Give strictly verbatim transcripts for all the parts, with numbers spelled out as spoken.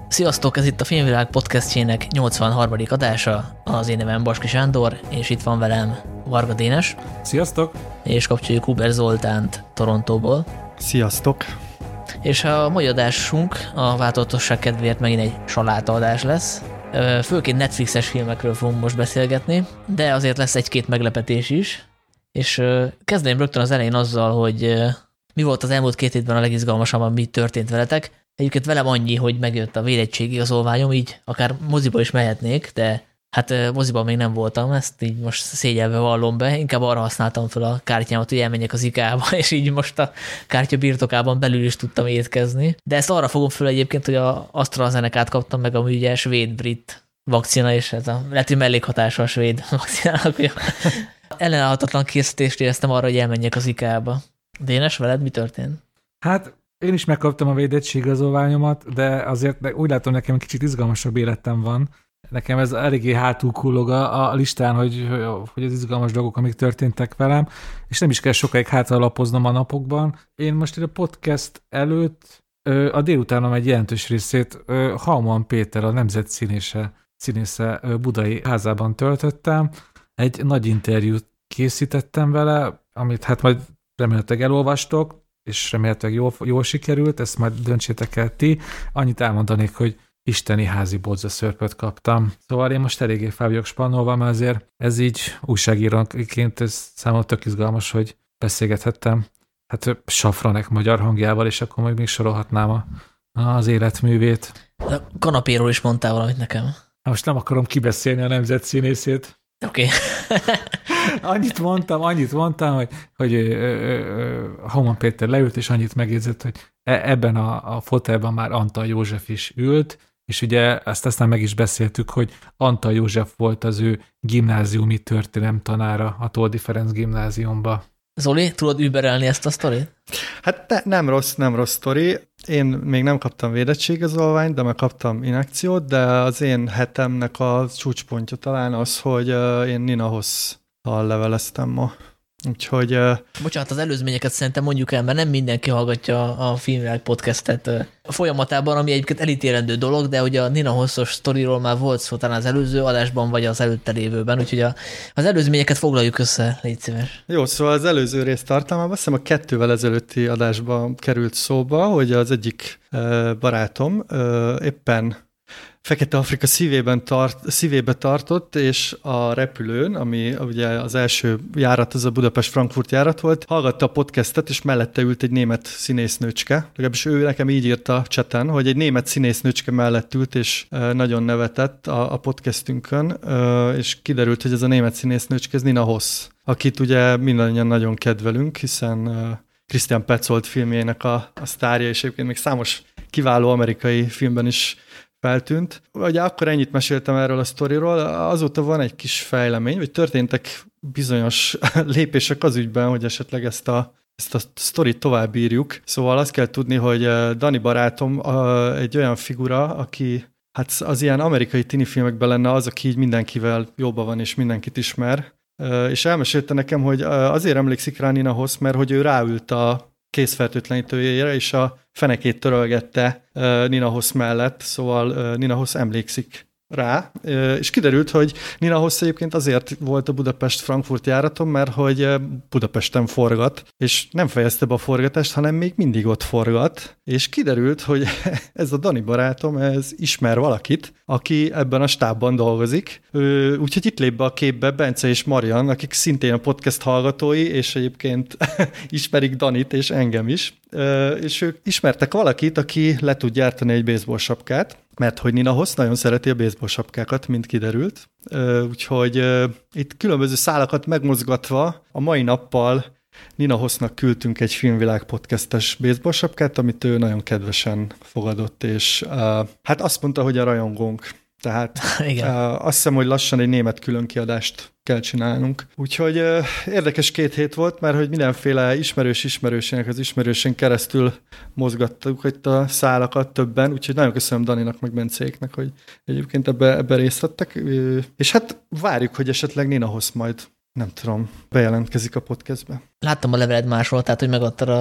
Sziasztok, ez itt a Filmvilág podcastjének nyolcvanharmadik adása, az én nevem Baski Sándor, és itt van velem Varga Dénes. Sziasztok! És kapcsoljuk Huber Zoltánt Torontóból. Sziasztok! És a mai adásunk a változatosság kedvéért megint egy salátaadás lesz. Főként Netflixes filmekről fogunk most beszélgetni, de azért lesz egy-két meglepetés is. És kezdeném rögtön az elején azzal, hogy mi volt az elmúlt két hétben a legizgalmasabb, ami történt veletek. Egyébként velem annyi, hogy megjött a védettségigazolványom, így akár moziba is mehetnék, de hát moziban még nem voltam, ezt így most szégyelve vallom be, inkább arra használtam fel a kártyámat, hogy elmenjek az ikába, és így most a kártya birtokában belül is tudtam étkezni. De ezt arra fogom föl egyébként, hogy a AstraZenecát kaptam meg, ami ugye svéd-brit vakcina, és ez a lehet, hogy mellékhatása a svéd vakcinának, hogy ellenállhatatlan készítést éreztem arra, hogy elmenjek az ikába. Dénes, veled mi történt? Hát én is megkaptam a védettségigazolványomat, de azért úgy látom, nekem kicsit izgalmasabb életem van. Nekem ez eléggé hátul kullog a, a listán, hogy, hogy az izgalmas dolgok, amik történtek velem, és nem is kell sokáig hátralapoznom a napokban. Én most a podcast előtt a délutánom egy jelentős részét Hauman Péter, a nemzet színésze, színésze budai házában töltöttem. Egy nagy interjút készítettem vele, amit hát majd remélhetőleg elolvastok, és remélhetőleg jól, jól sikerült, ezt majd döntsétek el ti. Annyit elmondanék, hogy isteni házi bodzaszörpöt kaptam. Szóval én most eléggé fel vagyok spannolva, mert azért ez így újságíróként ez számomra tök izgalmas, hogy beszélgethettem hát Safranek magyar hangjával, és akkor majd még sorolhatnám a, az életművét. A kanapéról is mondtál valamit nekem. Most nem akarom kibeszélni a nemzet színészét. Oké. Okay. annyit mondtam, annyit mondtam, hogy, hogy Hauman Péter leült, és annyit megjegyzett, hogy ebben a, a fotelben már Antal József is ült, és ugye ezt aztán meg is beszéltük, hogy Antal József volt az ő gimnáziumi történelemtanára a Toldi Ferenc gimnáziumba. Zoli, tudod überelni ezt a sztorit? Hát ne, nem rossz, nem rossz sztori. Én még nem kaptam védettségigazolványt, de meg kaptam injekciót, de az én hetemnek a csúcspontja talán az, hogy én Nina Hosszal leveleztem ma. Úgyhogy... Bocsánat, az előzményeket szerintem mondjuk el, mert nem mindenki hallgatja a Filmvilág podcastet a folyamatában, ami egyébként elítélendő dolog, de ugye a Nina Hosszos sztoriról már volt szó talán az előző adásban, vagy az előtte lévőben, úgyhogy a, az előzményeket foglaljuk össze, légy szíves. Jó, szóval az előző rész tartalmában, azt hiszem a kettővel ezelőtti adásban került szóba, hogy az egyik barátom éppen Fekete-Afrika szívében tart, szívébe tartott, és a repülőn, ami ugye az első járat, az a Budapest-Frankfurt járat volt, hallgatta a podcastet, és mellette ült egy német színésznőcske. Legalábbis ő nekem így írta a chaten, hogy egy német színésznőcske mellett ült, és nagyon nevetett a, a podcastünkön, és kiderült, hogy ez a német színésznőcske, ez Nina Hoss, akit ugye mindannyian nagyon kedvelünk, hiszen Christian Petzold filmjének a, a sztárja, és egyébként még számos kiváló amerikai filmben is feltűnt. Ugye akkor ennyit meséltem erről a sztoriról, azóta van egy kis fejlemény, vagy történtek bizonyos lépések az ügyben, hogy esetleg ezt a, ezt a sztorit tovább írjuk. Szóval azt kell tudni, hogy Dani barátom egy olyan figura, aki hát az ilyen amerikai tini filmekben lenne az, aki így mindenkivel jobban van, és mindenkit ismer. És elmesélte nekem, hogy azért emlékszik rá Nina Hoss, mert hogy ő ráült a kézfertőtlenítőjére, és a fenekét törölgette uh, Nina Hoss mellett, szóval uh, Nina Hoss emlékszik rá, uh, és kiderült, hogy Nina Hoss egyébként azért volt a Budapest-Frankfurt járaton, mert hogy uh, Budapesten forgat, és nem fejezte be a forgatást, hanem még mindig ott forgat, és kiderült, hogy ez a Dani barátom, ez ismer valakit, aki ebben a stábban dolgozik, uh, úgyhogy itt lép be a képbe Bence és Marian, akik szintén a podcast hallgatói, és egyébként ismerik Danit és engem is, uh, és ők ismertek valakit, aki le tud gyártani egy baseball sapkát, mert hogy Nina Hoss nagyon szereti a baseball sapkákat, mint kiderült. Úgyhogy itt különböző szálakat megmozgatva a mai nappal Nina Hossnak küldtünk egy Filmvilág podcastes baseball sapkát, amit ő nagyon kedvesen fogadott, és hát azt mondta, hogy a rajongónk. Tehát Igen. azt hiszem, hogy lassan egy német különkiadást kell csinálnunk. Úgyhogy érdekes két hét volt, mert hogy mindenféle ismerős ismerősének az ismerősén keresztül mozgattuk itt a szálakat többen, úgyhogy nagyon köszönöm Daninak meg Bencéknek, hogy egyébként ebbe, ebbe részt vettek. És hát várjuk, hogy esetleg Nina Hoss majd, nem tudom, bejelentkezik a podcastbe. Láttam a leveled máshol, tehát hogy megadtad a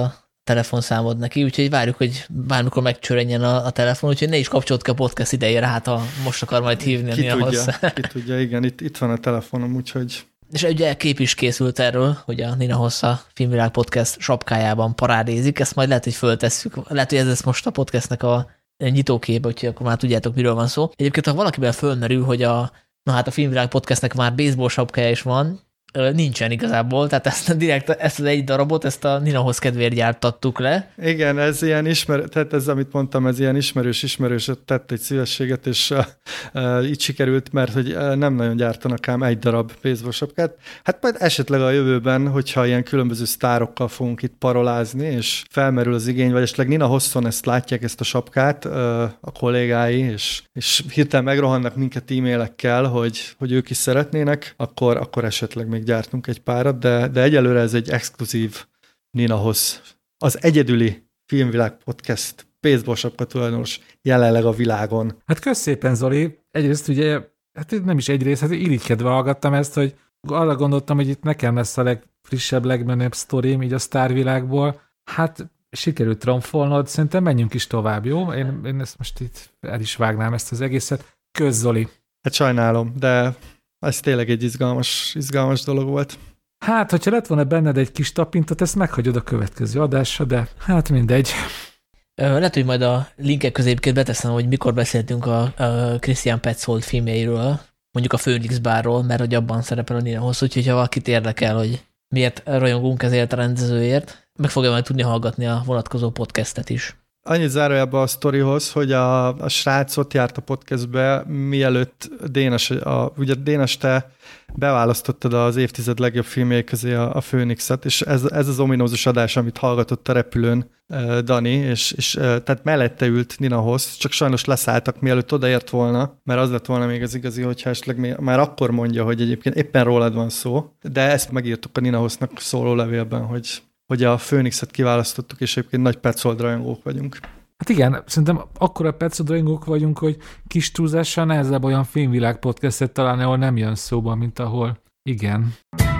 telefonszámod neki, úgyhogy várjuk, hogy bármikor megcsörrenjen a, a telefon, úgyhogy ne is kapcsolt ki a podcast idejére, hát ha most akar majd hívni. Ki tudja, ki tudja, igen, itt, itt van a telefonom, úgyhogy... És ugye kép is készült erről, hogy a Nina Hossa Filmvilág Podcast sapkájában parádézik, ezt majd lehet, hogy föltesszük, lehet, hogy ez lesz most a podcastnek a nyitóképe, úgyhogy akkor már tudjátok, miről van szó. Egyébként, ha valakiben fölmerül, hogy a, na hát a Filmvilág Podcastnek már baseball sapkája is van, nincsen igazából, tehát ezt, direkt, ezt az egy darabot, ezt a Ninahoz kedvéért gyártattuk le. Igen, ez ilyen ismerő, tehát ez, amit mondtam, ez ilyen ismerős, ismerős tett egy szívességet, és uh, uh, így sikerült, mert hogy uh, nem nagyon gyártanak ám egy darab baseball sapkát. Hát majd esetleg a jövőben, hogyha ilyen különböző sztárokkal fogunk itt parolázni, és felmerül az igény, vagy esetleg Nina Hosson ezt látják, ezt a sapkát, uh, a kollégái, és, és hirtelen megrohannak minket e-mailekkel, hogy, hogy ők is szeretnének, akkor, akkor esetleg még gyártunk egy párat, de, de egyelőre ez egy exkluzív Ninahoz. Az egyedüli Filmvilág Podcast baseball sapka tulajdonos jelenleg a világon. Hát kösz szépen, Zoli. Egyrészt ugye, hát nem is egyrészt, hát irigykedve hallgattam ezt, hogy arra gondoltam, hogy itt nekem lesz a legfrissebb, legmenőbb sztorim így a sztárvilágból. Hát sikerült tromfolnod, szerintem menjünk is tovább, jó? Én, én ezt most itt el is vágnám ezt az egészet. Kösz, Zoli. Hát sajnálom, de ez tényleg egy izgalmas, izgalmas dolog volt. Hát, hogyha lett volna benned egy kis tapintot, ezt meghagyod a következő adásra, de hát mindegy. Lehet, hogy majd a linkek középként beteszem, hogy mikor beszéltünk a, a Christian Petzold filmjeiről, mondjuk a Phoenix Barról, mert hogy abban szerepel a Nina Hoss, úgyhogy ha valakit érdekel, hogy miért rajongunk ezért a rendezőért, meg fogja majd tudni hallgatni a vonatkozó podcastet is. Annyit zárójában a sztorihoz, hogy a, a srác ott járt a podcastbe, mielőtt Dénes, a, ugye Dénes, te beválasztottad az évtized legjobb filmjei közé a, a Phoenixet, és ez, ez az ominózus adás, amit hallgatott a repülőn uh, Dani, és, és uh, tehát mellette ült Nina Hoss, csak sajnos leszálltak, mielőtt odaért volna, mert az lett volna még az igazi, hogyha esetleg már akkor mondja, hogy egyébként éppen rólad van szó, de ezt megírtuk a Nina Hossnak szóló levélben, hogy hogy a Phoenixet kiválasztottuk, és egyébként nagy Petzold rajongók vagyunk. Hát igen, szerintem akkora Petzold rajongók vagyunk, hogy kis túlzással nehezebb olyan filmvilág podcastet találni, ahol nem jön szóba, mint ahol igen.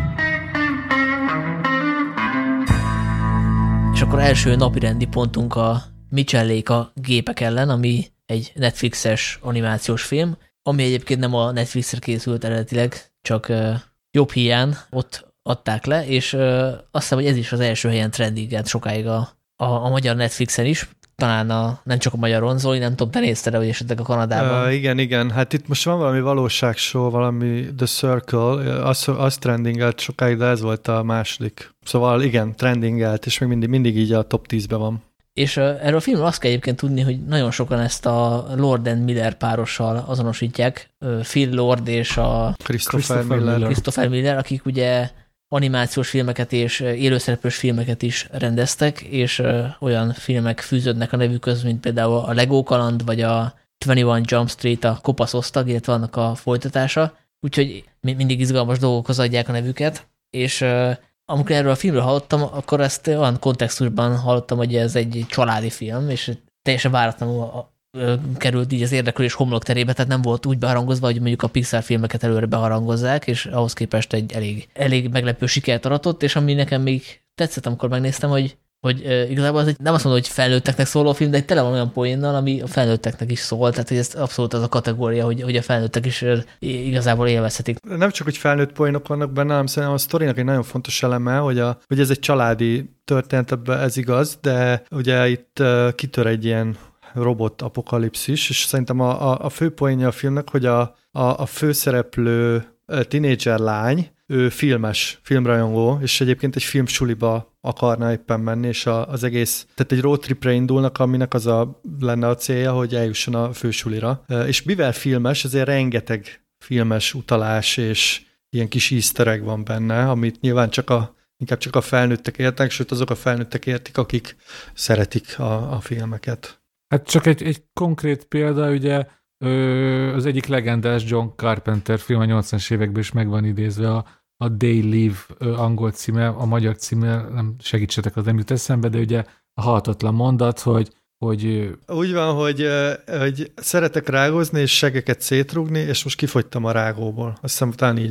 És akkor első napirendi pontunk a Michellék a gépek ellen, ami egy Netflixes animációs film, ami egyébként nem a Netflixre készült eredetileg, csak uh, jobb hiány ott adták le, és uh, azt hiszem, hogy ez is az első helyen trendingelt sokáig a, a, a magyar Netflixen is, talán a, nem csak a magyaron, Zoli, nem tudom, te nézted vagy esetleg a Kanadában? Uh, igen, igen, hát itt most van valami valóságshow, valami The Circle, az, az trendingelt sokáig, de ez volt a második. Szóval igen, trendingelt, és még mindig, mindig így a top tízben van. És uh, erről a filmről azt kell egyébként tudni, hogy nagyon sokan ezt a Lord and Miller párossal azonosítják, uh, Phil Lord és a Christopher, Christopher Miller. Christopher Miller, akik ugye animációs filmeket és élőszereplős filmeket is rendeztek, és ö, olyan filmek fűződnek a nevükhöz, mint például a Lego kaland, vagy a huszonegy Jump Street, a Kopasz osztag, illetve annak a folytatása. Úgyhogy mindig izgalmas dolgokhoz adják a nevüket, és ö, amikor erről a filmről hallottam, akkor ezt olyan kontextusban hallottam, hogy ez egy családi film, és teljesen váratlanul került így az érdeklődés homlokterébe, tehát nem volt úgy beharangozva, hogy mondjuk a Pixar filmeket előre beharangozzák, és ahhoz képest egy elég, elég meglepő sikert aratott, és ami nekem még tetszett, amikor megnéztem, hogy, hogy uh, igazából ez egy, nem azt mondom, hogy felnőtteknek szóló film, de egy tele van olyan poénnal, ami a felnőtteknek is szól, tehát hogy ez abszolút az a kategória, hogy, hogy a felnőttek is uh, igazából élvezhetik. Nem csak, hogy felnőtt poénok vannak benne, hanem szerintem a sztorinak egy nagyon fontos eleme, hogy, a, hogy ez egy családi történet, ebben ez igaz, de ugye itt uh, kitör egy ilyen robot apokalipszis, és szerintem a, a, a fő poénja a filmnek, hogy a, a, a főszereplő tinédzser lány, ő filmes, filmrajongó, és egyébként egy filmsuliba akarna éppen menni, és a, az egész, tehát egy roadtripre indulnak, aminek az a, lenne a célja, hogy eljusson a fősulira. És mivel filmes, ezért rengeteg filmes utalás és ilyen kis easter egg van benne, amit nyilván csak a, inkább csak a felnőttek értek, sőt azok a felnőttek értik, akik szeretik a, a filmeket. Hát csak egy, egy konkrét példa, ugye az egyik legendás John Carpenter film a nyolcvanas években is meg van idézve, a, a They Live angol címe, a magyar címe, nem segítsetek, az nem jut eszembe, de ugye a halhatatlan mondat, hogy, hogy... Úgy van, hogy, hogy szeretek rágózni és segeket szétrugni, és most kifogytam a rágóból. Azt hiszem, talán így van.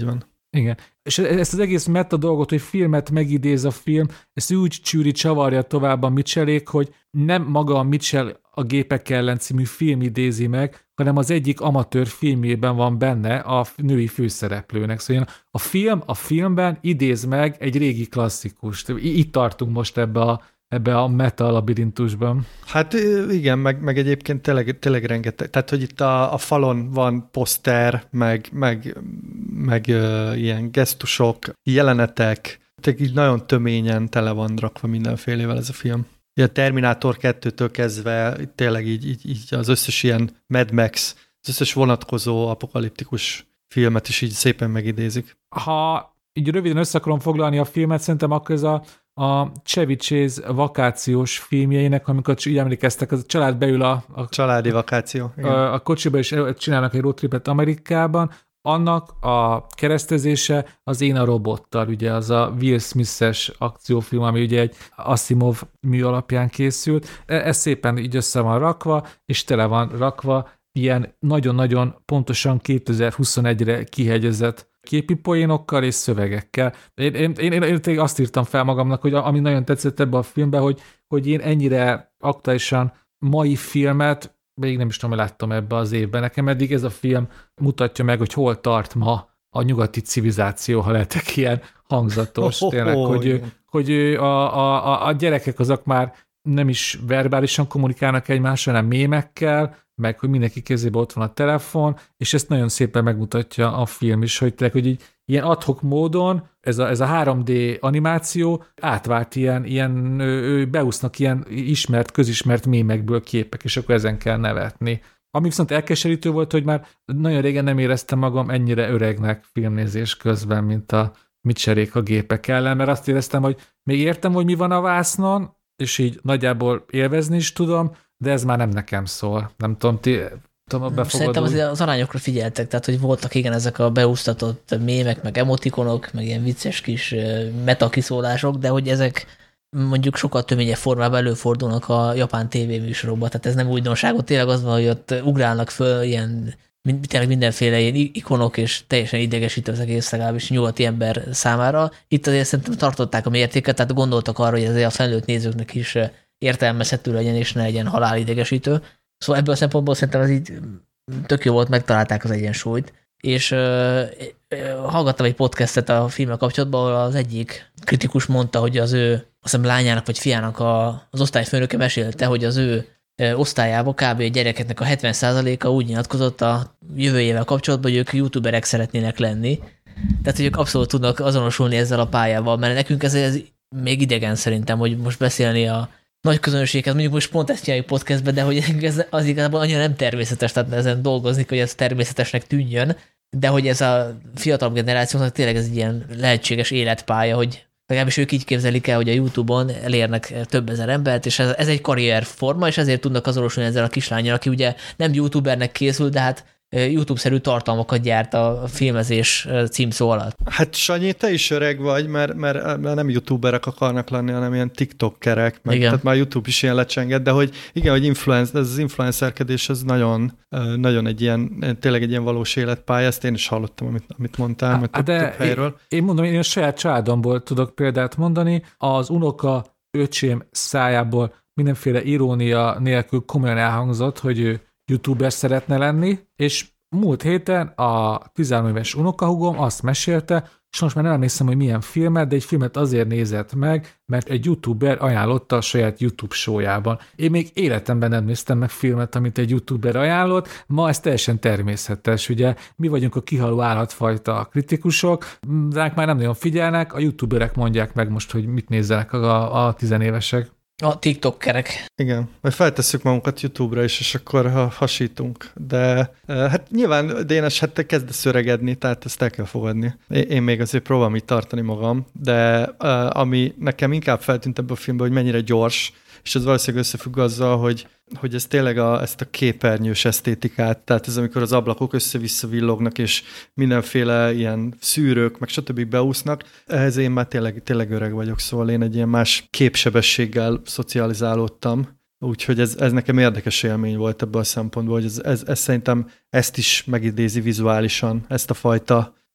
Igen. És ezt az egész meta dolgot, hogy filmet megidéz a film, ezt úgy csűri, csavarja tovább a Mitchellék, hogy nem maga a Mitchell a Gépek ellen című film idézi meg, hanem az egyik amatőr filmjében van benne a női főszereplőnek. Szóval a film a filmben idéz meg egy régi klasszikust. Itt tartunk most ebbe a ebbe a meta labirintusban. Hát igen, meg, meg egyébként tényleg, tényleg rengeteg. Tehát, hogy itt a, a falon van poszter, meg, meg, meg uh, ilyen gesztusok, jelenetek, tehát így nagyon töményen tele van rakva mindenfélével ez a film. A Terminátor kettőtől kezdve tényleg így, így, így az összes ilyen Mad Max, az összes vonatkozó apokaliptikus filmet is így szépen megidézik. Ha így röviden össze akarom foglalni a filmet, szerintem akkor ez a a Chevy Chase vakációs filmjeinek, amikor így emlékeztek, az a család beül a, a családi vakáció. A, a kocsiba, és csinálnak egy roadtripet Amerikában, annak a keresztezése az Én a robottal, ugye az a Will Smith-es akciófilm, ami ugye egy Asimov mű alapján készült. Ez szépen így össze van rakva, és tele van rakva ilyen nagyon-nagyon pontosan kétezer-huszonegyre kihegyezett képi poénokkal és szövegekkel. Én, én, én, én, én azt írtam fel magamnak, hogy ami nagyon tetszett ebbe a filmbe, hogy, hogy én ennyire aktuálisan mai filmet még nem is tudom, hogy láttam ebbe az évben. Nekem eddig ez a film mutatja meg, hogy hol tart ma a nyugati civilizáció, ha lehetek ilyen hangzatos. Oh, tényleg, oh, hogy, hogy a, a, a gyerekek azok már nem is verbálisan kommunikálnak egymással, hanem mémekkel, meg hogy mindenki kezében ott van a telefon, és ezt nagyon szépen megmutatja a film is, hogy tényleg, hogy így ilyen ad-hoc módon ez a, ez a három dé animáció átvált ilyen, ilyen beúsznak ilyen ismert, közismert mémekből képek, és akkor ezen kell nevetni. Ami viszont elkeserítő volt, hogy már nagyon régen nem éreztem magam ennyire öregnek filmnézés közben, mint a Mitchellék a Gépek ellen, mert azt éreztem, hogy még értem, hogy mi van a vásznon, és így nagyjából élvezni is tudom, de ez már nem nekem szól. Nem tudom, ti tudom, befogadó. Szerintem azért az arányokra figyeltek, tehát hogy voltak igen ezek a beúsztatott mémek, meg emotikonok, meg ilyen vicces kis metakiszólások, de hogy ezek mondjuk sokkal töményebb formában előfordulnak a japán tévéműsorokban, tehát ez nem újdonságot, tényleg az van, hogy ott ugrálnak föl ilyen tényleg mindenféle ilyen ikonok, és teljesen idegesítő az egész, legalábbis nyugati ember számára. Itt azért szerintem tartották a mértéket, tehát gondoltak arra, hogy ez a felnőtt nézőknek is értelmezhető legyen, és ne legyen halálidegesítő. Szóval ebből a szempontból szerintem ez így tök jó volt, megtalálták az egyensúlyt. És uh, hallgattam egy podcastet a filmmel kapcsolatban, ahol az egyik kritikus mondta, hogy az ő, azt hiszem lányának vagy fiának a, az osztályfőnöke mesélte, hogy az ő osztályában kb. A gyerekeknek a hetven százaléka úgy nyilatkozott a jövőjével kapcsolatban, hogy ők youtuberek szeretnének lenni. Tehát, hogy ők abszolút tudnak azonosulni ezzel a pályával, mert nekünk ez, ez még idegen szerintem, hogy most beszélni a nagy közönséghez, mondjuk most pont ezt csináljuk podcastben, de hogy ez az igazából annyira nem természetes, tehát ezen dolgozni, hogy ez természetesnek tűnjön, de hogy ez a fiatal generációknak tényleg ez egy ilyen lehetséges életpálya, hogy legalábbis ők így képzelik el, hogy a YouTube-on elérnek több ezer embert, és ez, ez egy karrierforma, és ezért tudnak azonosulni ezzel a kislánnyal, aki ugye nem YouTubernek készül, de hát YouTube-szerű tartalmakat gyárt a filmezés címszó alatt. Hát Sanyi, te is öreg vagy, mert, mert, mert nem YouTuberek akarnak lenni, hanem ilyen TikTokerek, meg, tehát már YouTube is ilyen lecsenged, de hogy igen, hogy influence, ez az influencerkedés, ez nagyon, nagyon egy ilyen, tényleg egy ilyen valós életpálya, ezt én is hallottam, amit, amit mondtál, mert több, több helyről. Én, én mondom, én a saját családomból tudok példát mondani, az unoka öcsém szájából mindenféle irónia nélkül komolyan elhangzott, hogy ő YouTuber szeretne lenni, és múlt héten a tizenhárom éves unokahúgom azt mesélte, és most már nem emlékszem, hogy milyen filmet, de egy filmet azért nézett meg, mert egy YouTuber ajánlotta a saját YouTube show-jában. Én még életemben nem néztem meg filmet, amit egy YouTuber ajánlott, ma ez teljesen természetes, ugye mi vagyunk a kihaló állatfajta kritikusok, ránk már nem nagyon figyelnek, a YouTuberek mondják meg most, hogy mit nézzenek a, a tizenévesek. A TikTokerek. Igen, majd feltesszük magunkat YouTube-ra is, és akkor ha hasítunk. De hát nyilván, Dénes, hát te kezdesz öregedni, tehát ezt el kell fogadni. Én még azért próbálom itt tartani magam, de ami nekem inkább feltűnt ebben a filmben, hogy mennyire gyors, és ez valószínűleg összefügg azzal, hogy, hogy ez tényleg a, ezt a képernyős esztétikát, tehát ez amikor az ablakok össze-vissza villognak, és mindenféle ilyen szűrők, meg stb. Beúsznak, ehhez én már tényleg, tényleg öreg vagyok, szóval én egy ilyen más képsebességgel szocializálódtam, úgyhogy ez, ez nekem érdekes élmény volt ebből a szempontból, hogy ez, ez, ez szerintem ezt is megidézi vizuálisan, ezt a fajta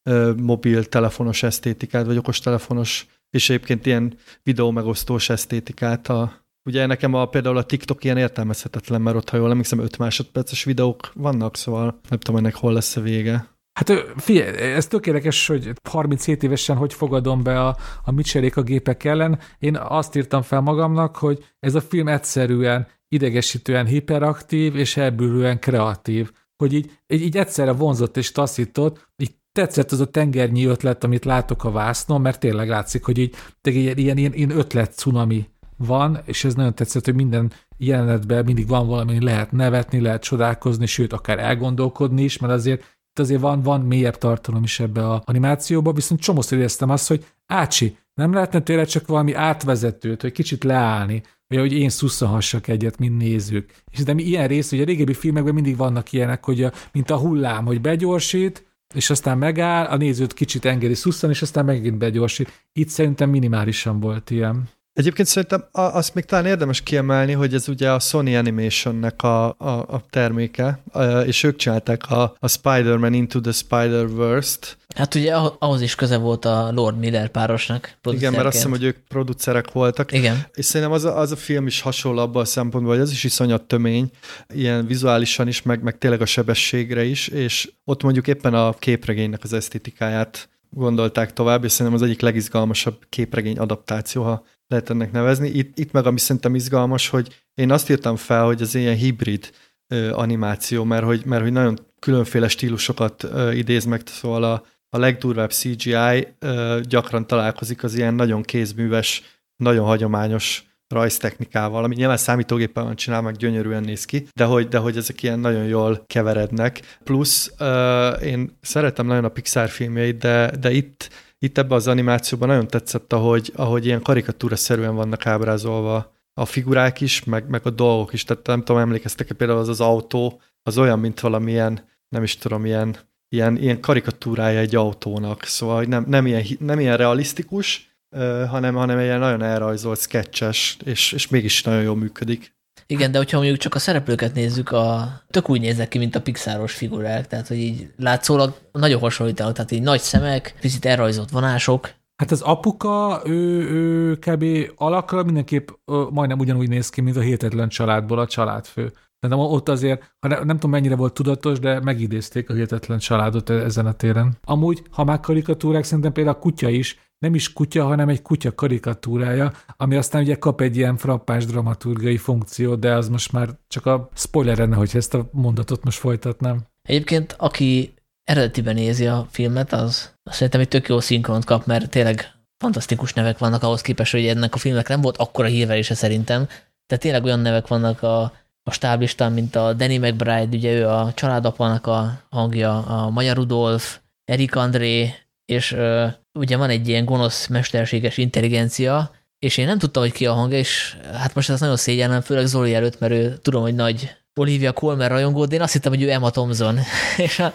ö, mobiltelefonos esztétikát, vagy okostelefonos, és egyébként ilyen videó megosztós esztétikát. A, ugye nekem a, például a TikTok ilyen értelmezhetetlen, mert ott, ha jól emlékszem, öt másodperces videók vannak, szóval nem tudom, ennek hol lesz a vége. Hát figyelj, ez tökéletes, hogy harminchét évesen hogy fogadom be a, a mit cserék a gépek ellen. Én azt írtam fel magamnak, hogy ez a film egyszerűen idegesítően hiperaktív és elbűrően kreatív. Hogy így, így, így egyszerre vonzott és taszított, így tetszett az a tengernyi ötlet, amit látok a vásznon, mert tényleg látszik, hogy így ilyen, ilyen, ilyen ötlet cunami van, és ez nagyon tetszett, hogy minden jelenetben mindig van valami, lehet nevetni, lehet csodálkozni, sőt, akár elgondolkodni is, mert azért itt azért van, van mélyebb tartalom is ebbe az animációba, viszont csomószor éreztem azt, hogy ácsi, nem lehetne tényleg csak valami átvezetőt, hogy kicsit leállni, vagy hogy én szusszanhassak egyet, mint nézők. És de ilyen rész, hogy a régebbi filmekben mindig vannak ilyenek, hogy a, mint a hullám, hogy begyorsít, és aztán megáll, a nézőt kicsit engedi szusszan, és aztán megint begyorsít. Itt szerintem minimálisan volt ilyen. Egyébként szerintem azt még talán érdemes kiemelni, hogy ez ugye a Sony Animationnek a, a, a terméke, és ők csinálták a, a Spider-Man Into the Spider-Verse-t. Hát ugye ahhoz is köze volt a Lord Miller párosnak. Igen, mert azt hiszem, hogy ők producerek voltak. Igen. És szerintem az a, az a film is hasonló abban a szempontból, hogy az is iszonyat tömény, ilyen vizuálisan is, meg, meg tényleg a sebességre is, és ott mondjuk éppen a képregénynek az esztétikáját gondolták tovább, és szerintem az egyik legizgalmasabb képregény adaptáció, ha lehet ennek nevezni. Itt, itt meg ami szerintem izgalmas, hogy én azt írtam fel, hogy az ilyen hibrid ö, animáció, mert hogy, mert hogy nagyon különféle stílusokat ö, idéz meg, szóval a, a legdurvább cé gé í ö, gyakran találkozik az ilyen nagyon kézműves, nagyon hagyományos rajztechnikával, ami nyilván számítógépen van csinál, meg gyönyörűen néz ki, de hogy, de hogy ezek ilyen nagyon jól keverednek. Plusz uh, én szeretem nagyon a Pixar filmjeit, de, de itt, itt ebben az animációban nagyon tetszett, ahogy, ahogy ilyen karikatúraszerűen vannak ábrázolva a figurák is, meg, meg a dolgok is. Tehát nem tudom, emlékeztek-e például az az autó, az olyan, mint valamilyen, nem is tudom, ilyen, ilyen, ilyen karikatúrája egy autónak. Szóval hogy nem, nem, ilyen, nem ilyen realisztikus, Uh, hanem, hanem egy ilyen nagyon elrajzolt, sketches, és, és mégis nagyon jól működik. Igen, de hogyha mondjuk csak a szereplőket nézzük, a tök úgy néznek ki, mint a Pixaros figurák, tehát hogy így látszólag nagyon hasonlítanak, tehát így nagy szemek, picit elrajzolt vonások. Hát az apuka, ő, ő kb. Alakra mindenképp ö, majdnem ugyanúgy néz ki, mint a Hihetetlen családból a családfő. De ott azért, ha ne, nem tudom mennyire volt tudatos, de megidézték a Hihetetlen családot ezen a téren. Amúgy, ha már karikatúrák, szerintem például a kutya is, nem is kutya, hanem egy kutya karikatúrája, ami aztán ugye kap egy ilyen frappáns dramaturgiai funkciót, de az most már csak a spoiler lenne, hogyha ezt a mondatot most folytatnám. Egyébként, aki eredetiben nézi a filmet, az szerintem egy tök jó szinkront kap, mert tényleg fantasztikus nevek vannak ahhoz képest, hogy ennek a filmnek nem volt akkora hírverése szerintem. Tehát tényleg olyan nevek vannak a, a stáblistán, mint a Danny McBride, ugye ő a családapának a hangja, a Maya Rudolph, Eric André, és ö, ugye van egy ilyen gonosz mesterséges intelligencia, és én nem tudtam, hogy ki a hangja, és hát most ez nagyon szégyenem, főleg Zoli előtt, mert ő tudom, hogy nagy Olivia Colman rajongó, de én azt hittem, hogy ő Emma Thompson. és a,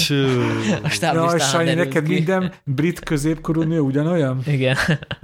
a stáblistán. Jaj, Sanyi, neked ki. Minden brit középkorú nő ugyanolyan? Igen.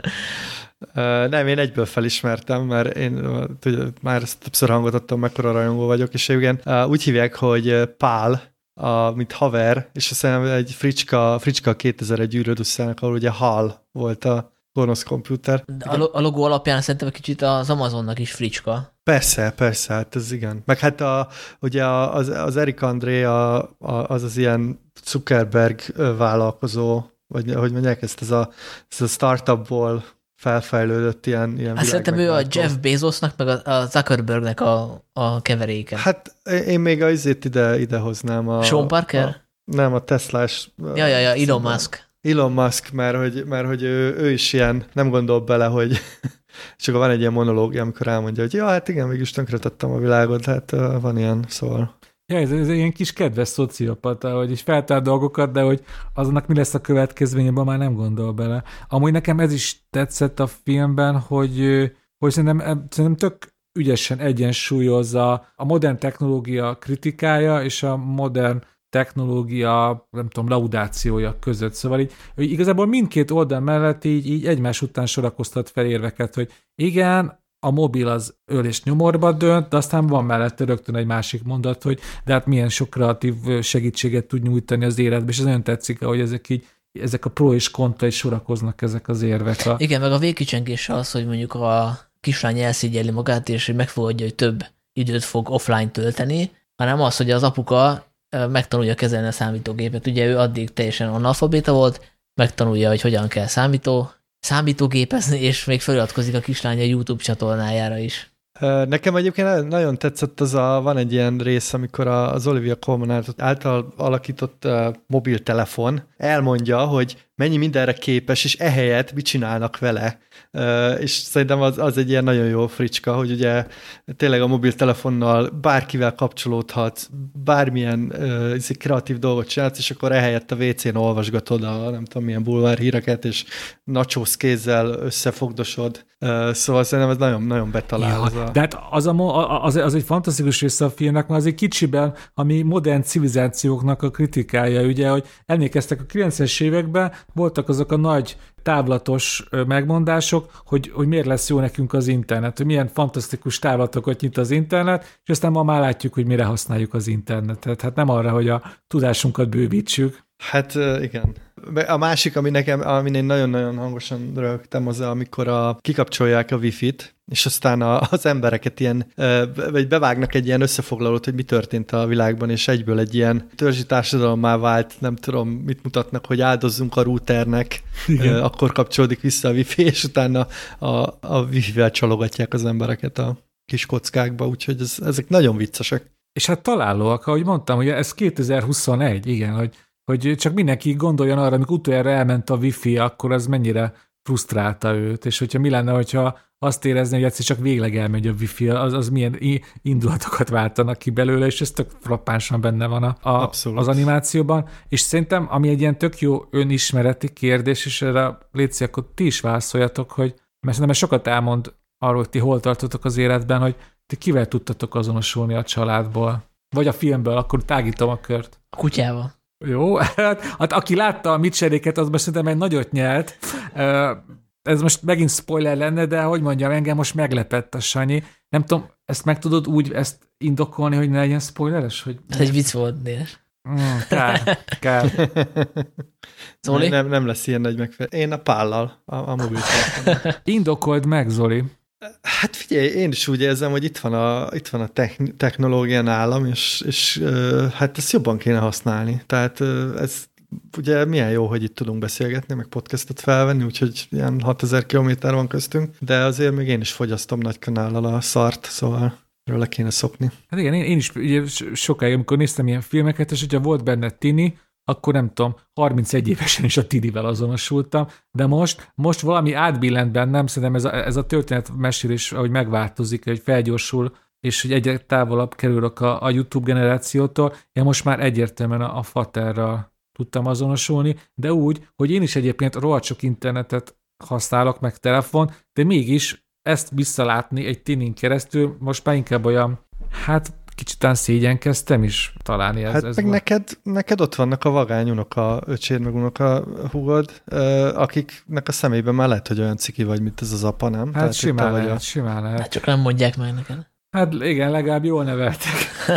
Uh, nem, én egyből felismertem, mert én tudja, már többször hangot adtam, mekkora rajongó vagyok, és igen, uh, úgy hívják, hogy Pál, a, mint haver, és aztán egy fricska, fricska kétezer-egy űrödusszának, ahol ugye Hal volt a gonosz komputer. A, a logó alapján szerintem kicsit az Amazonnak is fricska. Persze, persze, hát ez igen. Meg hát a, ugye az, az Eric André a, a, az az ilyen Zuckerberg vállalkozó, vagy hogy mondják ezt, ez a, ez a startupból felfejlődött ilyen, ilyen hát szerintem ő a Jeff Bezosnak, meg a Zuckerbergnek a, a keveréke. Hát én még az izét ide, ide hoznám. A, Sean Parker? A, nem, a Teslás. Ja, ja, ja, Elon Musk. Elon Musk, mert hogy, mert, hogy ő, ő is ilyen, nem gondol bele, hogy csak van egy ilyen monológia, amikor elmondja, hogy ja, hát igen, mégis tönkretettem a világot, hát van ilyen, szóval. Ja, ez, ez ilyen kis kedves szociopata, hogy is feltár dolgokat, de hogy azonnak mi lesz a következményében, már nem gondol bele. Amúgy nekem ez is tetszett a filmben, hogy, hogy szerintem, szerintem tök ügyesen egyensúlyozza a modern technológia kritikája és a modern technológia, nem tudom, laudációja között. Szóval így, hogy igazából mindkét oldal mellett így, így egymás után sorakoztat fel érveket, hogy igen, a mobil az öl és nyomorba dönt, de aztán van mellette rögtön egy másik mondat, hogy de hát milyen sok kreatív segítséget tud nyújtani az életbe, és ez nagyon tetszik, hogy ezek így, ezek a pro és kontra is sorakoznak ezek az érvek. A... Igen, meg a végkicsengés az, hogy mondjuk a kislány elszégyelli magát, és hogy megfogadja, hogy több időt fog offline tölteni, hanem az, hogy az apuka megtanulja kezelni a számítógépet. Ugye ő addig teljesen analfabéta volt, megtanulja, hogy hogyan kell számító, számítógépezni, és még feliratkozik a kislánya YouTube csatornájára is. Nekem egyébként nagyon tetszett az a, van egy ilyen rész, amikor az Olivia Colman által alakított uh, mobiltelefon elmondja, hogy mennyi mindenre képes, és ehelyett mit csinálnak vele. Uh, és szerintem az, az egy ilyen nagyon jó fricska, hogy ugye tényleg a mobiltelefonnal bárkivel kapcsolódhatsz, bármilyen uh, kreatív dolgot csinálsz, és akkor ehelyett a vé cén olvasgatod a nem tudom milyen bulvár híreket, és nachos kézzel összefogdosod. Uh, szóval szerintem ez nagyon, nagyon betalál. Ja, az a... De hát az, a, az, az egy fantasztikus része a filmnek, mert az egy kicsiben, ami modern civilizációknak a kritikája, ugye, hogy emlékeztek a kilencvenes években, voltak azok a nagy távlatos megmondások, hogy, hogy miért lesz jó nekünk az internet, hogy milyen fantasztikus távlatokat nyit az internet, és aztán ma már látjuk, hogy mire használjuk az internetet. Hát nem arra, hogy a tudásunkat bővítsük. Hát igen. A másik, ami nekem, amin én nagyon-nagyon hangosan rögtem, az, amikor a, kikapcsolják a wifi-t, és aztán a, az embereket ilyen, vagy bevágnak egy ilyen összefoglalót, hogy mi történt a világban, és egyből egy ilyen törzsi társadalommá vált, nem tudom, mit mutatnak, hogy áldozzunk a routernek, igen. Akkor kapcsolódik vissza a wifi, és utána a, a wifi-vel csalogatják az embereket a kis kockákba, úgyhogy ez, ezek nagyon viccesek. És hát találóak, ahogy mondtam, hogy ez kétezer-huszonegy, igen, hogy hogy csak mindenki gondoljon arra, amikor utoljára elment a wifi, akkor az mennyire frusztrálta őt, és hogyha mi lenne, hogyha azt érezni, hogy egyszer csak végleg elmegy a wifi, az, az milyen indulatokat váltanak ki belőle, és ez tök frappánsan benne van a, a, az animációban, és szerintem, ami egy ilyen tök jó önismereti kérdés, és erre létszik, akkor ti is válaszoljatok, hogy mert szerintem sokat elmond arról, hogy ti hol tartotok az életben, hogy ti kivel tudtatok azonosulni a családból, vagy a filmből, akkor tágítom a kört. A kutyával. Jó, hát, hát aki látta a Mitchelléket, az most szerintem egy nagyot nyelt. Ez most megint spoiler lenne, de hogy mondjam, engem most meglepett a Sanyi. Nem tudom, ezt meg tudod úgy ezt indokolni, hogy ne legyen spoileres? Hogy... Ez egy vicc volt, Dénes. Mm, kár, kár. Zoli? Nem, nem lesz ilyen nagy megfelelő. Én a pállal, a, a mobiltelefonnal. Indokold meg, Zoli. Hát figyelj, én is úgy érzem, hogy itt van a, itt van a techn- technológia nálam, és, és uh, hát ezt jobban kéne használni. Tehát uh, ez ugye milyen jó, hogy itt tudunk beszélgetni, meg podcastot felvenni, úgyhogy ilyen hatezer kilométer van köztünk, de azért még én is fogyasztom nagy kanállal a szart, szóval erről le kéne szokni. Hát igen, én, én is ugye, sokáig, amikor néztem ilyen filmeket, és hogyha volt benne tini, akkor nem tudom, harmincegy évesen is a Tidivel azonosultam, de most, most valami átbillent bennem, szerintem ez a, ez a történetmesélés, ahogy megváltozik, hogy felgyorsul, és hogy egyre távolabb kerülök a, a YouTube generációtól, én most már egyértelműen a, a Faterral tudtam azonosulni, de úgy, hogy én is egyébként rohadt sok internetet használok, meg telefon, de mégis ezt visszalátni egy tinin keresztül, most már inkább olyan, hát kicsit szégyenkeztem is találni. Ez, hát ez meg volt. neked, neked ott vannak a vagány unoka, öcséd meg unoka húgod, akiknek a szemében már lehet, hogy olyan ciki vagy, mint ez az apa, nem? Hát Tehát simán vagy lehet, a... simán lehet. Hát csak nem mondják meg neked. Hát igen, legalább jól neveltek.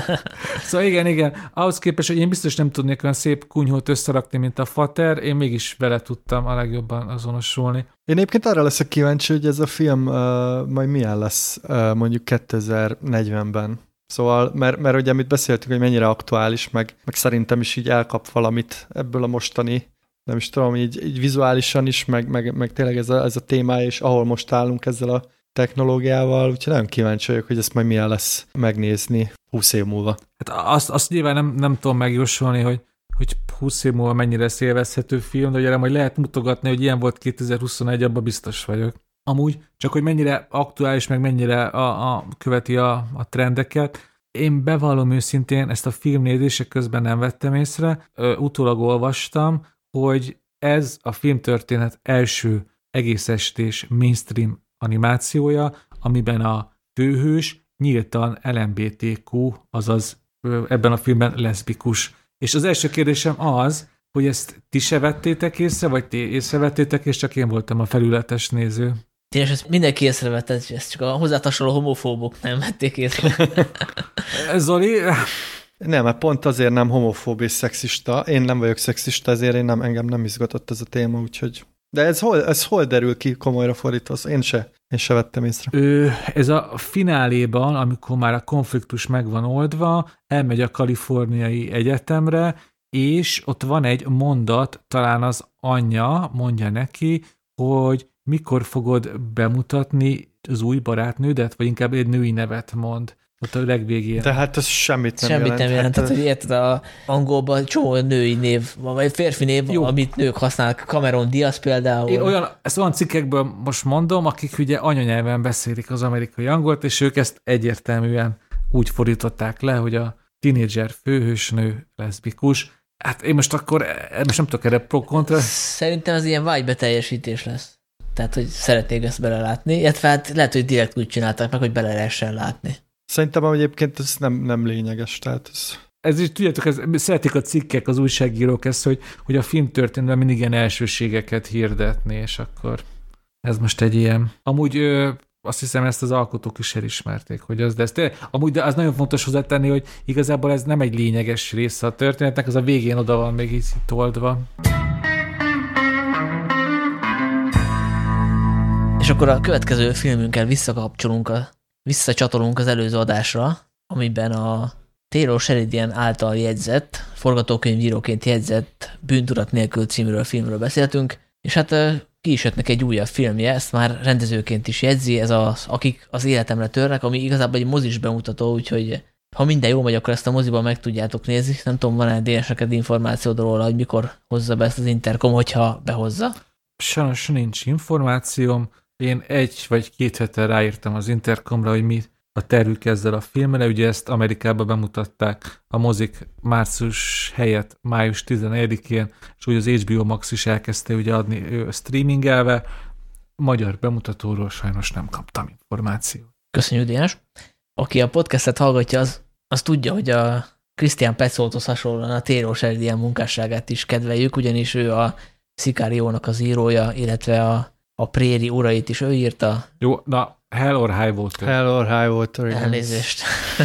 Szóval igen, igen. Ahhoz képest, hogy én biztos nem tudnék olyan szép kunyhót összerakni, mint a Fater, én mégis vele tudtam a legjobban azonosulni. Én egyébként arra leszek kíváncsi, hogy ez a film uh, majd milyen lesz uh, mondjuk kétezer-negyvenben. Szóval, mert, mert ugye amit beszéltük, hogy mennyire aktuális, meg, meg szerintem is így elkap valamit ebből a mostani, nem is tudom, így, így vizuálisan is, meg, meg, meg tényleg ez a, ez a témája, és ahol most állunk ezzel a technológiával, úgyhogy nagyon kíváncsi vagyok, hogy ezt majd milyen lesz megnézni húsz év múlva. Hát azt, azt nyilván nem, nem tudom megjósolni, hogy, hogy húsz év múlva mennyire lesz élvezhető film, de ugye majd lehet mutogatni, hogy ilyen volt kétezer-huszonegy, abban biztos vagyok. Amúgy, csak hogy mennyire aktuális, meg mennyire a, a, követi a, a trendeket. Én bevallom őszintén, ezt a filmnézések közben nem vettem észre, Ö, utólag olvastam, hogy ez a filmtörténet első egész estés mainstream animációja, amiben a főhős nyíltan el em bé té kú, azaz ebben a filmben leszbikus. És az első kérdésem az, hogy ezt ti se vettétek észre, vagy ti észrevettétek, és csak én voltam a felületes néző. Tényleg ezt mindenki észrevette, ezt csak a hozzátasoló homofóbok nem vették észre. Zoli? Nem, mert pont azért nem homofób és szexista. Én nem vagyok szexista, ezért én nem, engem nem izgatott ez a téma, úgyhogy... De ez hol, ez hol derül ki komolyra fordítva? Én se, én se vettem észre. Ő, ez a fináléban, amikor már a konfliktus meg van oldva, elmegy a Kaliforniai Egyetemre, és ott van egy mondat, talán az anyja mondja neki, hogy mikor fogod bemutatni az új barátnődet, vagy inkább egy női nevet mond. Ott a legvégén. De hát ez semmit nem semmit jelent. nem jelent. Hát, Tehát, hogy érted, a angolban csomó női név, vagy férfi név, jó, amit nők használnak. Cameron Diaz például. Én olyan, ezt olyan cikkekből most mondom, akik ugye anyanyelven beszélik az amerikai angolt, és ők ezt egyértelműen úgy fordították le, hogy a tínédzser főhősnő leszbikus. Hát én most akkor, most nem tudok erre pro-kontra. Szerintem ez ilyen vágybeteljesítés lesz. Tehát, hogy szeretnék ezt belelátni. Illetve hát lehet, hogy direkt úgy csinálták meg, hogy bele lehessen látni. Szerintem egyébként ez nem, nem lényeges. Tehát ez... ez is, tudjátok, ez, szeretik a cikkek, az újságírók ezt, hogy, hogy a filmtörténetben mindig ilyen elsőségeket hirdetni, és akkor ez most egy ilyen. Amúgy ö, azt hiszem, ezt az alkotók is elismerték, hogy az, de ez tényleg, amúgy de az nagyon fontos hozzátenni, hogy igazából ez nem egy lényeges része a történetnek, az a végén oda van még így oldva. És akkor a következő filmünkkel visszakapcsolunk, a, visszacsatolunk az előző adásra, amiben a Taylor Sheridan által jegyzett, forgatókönyvíróként jegyzett Bűntudat nélkül címről filmről beszéltünk, és hát ki is jött neki egy újabb filmje, ezt már rendezőként is jegyzi, ez az Akik az életemre törnek, ami igazából egy mozis bemutató, úgyhogy ha minden jó megy, akkor ezt a moziban meg tudjátok nézni. Nem tudom, van-e Dénes neked információd róla, hogy mikor hozza be ezt az Intercom, hogyha behozza? Sajnos nincs információm. Én egy vagy két hete ráírtam az Intercomra, hogy mi a tervük ezzel a filmmel. Ugye ezt Amerikában bemutatták a mozik március helyett május tizenegyedikén, és úgy az há bé o Max is elkezdte ugye adni streamingelve. Magyar bemutatóról sajnos nem kaptam információt. Köszönjük, Dénes. Aki a podcastet hallgatja, az, az tudja, hogy a Christian Petzoldhoz hasonlóan a Taylor Sheridan munkásságát is kedveljük, ugyanis ő a Sicario-nak az írója, illetve a, a Préri urait is ő írta. Jó, na, Hell or High Water. Hell or High Water. Igen. Elnézést.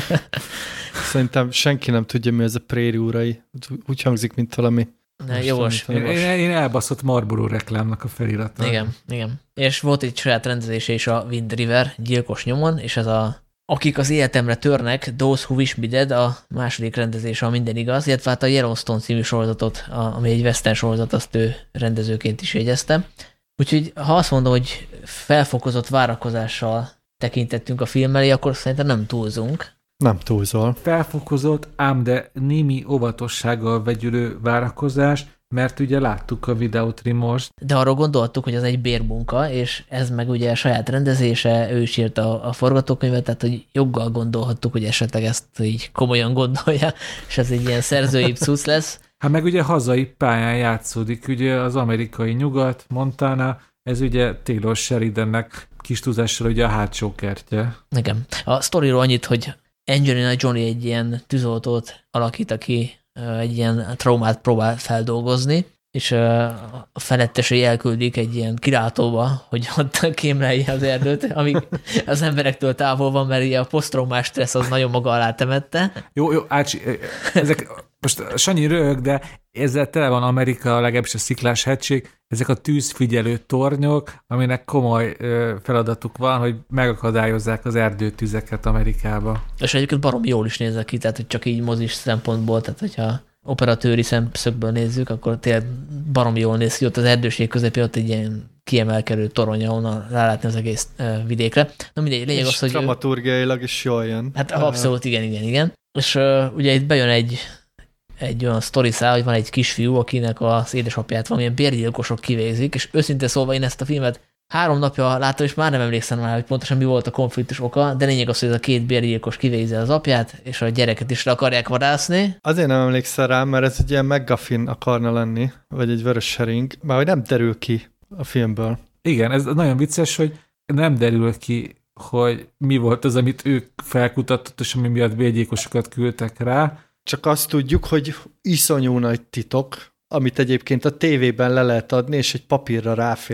Szerintem senki nem tudja, mi ez a Préri urai. Úgy hangzik, mint valami... Ne, jogos. Én, én, én elbaszott Marlboro reklámnak a felirata. Igen, igen. És volt egy saját rendezése is a Wind River, Gyilkos nyomon, és ez a Akik az életemre törnek, Those Who Wish Me Dead, a második rendezése, a minden igaz, illetve hát a Yellowstone című sorozatot, ami egy western sorozat, azt ő rendezőként is jegyezte. Úgyhogy ha azt mondom, hogy felfokozott várakozással tekintettünk a film elé, akkor szerintem nem túlzunk. Nem túlzol. Felfokozott, ám de némi óvatossággal vegyülő várakozás, mert ugye láttuk a Without Remorse. De arról gondoltuk, hogy az egy bérmunka, és ez meg ugye saját rendezése, ő is írta a, a forgatókönyvet, tehát hogy joggal gondolhattuk, hogy esetleg ezt így komolyan gondolja, és ez egy ilyen szerzői cucc lesz. Hát meg ugye hazai pályán játszódik, ugye az amerikai nyugat, Montana, ez ugye Taylor Sheridannek kis túlzással ugye a hátsó kertje. Igen. A sztoriról annyit, hogy Angelina Jolie egy ilyen tűzoltót alakít, aki egy ilyen traumát próbál feldolgozni, és a felettesei elküldik egy ilyen kirátóba, hogy ott kémlelje az erdőt, amíg az emberektől távol van, mert a posztraumás stressz az nagyon maga alá temette. Jó, jó, Ácsi, ezek most Sanyi röhög, de ezzel tele van Amerika, legalábbis a Sziklás hegység, ezek a tűzfigyelő tornyok, aminek komoly feladatuk van, hogy megakadályozzák az erdőtüzeket Amerikába. És egyébként baromi jól is néznek ki, tehát hogy csak így mozis szempontból, tehát hogyha operatőri szemszögből nézzük, akkor tényleg baromi jól néz ki, ott az erdőség közepén ott egy ilyen kiemelkedő torony, ahonnan rálátni az egész vidékre. Na mindegy, lényeg az, hogy... dramaturgiailag is jól jön. Hát abszolút, igen, igen, igen. És uh, ugye itt bejön egy egy olyan sztoriszál, hogy van egy kisfiú, akinek az édesapját valamilyen bérgyilkosok kivégzik, és őszintén szólva én ezt a filmet három napja láttam, és már nem emlékszem már, hogy pontosan mi volt a konfliktus oka, de lényeg az, hogy ez a két bérgyilkos kivégzi az apját, és a gyereket is le akarják vadászni. Azért nem emlékszel rá, mert ez egy ilyen McGuffin akarna lenni, vagy egy vörös hering, már hogy nem derül ki a filmből. Igen, ez nagyon vicces, hogy nem derül ki, hogy mi volt az, amit ők felkutattak, és ami miatt bérgyilkosokat küldtek rá. Csak azt tudjuk, hogy iszonyú nagy titok, amit egyébként a tévében le lehet adni, és egy papírra ráfér.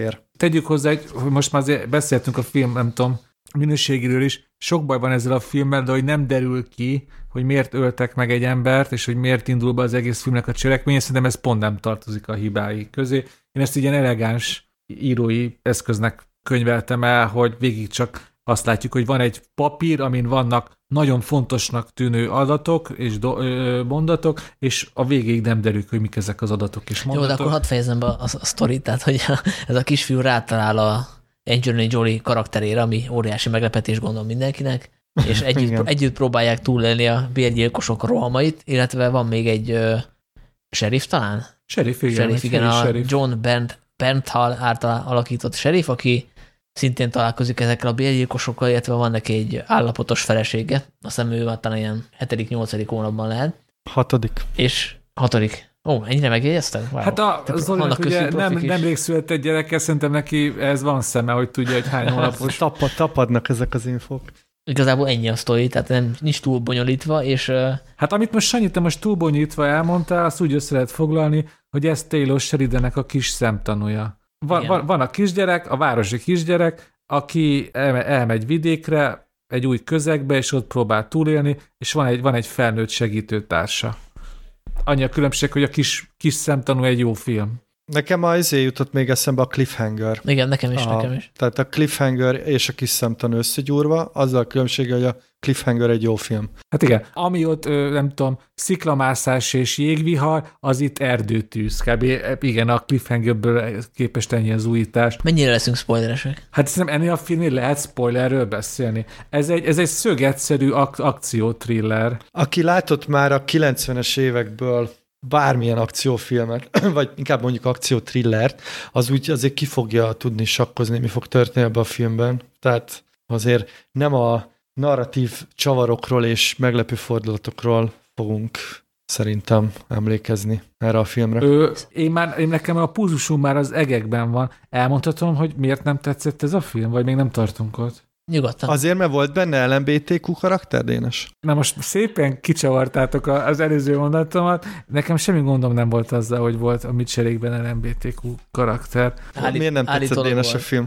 tegyük hozzá, hogy most már azért beszéltünk a film, nem tudom, minőségéről is, sok baj van ezzel a filmmel, de hogy nem derül ki, hogy miért öltek meg egy embert, és hogy miért indul be az egész filmnek a cselekmény, szerintem ez pont nem tartozik a hibái közé. Én ezt így ilyen elegáns írói eszköznek könyveltem el, hogy végig csak azt látjuk, hogy van egy papír, amin vannak nagyon fontosnak tűnő adatok és do- ö, mondatok, és a végéig nem derül, hogy mik ezek az adatok és mondatok. Jó, de akkor hadd fejezem be a, a, a sztorit, tehát hogy a, ez a kisfiú rátalál a Angelina Jolie karakterére, ami óriási meglepetés, gondolom mindenkinek, és együtt, együtt próbálják túlélni a bérgyilkosok rohamait, illetve van még egy uh, sheriff talán? Sheriff, igen. Sheriff, igen, a sheriff. John Bernd, Bernthal által alakított sheriff, aki szintén találkozik ezekkel a bérgyilkosokkal, illetve van neki egy állapotos felesége, azt hiszem ő talán ilyen hetedik-nyolcadik hónapban lehet. Hatodik. És hatodik. Ó, ennyire megjegyezted? Wow. Hát a Zolinak ugye nem, nemrég született gyereke, szerintem neki ez van szeme, hogy tudja, hogy hány hónapos. Tapad, tapadnak ezek az infók. Igazából ennyi a sztori, tehát nem, nincs túl bonyolítva, és... Uh... Hát amit most Sanyi, te most túl bonyolítva elmondtál, azt úgy össze lehet foglalni, hogy ez Taylor Sheridannek a kis szemtanúja. Van, van, van a kisgyerek, a városi kisgyerek, aki el, elmegy vidékre, egy új közegbe, és ott próbál túlélni, és van egy, van egy felnőtt segítőtársa. Annyi a különbség, hogy a kis, kis szemtanú egy jó film. Nekem az jutott még eszembe a Cliffhanger. Igen, nekem is, a, nekem is. Tehát a Cliffhanger és a kis szemtanú összegyúrva, azzal a különbség, hogy a Cliffhanger egy jó film. Hát igen, ami ott, nem tudom, sziklamászás és jégvihar, az itt erdőtűz. Kb. Igen, a Cliffhangerből képest ennyi az újítás. Mennyire leszünk spoileresek? Hát szerintem ennél a filmnél lehet spoilerről beszélni. Ez egy, ez egy szögegyszerű ak- akcióthriller. Aki látott már a kilencvenes évekből bármilyen akciófilmet, vagy inkább mondjuk akcióthrillert, az úgy azért ki fogja tudni sakkozni, mi fog történni ebben a filmben. Tehát azért nem a narratív csavarokról és meglepő fordulatokról fogunk szerintem emlékezni erre a filmre. Ö, én már, én nekem a pulzusom már az egekben van. Elmondhatom, hogy miért nem tetszett ez a film, vagy még nem tartunk ott? Nyugodtan. Azért, mert volt benne el em bé té kú karakter, Dénes? Na most szépen kicsavartátok az előző mondatomat. Nekem semmi gondom nem volt azzal, hogy volt a Mitchellékben el em bé té kú karakter. Állít, miért nem tetszett, Dénes, volt a film?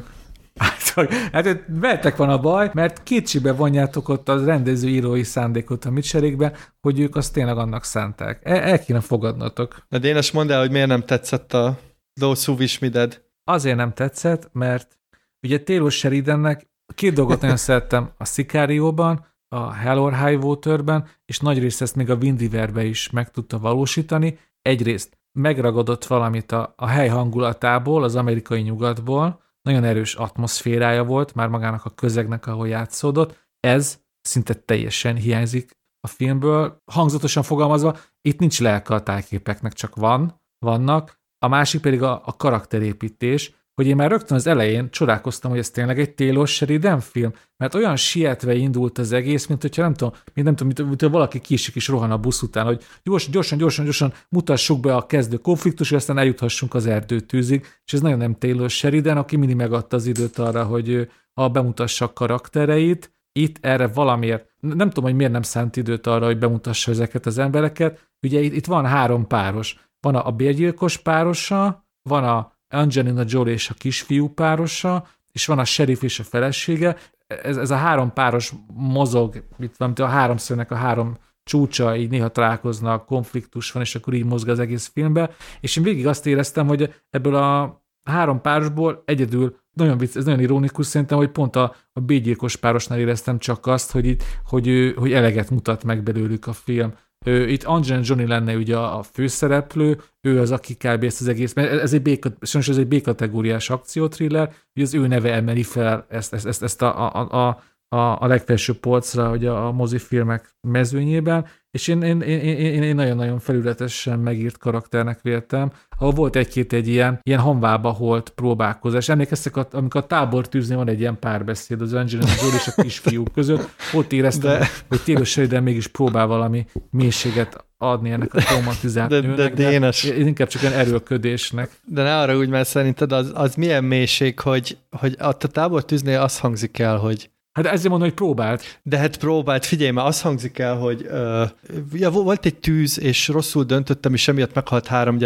Hát veletek van a baj, mert kétségbe vonjátok ott az rendező írói szándékot a Mitchellékben, hogy ők azt tényleg annak szánták. El, el kéne fogadnotok. Na Dénes, mondd el, hogy miért nem tetszett a Those Who Wish Me Dead? Azért nem tetszett, mert ugye Taylor Sheridannek két dolgot nagyon szerettem a Sicario-ban, a Hell or High Water-ben, és nagyrészt ezt még a Wind River-be is meg tudta valósítani. Egyrészt megragadott valamit a, a hely hangulatából, az amerikai nyugatból, nagyon erős atmoszférája volt, már magának a közegnek, ahol játszódott. Ez szinte teljesen hiányzik a filmből. Hangzatosan fogalmazva, itt nincs lelke a tájképeknek, csak van, vannak. A másik pedig a, a karakterépítés, hogy én már rögtön az elején csodálkoztam, hogy ez tényleg egy Taylor Sheridan film, mert olyan sietve indult az egész, mint hogyha nem tudom, mint nem tudom, mint, mint, mint valaki késik és rohan a busz után, hogy gyorsan, gyorsan, gyorsan, gyorsan mutassuk be a kezdő konfliktus, és aztán eljuthassunk az erdőtűzig, és ez nagyon nem Taylor Sheridan, aki mindig megadta az időt arra, hogy a bemutassa a karaktereit. Itt erre valamiért, nem tudom, hogy miért nem szánt időt arra, hogy bemutassa ezeket az embereket. Ugye itt, itt van három páros. Van a, a bérgyilkos párosa, van a Angelina Jolie és a kisfiú párosa, és van a sheriff és a felesége. Ez, ez a három páros mozog, itt van, a háromszögnek a három csúcsa, így néha találkoznak, konfliktus van, és akkor így mozog az egész filmbe. És én végig azt éreztem, hogy ebből a három párosból egyedül, nagyon vicc, ez nagyon ironikus szerintem, hogy pont a, a bérgyilkos párosnál éreztem csak azt, hogy, itt, hogy, hogy eleget mutat meg belőlük a film. Itt Angelina Jolie lenne ugye a főszereplő, ő az, aki kb. Ezt az egész, mert ez egy B, sajnos ez egy B-kategóriás akcióthriller, hogy az ő neve emeli fel ezt, ezt, ezt, ezt a, a, a, a legfelső polcra, ugye a mozifilmek mezőnyében, és én, én, én, én, én nagyon-nagyon felületesen megírt karakternek véltem, ahol volt egy-két egy ilyen, ilyen hanvába holt próbálkozás. Emlékeztek, amikor a tábortűznél van egy ilyen párbeszéd az Angelina Jolie és a kisfiúk között, ott éreztem, de... hogy Taylor Sheridan mégis próbál valami mélységet adni ennek a traumatizált de, nőnek, de, de, de inkább csak ilyen erőlködésnek. De ne arra úgy, mert szerinted az, az milyen mélység, hogy, hogy a tábortűznél az hangzik el, hogy hát ezért mondom, hogy próbált. De hát próbált, figyelj már, azt hangzik el, hogy uh, ja, volt egy tűz, és rosszul döntöttem, és emiatt meghalt három gyerek.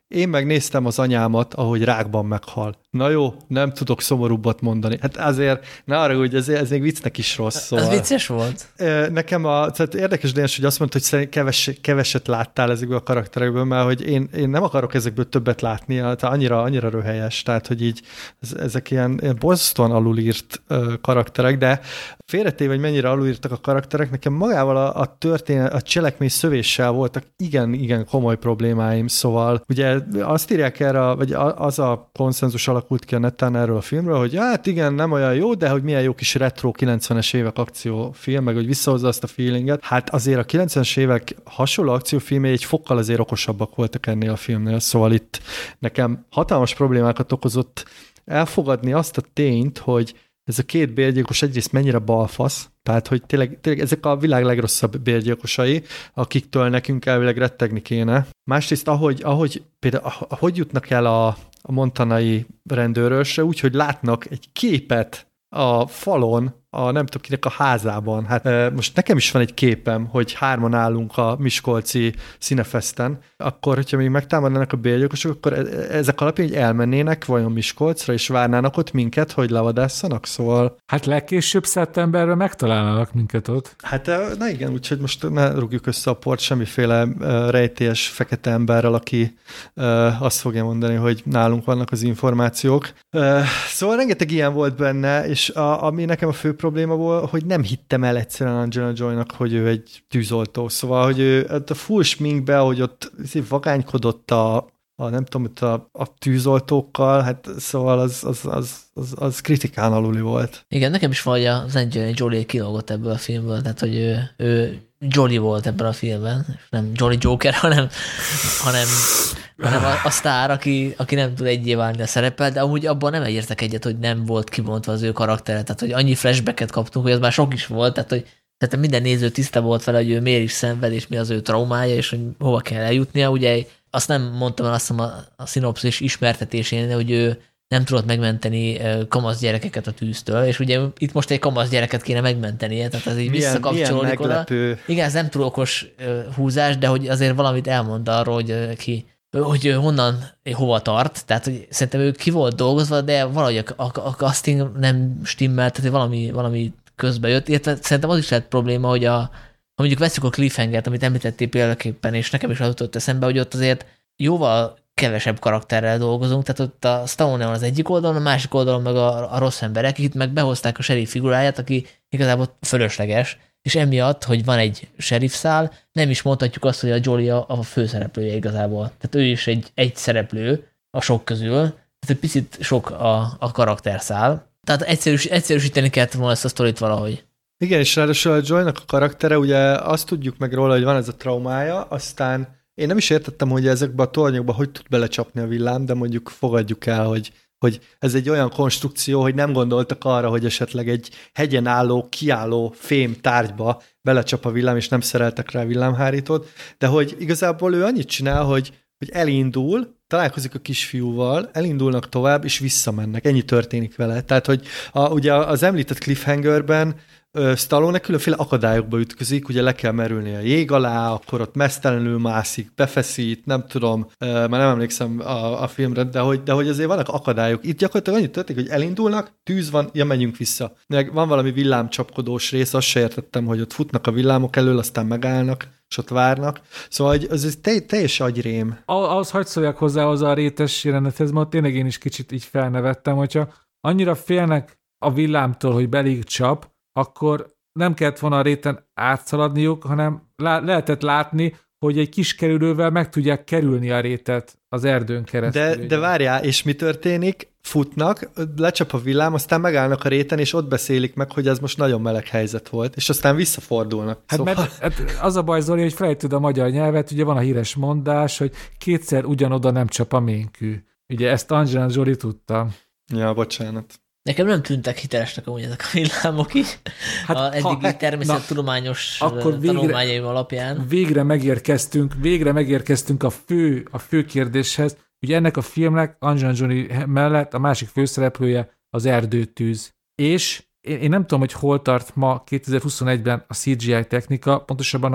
én megnéztem az anyámat, ahogy rákban meghal. Na jó, nem tudok szomorúbbat mondani. Hát azért, ne arra, hogy ez, ez még viccnek is rossz. Szóval. Ez vicces volt. Nekem a, tehát érdekes Dénes, hogy azt mondta, hogy keves, keveset láttál ezekből a karakterekből, mert hogy én, én nem akarok ezekből többet látni, tehát annyira, annyira röhelyes, tehát hogy így ezek ilyen, ilyen borzasztóan alulírt karakterek, de félretéve, hogy mennyire alulírtak a karakterek, nekem magával a, a történet, a cselekmény szövéssel voltak igen, igen komoly problémáim, szóval ugye azt írják erre, vagy az a konszenzus alakult ki a neten erről a filmről, hogy hát igen, nem olyan jó, de hogy milyen jó kis retro kilencvenes évek akciófilm, meg hogy visszahozza azt a feelinget. Hát azért a kilencvenes évek hasonló akciófilmjei egy fokkal azért okosabbak voltak ennél a filmnél, szóval itt nekem hatalmas problémákat okozott elfogadni azt a tényt, hogy ez a két bérgyilkos egyrészt mennyire balfasz, tehát hogy tényleg, tényleg ezek a világ legrosszabb bérgyilkosai, akiktől nekünk elvileg rettegni kéne. Másrészt, ahogy, ahogy például, ahogy jutnak el a, a montanai rendőrösre, úgyhogy látnak egy képet a falon, a nem tudom kinek a házában. Hát most nekem is van egy képem, hogy hárman állunk a miskolci színefesten, akkor, hogyha még megtámadnának a bérgyilkosok, akkor ezek alapján így elmennének vajon Miskolcra, és várnának ott minket, hogy levadásszanak, szóval... Hát legkésőbb szeptemberben megtalálnának minket ott. Hát na igen, úgyhogy most ne rúgjuk össze a port semmiféle rejtélyes fekete emberrel, aki azt fogja mondani, hogy nálunk vannak az információk. Szóval rengeteg ilyen volt benne, és a, ami nekem a fő probléma volt, hogy nem hittem el egyszerűen Angelina Jolie-nak, hogy ő egy tűzoltó. Szóval, hogy ő a full sminkbe, hogy ott vagánykodott a, a nem tudom, a, a tűzoltókkal, hát szóval az, az, az, az, az kritikán aluli volt. Igen, nekem is valahogy az Angelina Jolie kilógott ebből a filmből, tehát hogy ő, ő Jolie volt ebben a filmben, és nem Jolly Joker, hanem, hanem, hanem a, a sztár, aki, aki nem tud egyé válni a szereppel, de amúgy abban nem értek egyet, hogy nem volt kibontva az ő karaktere, tehát hogy annyi flashbacket kaptunk, hogy az már sok is volt, tehát hogy tehát minden néző tiszta volt vele, hogy ő miért is szenved, és mi az ő traumája, és hogy hova kell eljutnia. Ugye azt nem mondtam el, azt hiszem a, a szinopszis ismertetésén, de hogy ő nem tudott megmenteni kamasz gyerekeket a tűztől, és ugye itt most egy kamasz gyereket kéne megmentenie, tehát ez így visszakapcsolódik oda. Igen, ez nem túl okos húzás, de hogy azért valamit elmond arról, hogy ki, hogy honnan, hova tart, tehát hogy szerintem ő ki volt dolgozva, de valahogy a, a, a casting nem stimmelt, tehát valami, valami közbe jött, illetve szerintem az is lehet probléma, hogy a, ha mondjuk veszük a cliffhangert, amit említettél példaképpen, és nekem is az jutott eszembe, hogy ott azért jóval kevesebb karakterrel dolgozunk, tehát ott a Stallone van az egyik oldalon, a másik oldalon meg a, a rossz emberek, itt meg behozták a sheriff figuráját, aki igazából fölösleges, és emiatt, hogy van egy sheriff szál, nem is mondhatjuk azt, hogy a Jolie a, a főszereplője igazából. Tehát ő is egy, egy szereplő a sok közül, tehát egy picit sok a, a karakterszál. Tehát egyszerűs, egyszerűsíteni kellett volna ezt a sztorit valahogy. Igen, és ráadásul a Joy-nak a karaktere, ugye azt tudjuk meg róla, hogy van ez a traumája, aztán én nem is értettem, hogy ezekbe a tornyokba hogy tud belecsapni a villám, de mondjuk fogadjuk el, hogy, hogy ez egy olyan konstrukció, hogy nem gondoltak arra, hogy esetleg egy hegyen álló, kiálló fém tárgyba belecsap a villám, és nem szereltek rá villámhárítót, de hogy igazából ő annyit csinál, hogy, hogy elindul, találkozik a kisfiúval, elindulnak tovább, és visszamennek. Ennyi történik vele. Tehát, hogy a, ugye az említett cliffhangerben Stallone különféle akadályokba ütközik, ugye le kell merülni a jég alá, akkor ott mesztelenül mászik, befeszít, nem tudom, már nem emlékszem a, a filmre, de hogy, de hogy azért vannak akadályok. Itt gyakorlatilag annyit történik, hogy elindulnak, tűz van, ja, menjünk vissza. Meg van valami villámcsapkodós rész, azt se értettem, hogy ott futnak a villámok elől, aztán megállnak, és ott várnak. Szóval ez, ez te, teljes agyrém. Ahhoz hadd szóljak hozzá hozzá a rétes jelenethez, mert tényleg én is kicsit így felnevettem, hogyha annyira félnek a villámtól, hogy belég csap, akkor nem kellett volna a réten átszaladniuk, hanem lá- lehetett látni, hogy egy kis kerülővel meg tudják kerülni a rétet az erdőn keresztül. De, de várjál, és mi történik? Futnak, lecsap a villám, aztán megállnak a réten, és ott beszélik meg, hogy ez most nagyon meleg helyzet volt, és aztán visszafordulnak. Hát szóval... mert hát az a baj, Zoli, hogy felejtőd a magyar nyelvet, ugye van a híres mondás, hogy kétszer ugyanoda nem csap a ménkű. Ugye ezt Angelina Jolie tudta. Ja, bocsánat. Nekem nem tűntek hitelesnek amúgy ezek a villámok is. Hát, a eddigi természettudományos tanulmányaim alapján. Végre megérkeztünk, végre megérkeztünk a fő, a fő kérdéshez. Ugye ennek a filmnek Angelina Jolie mellett a másik főszereplője az erdőtűz. És én, én nem tudom, hogy hol tart ma kétezer-huszonegyben a cé gé í technika, pontosabban a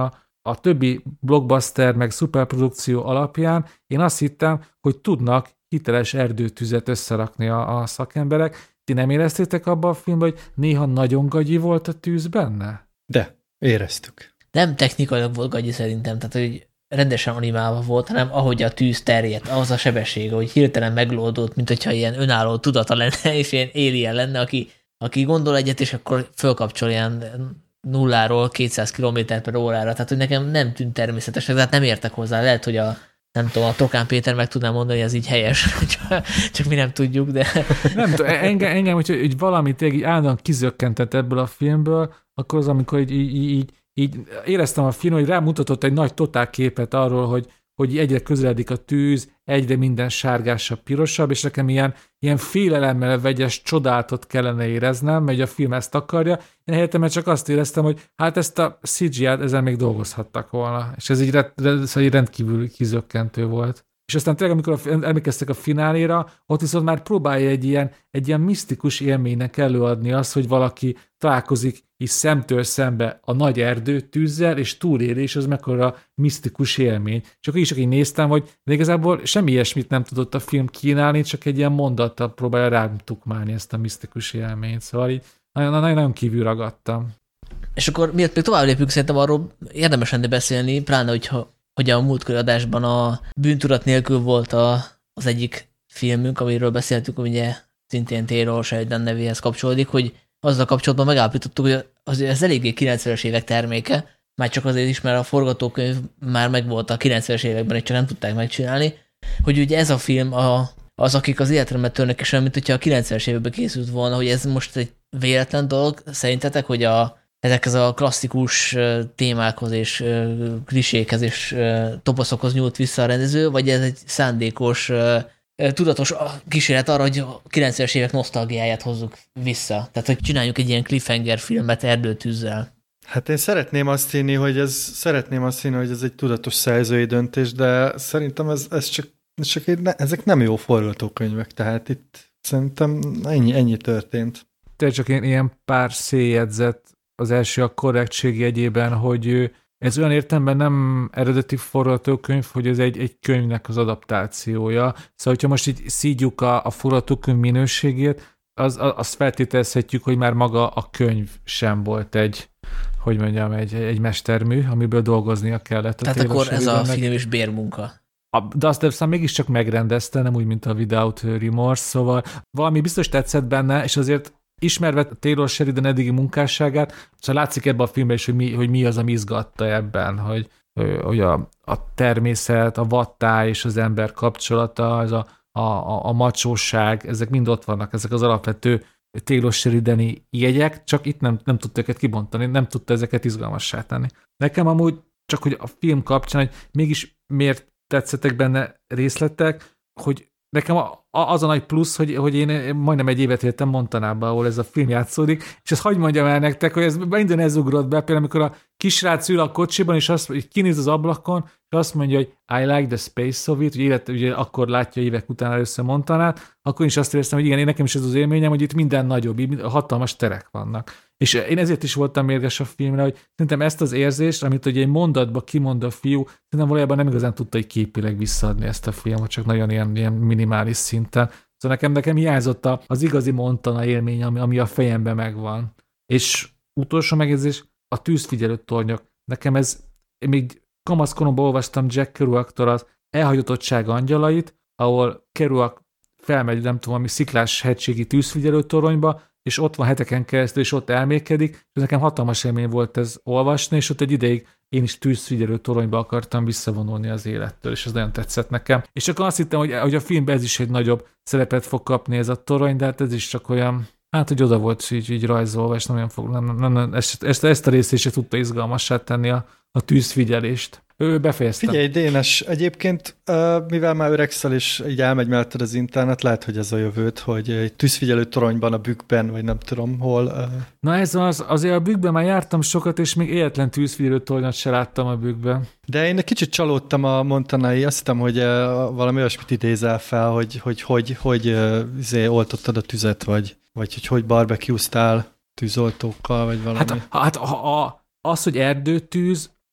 a többi blockbuster meg szuperprodukció alapján én azt hittem, hogy tudnak hiteles erdőtüzet összerakni a, a szakemberek. Ti nem éreztétek abban a filmben, hogy néha nagyon gagyi volt a tűz benne? De, éreztük. Nem technikailag volt gagyi szerintem, tehát hogy rendesen animálva volt, hanem ahogy a tűz terjedt, ahhoz a sebessége, hogy hirtelen meglódult, mint hogyha ilyen önálló tudata lenne, és ilyen alien lenne, aki, aki gondol egyet, és akkor fölkapcsol ilyen nulláról kétszáz kilométer per órára, tehát hogy nekem nem tűnt természetesnek, tehát nem értek hozzá. Lehet, hogy a nem tudom, a Tokán Péter meg tudná mondani, hogy ez így helyes, csak, csak mi nem tudjuk, de... Nem tudom, engem, engem hogy, hogy valamit így állandóan kizökkentett ebből a filmből, akkor az, amikor így, így, így, így éreztem a film, hogy rámutatott egy nagy totálképet arról, hogy, hogy egyre közeledik a tűz, egyre minden sárgásabb, pirosabb, és nekem ilyen, ilyen félelemmel vegyes csodálatot kellene éreznem, mert a film ezt akarja. Én helyettem csak azt éreztem, hogy hát ezt a cé gé í-t ezen még dolgozhattak volna. És ez így, ez így rendkívül kizökkentő volt. És aztán tényleg, amikor emlékeztek a fináléra, ott viszont már próbálja egy ilyen, egy ilyen misztikus élménynek előadni azt, hogy valaki találkozik így szemtől szembe a nagy erdőtűzzel, és túléli, és az mekkora misztikus élmény. És akkor is csak így néztem, hogy de igazából semmi ilyesmit nem tudott a film kínálni, csak egy ilyen mondattal próbálja rám tukmálni ezt a misztikus élményt. Szóval így nagyon-nagyon kívül ragadtam. És akkor miért még tovább lépünk, szerintem arról érdemes lenne beszélni, pláne, hogyha hogy a múltkori adásban a Bűntudat nélkül volt a, az egyik filmünk, amiről beszéltük, ugye szintén Taylor Sheridan nevéhez kapcsolódik, hogy azzal kapcsolatban megállapítottuk, hogy az, ez eléggé kilencvenes évek terméke, már csak azért is, mert a forgatókönyv már megvolt a kilencvenes években, és csak nem tudták megcsinálni, hogy ugye ez a film a, az, akik az életremet törnek, és olyan, mint hogyha a kilencvenes években készült volna, hogy ez most egy véletlen dolog, szerintetek, hogy a ezekhez a klasszikus témákhoz és klisékhez és toposzokhoz nyúlt vissza a rendező, vagy ez egy szándékos, tudatos kísérlet arra, hogy a kilencvenes évek nosztalgiáját hozzuk vissza. Tehát, hogy csináljuk egy ilyen cliffhanger filmet erdőtűzzel. Hát én szeretném azt hinni, hogy ez, szeretném azt hinni, hogy ez egy tudatos szerzői döntés, de szerintem ez, ez csak, csak egy, ezek nem jó forgatókönyvek, tehát itt szerintem ennyi, ennyi történt. Te csak ilyen pár széljegyzet. Az első a korrektség jegyében, hogy ez olyan értelemben nem eredeti forgatókönyv, hogy ez egy, egy könyvnek az adaptációja. Szóval, hogyha most így szídjuk a, a forgatókönyv minőségét, az, azt feltételezhetjük, hogy már maga a könyv sem volt egy, hogy mondjam, egy, egy mestermű, amiből dolgoznia kellett. Tehát akkor ez a film is bérmunka. A Dust Devs mégiscsak megrendezte, nem úgy, mint a Without Remorse, szóval valami biztos tetszett benne, és azért ismerve Taylor Sheridan eddigi munkásságát, szóval látszik ebben a filmben is, hogy mi, hogy mi az, ami izgatta ebben, hogy, hogy a, a természet, a vadtáj és az ember kapcsolata, ez a, a, a macsóság, ezek mind ott vannak, ezek az alapvető Taylor Sheridani jegyek, csak itt nem, nem tudta őket kibontani, nem tudta ezeket izgalmassá tenni. Nekem amúgy csak, hogy a film kapcsán, hogy mégis miért tetszettek benne részletek, hogy nekem az a nagy plusz, hogy, hogy én majdnem egy évet éltem Montanában, ahol ez a film játszódik, és ezt hadd mondjam el nektek, hogy ez minden ez ugrott be, például amikor a kisrác ül a kocsiban, és azt, hogy kinéz az ablakon, és azt mondja, hogy I like the space of it, hogy élet, ugye akkor látja évek után először Montanát, akkor is azt éreztem, hogy igen, én nekem is ez az élményem, hogy itt minden nagyobb, hatalmas terek vannak. És én ezért is voltam mérges a filmre, hogy szerintem ezt az érzést, amit ugye egy mondatba kimond a fiú, szerintem valójában nem igazán tudta egy képileg visszaadni ezt a filmot, csak nagyon ilyen, ilyen minimális szinten. Szóval nekem, nekem hiányzott az igazi Montana élmény, ami, ami a fejemben megvan. És utolsó megjegyzés, a tűzfigyelő tornyok. Nekem ez, én még kamaszkoromban olvastam Jack Kerouac-tól az Elhagyottság angyalait, ahol Kerouac felmegy, nem tudom, ami sziklás hegységi tűzfigyelő toronyba, és ott van heteken keresztül, és ott elmélkedik, és nekem hatalmas élmény volt ez olvasni, és ott egy ideig én is tűzfigyelő toronyba akartam visszavonulni az élettől, és ez nagyon tetszett nekem. És akkor azt hittem, hogy, hogy a filmben ez is egy nagyobb szerepet fog kapni ez a torony, de hát ez is csak olyan, hát, hogy oda volt így, így rajzolva, és nem olyan fog, nem, nem, nem, ezt, ezt, ezt a részét se tudta izgalmassá tenni a, a tűzfigyelést. Ő befejeztem. Figyelj, Dénes, egyébként, mivel már öregszel, és így elmegy melletted az internet, lehet, hogy ez a jövőt, hogy egy tűzfigyelő toronyban, a bükkben, vagy nem tudom hol. Na ez az, azért a bükkben már jártam sokat, és még életlen tűzfigyelő toronyot se láttam a bükkben. De én egy kicsit csalódtam a montanai, azt hittem, hogy valami olyasmit idézel fel, hogy hogy, hogy, hogy izé, oltottad a tüzet, vagy, vagy hogy hogy barbecueztál tűzoltókkal, vagy valami. Hát, hát a, a, az, hogy erdőtűz,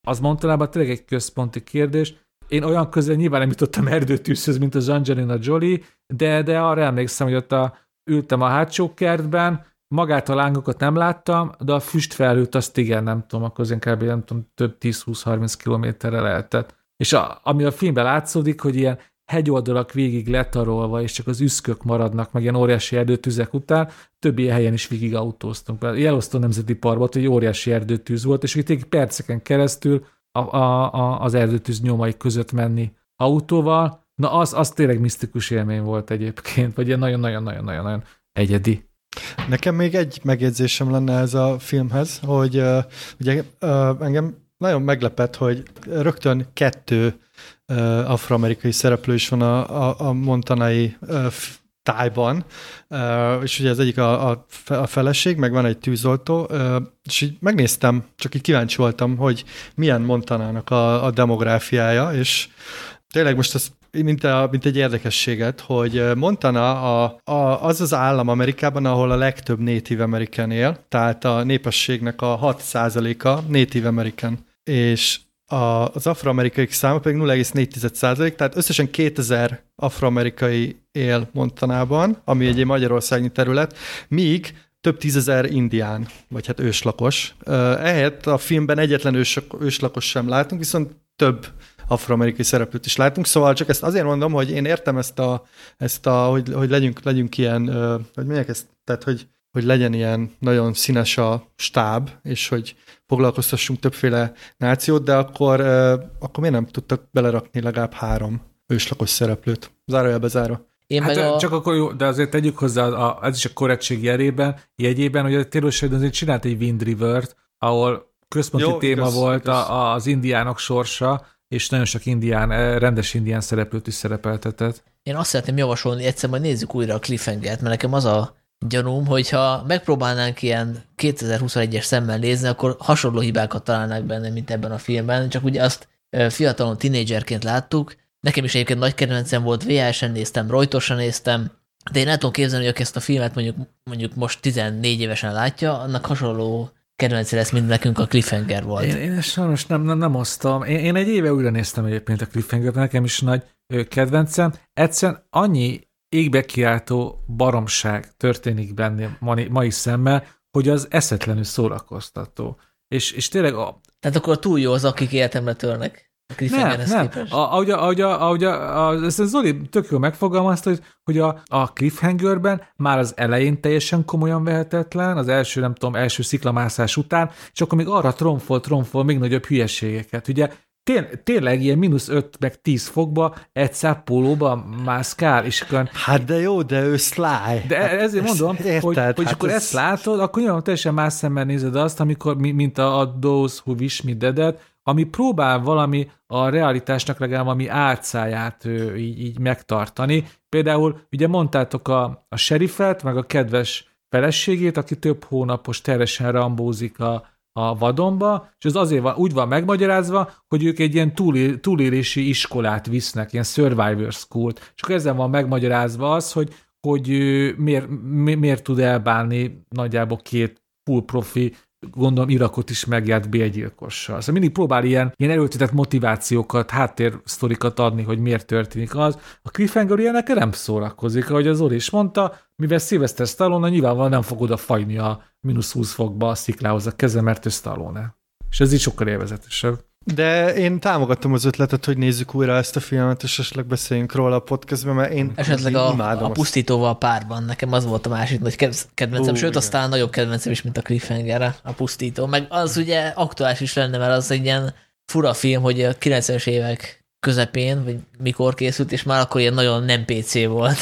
az Montanában tényleg egy központi kérdés. Én olyan közel nyilván nem jutottam erdőtűzhöz, mint az Angelina Jolie, de, de arra emlékszem, hogy ott a, ültem a hátsó kertben, magát a lángokat nem láttam, de a füstfelhőt azt igen, nem tudom, akkor az kb. Nem tudom, több tíz-húsz-harminc kilométerre lehetett. És a, ami a filmben látszódik, hogy ilyen hegyoldalak végig letarolva, és csak az üszkök maradnak, meg ilyen óriási erdőtüzek után, többi helyen is végig autóztunk. Yellowstone Nemzeti Parkban egy óriási erdőtűz volt, és itt perceken keresztül a, a, a, az erdőtűz nyomai között menni autóval. Na az, az tényleg misztikus élmény volt egyébként, vagy ilyen nagyon-nagyon-nagyon-nagyon egyedi. Nekem még egy megjegyzésem lenne ez a filmhez, hogy uh, ugye uh, engem nagyon meglepett, hogy rögtön kettő uh, afroamerikai szereplő is van a, a, a montanai uh, tájban, uh, és ugye az egyik a, a, a feleség, meg van egy tűzoltó, uh, és így megnéztem, csak így kíváncsi voltam, hogy milyen Montanának a, a demográfiája, és tényleg most ez mint, a, mint egy érdekességet, hogy Montana a, a, az az állam Amerikában, ahol a legtöbb Native American él, tehát a népességnek a hat százaléka Native American, és a, az afroamerikai száma pedig nulla egész négy százalék, tehát összesen kétezer afroamerikai él Montanában, ami egy magyarországi terület, míg több tízezer indián, vagy hát őslakos. Ehhez a filmben egyetlen ős, őslakos sem látunk, viszont több afroamerikai szereplőt is látunk, szóval csak ezt azért mondom, hogy én értem ezt a, ezt a hogy, hogy legyünk, legyünk ilyen, hogy mondják ezt, tehát hogy, hogy legyen ilyen nagyon színes a stáb, és hogy foglalkoztassunk többféle nációt, de akkor, akkor miért nem tudtak belerakni legalább három őslakos szereplőt? Zárójelbe zárva. Én hát a... csak akkor jó, de azért tegyük hozzá, a, ez is a korrektség jelében, jegyében, hogy a Taylor Sheridan azért csinált egy Wind River-t, ahol központi jó, téma igaz, volt igaz. A, az indiánok sorsa, és nagyon sok indián, rendes indián szereplőt is szerepeltetett. Én azt szeretném javasolni, egyszer majd nézzük újra a Cliffhangert, mert nekem az a gyanúm, hogyha megpróbálnánk ilyen kétezer-huszonegyes szemmel nézni, akkor hasonló hibákat találnák benne, mint ebben a filmben, csak ugye azt fiatalon tínédzserként láttuk. Nekem is egyébként nagy kedvencem volt, vé há es-en néztem, rajtosan néztem, de én el tudom képzelni, hogy ezt a filmet mondjuk, mondjuk most tizennégy évesen látja, annak hasonló kedvence lesz, mint nekünk a Cliffhanger volt. Én, én sajnos nem, nem, nem osztom. Én, én egy éve újra néztem egyébként a Cliffhanger-t, nekem is nagy ö, kedvencem. Egyszerűen annyi égbe kiáltó baromság történik benne mai, mai szemmel, hogy az eszetlenül szórakoztató. És, és tényleg... A... Tehát akkor túl jó az, akik életemre törnek. Nem, nem. Ahogy, ahogy, ahogy a, a, ezt Zoli tök jól megfogalmazta, hogy, hogy a, a Cliffhangerben már az elején teljesen komolyan vehetetlen, az első, nem tudom, első sziklamászás után, és akkor még arra tromfol, tromfol még nagyobb hülyeségeket. Ugye tény, tényleg ilyen mínusz öt meg tíz fokba egy szápp pólóba mászkál, és akkor... Hát de jó, de ő Sly. De hát ezért mondom, érted, hogy, hát hogy akkor ez... ezt látod, akkor nyilván teljesen más szemmel nézed azt, amikor, mint a, a Those Who Wish Me Dead-et, ami próbál valami a realitásnak legalább valami álcáját ő, így, így megtartani. Például ugye mondtátok a, a sheriffet, meg a kedves feleségét, aki több hónapos teresen rambózik a, a vadonba, és ez azért van, úgy van megmagyarázva, hogy ők egy ilyen túlél, túlélési iskolát visznek, ilyen survivor school-t, és akkor ezzel van megmagyarázva az, hogy, hogy miért, mi, miért tud elbánni nagyjából két full profi, gondolom Irakot is megjárt bélgyilkossal. Szóval mindig próbál ilyen, ilyen erőltetett motivációkat, háttérsztorikat adni, hogy miért történik az. A Cliffhanger ilyenekkel nem szórakozik, ahogy az Zoli is mondta, mivel Sylvester Stallone nyilvánvalóan nem fog oda fagyni a mínusz húsz fokba a sziklához a keze, mert ő Stallone. És ez így sokkal élvezetesebb. De én támogatom az ötletet, hogy nézzük újra ezt a filmet, és esetleg beszéljünk róla a podcastben, mert én esetleg a, a pusztítóval párban. Nekem az volt a másik nagy kedvencem, Ó, sőt, igen. Aztán nagyobb kedvencem is, mint a Cliffhanger, a pusztító. Meg az ugye aktuális is lenne, mert az egy ilyen fura film, hogy a kilencvenes évek közepén, vagy mikor készült, és már akkor ilyen nagyon nem pé cé volt.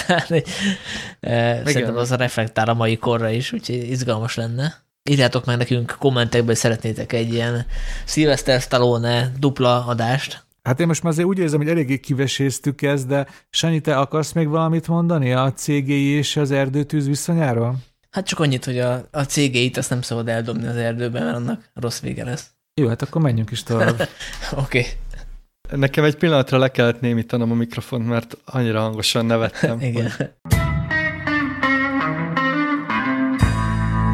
Szerintem az a reflektál a mai korra is, úgyhogy izgalmas lenne. Írjátok meg nekünk kommentekben, hogy szeretnétek egy ilyen Sylvester Stallone dupla adást. Hát én most már azért úgy érzem, hogy eléggé kiveséztük ezt, de Sanyi, te akarsz még valamit mondani a cé gé i és az erdőtűz viszonyáról? Hát csak annyit, hogy a, a cé gé i-t azt nem szabad eldobni az erdőben, mert annak rossz vége lesz. Jó, hát akkor menjünk is tovább. Oké. Okay. Nekem egy pillanatra le kellett némítanom a mikrofont, mert annyira hangosan nevettem. Igen. Hogy...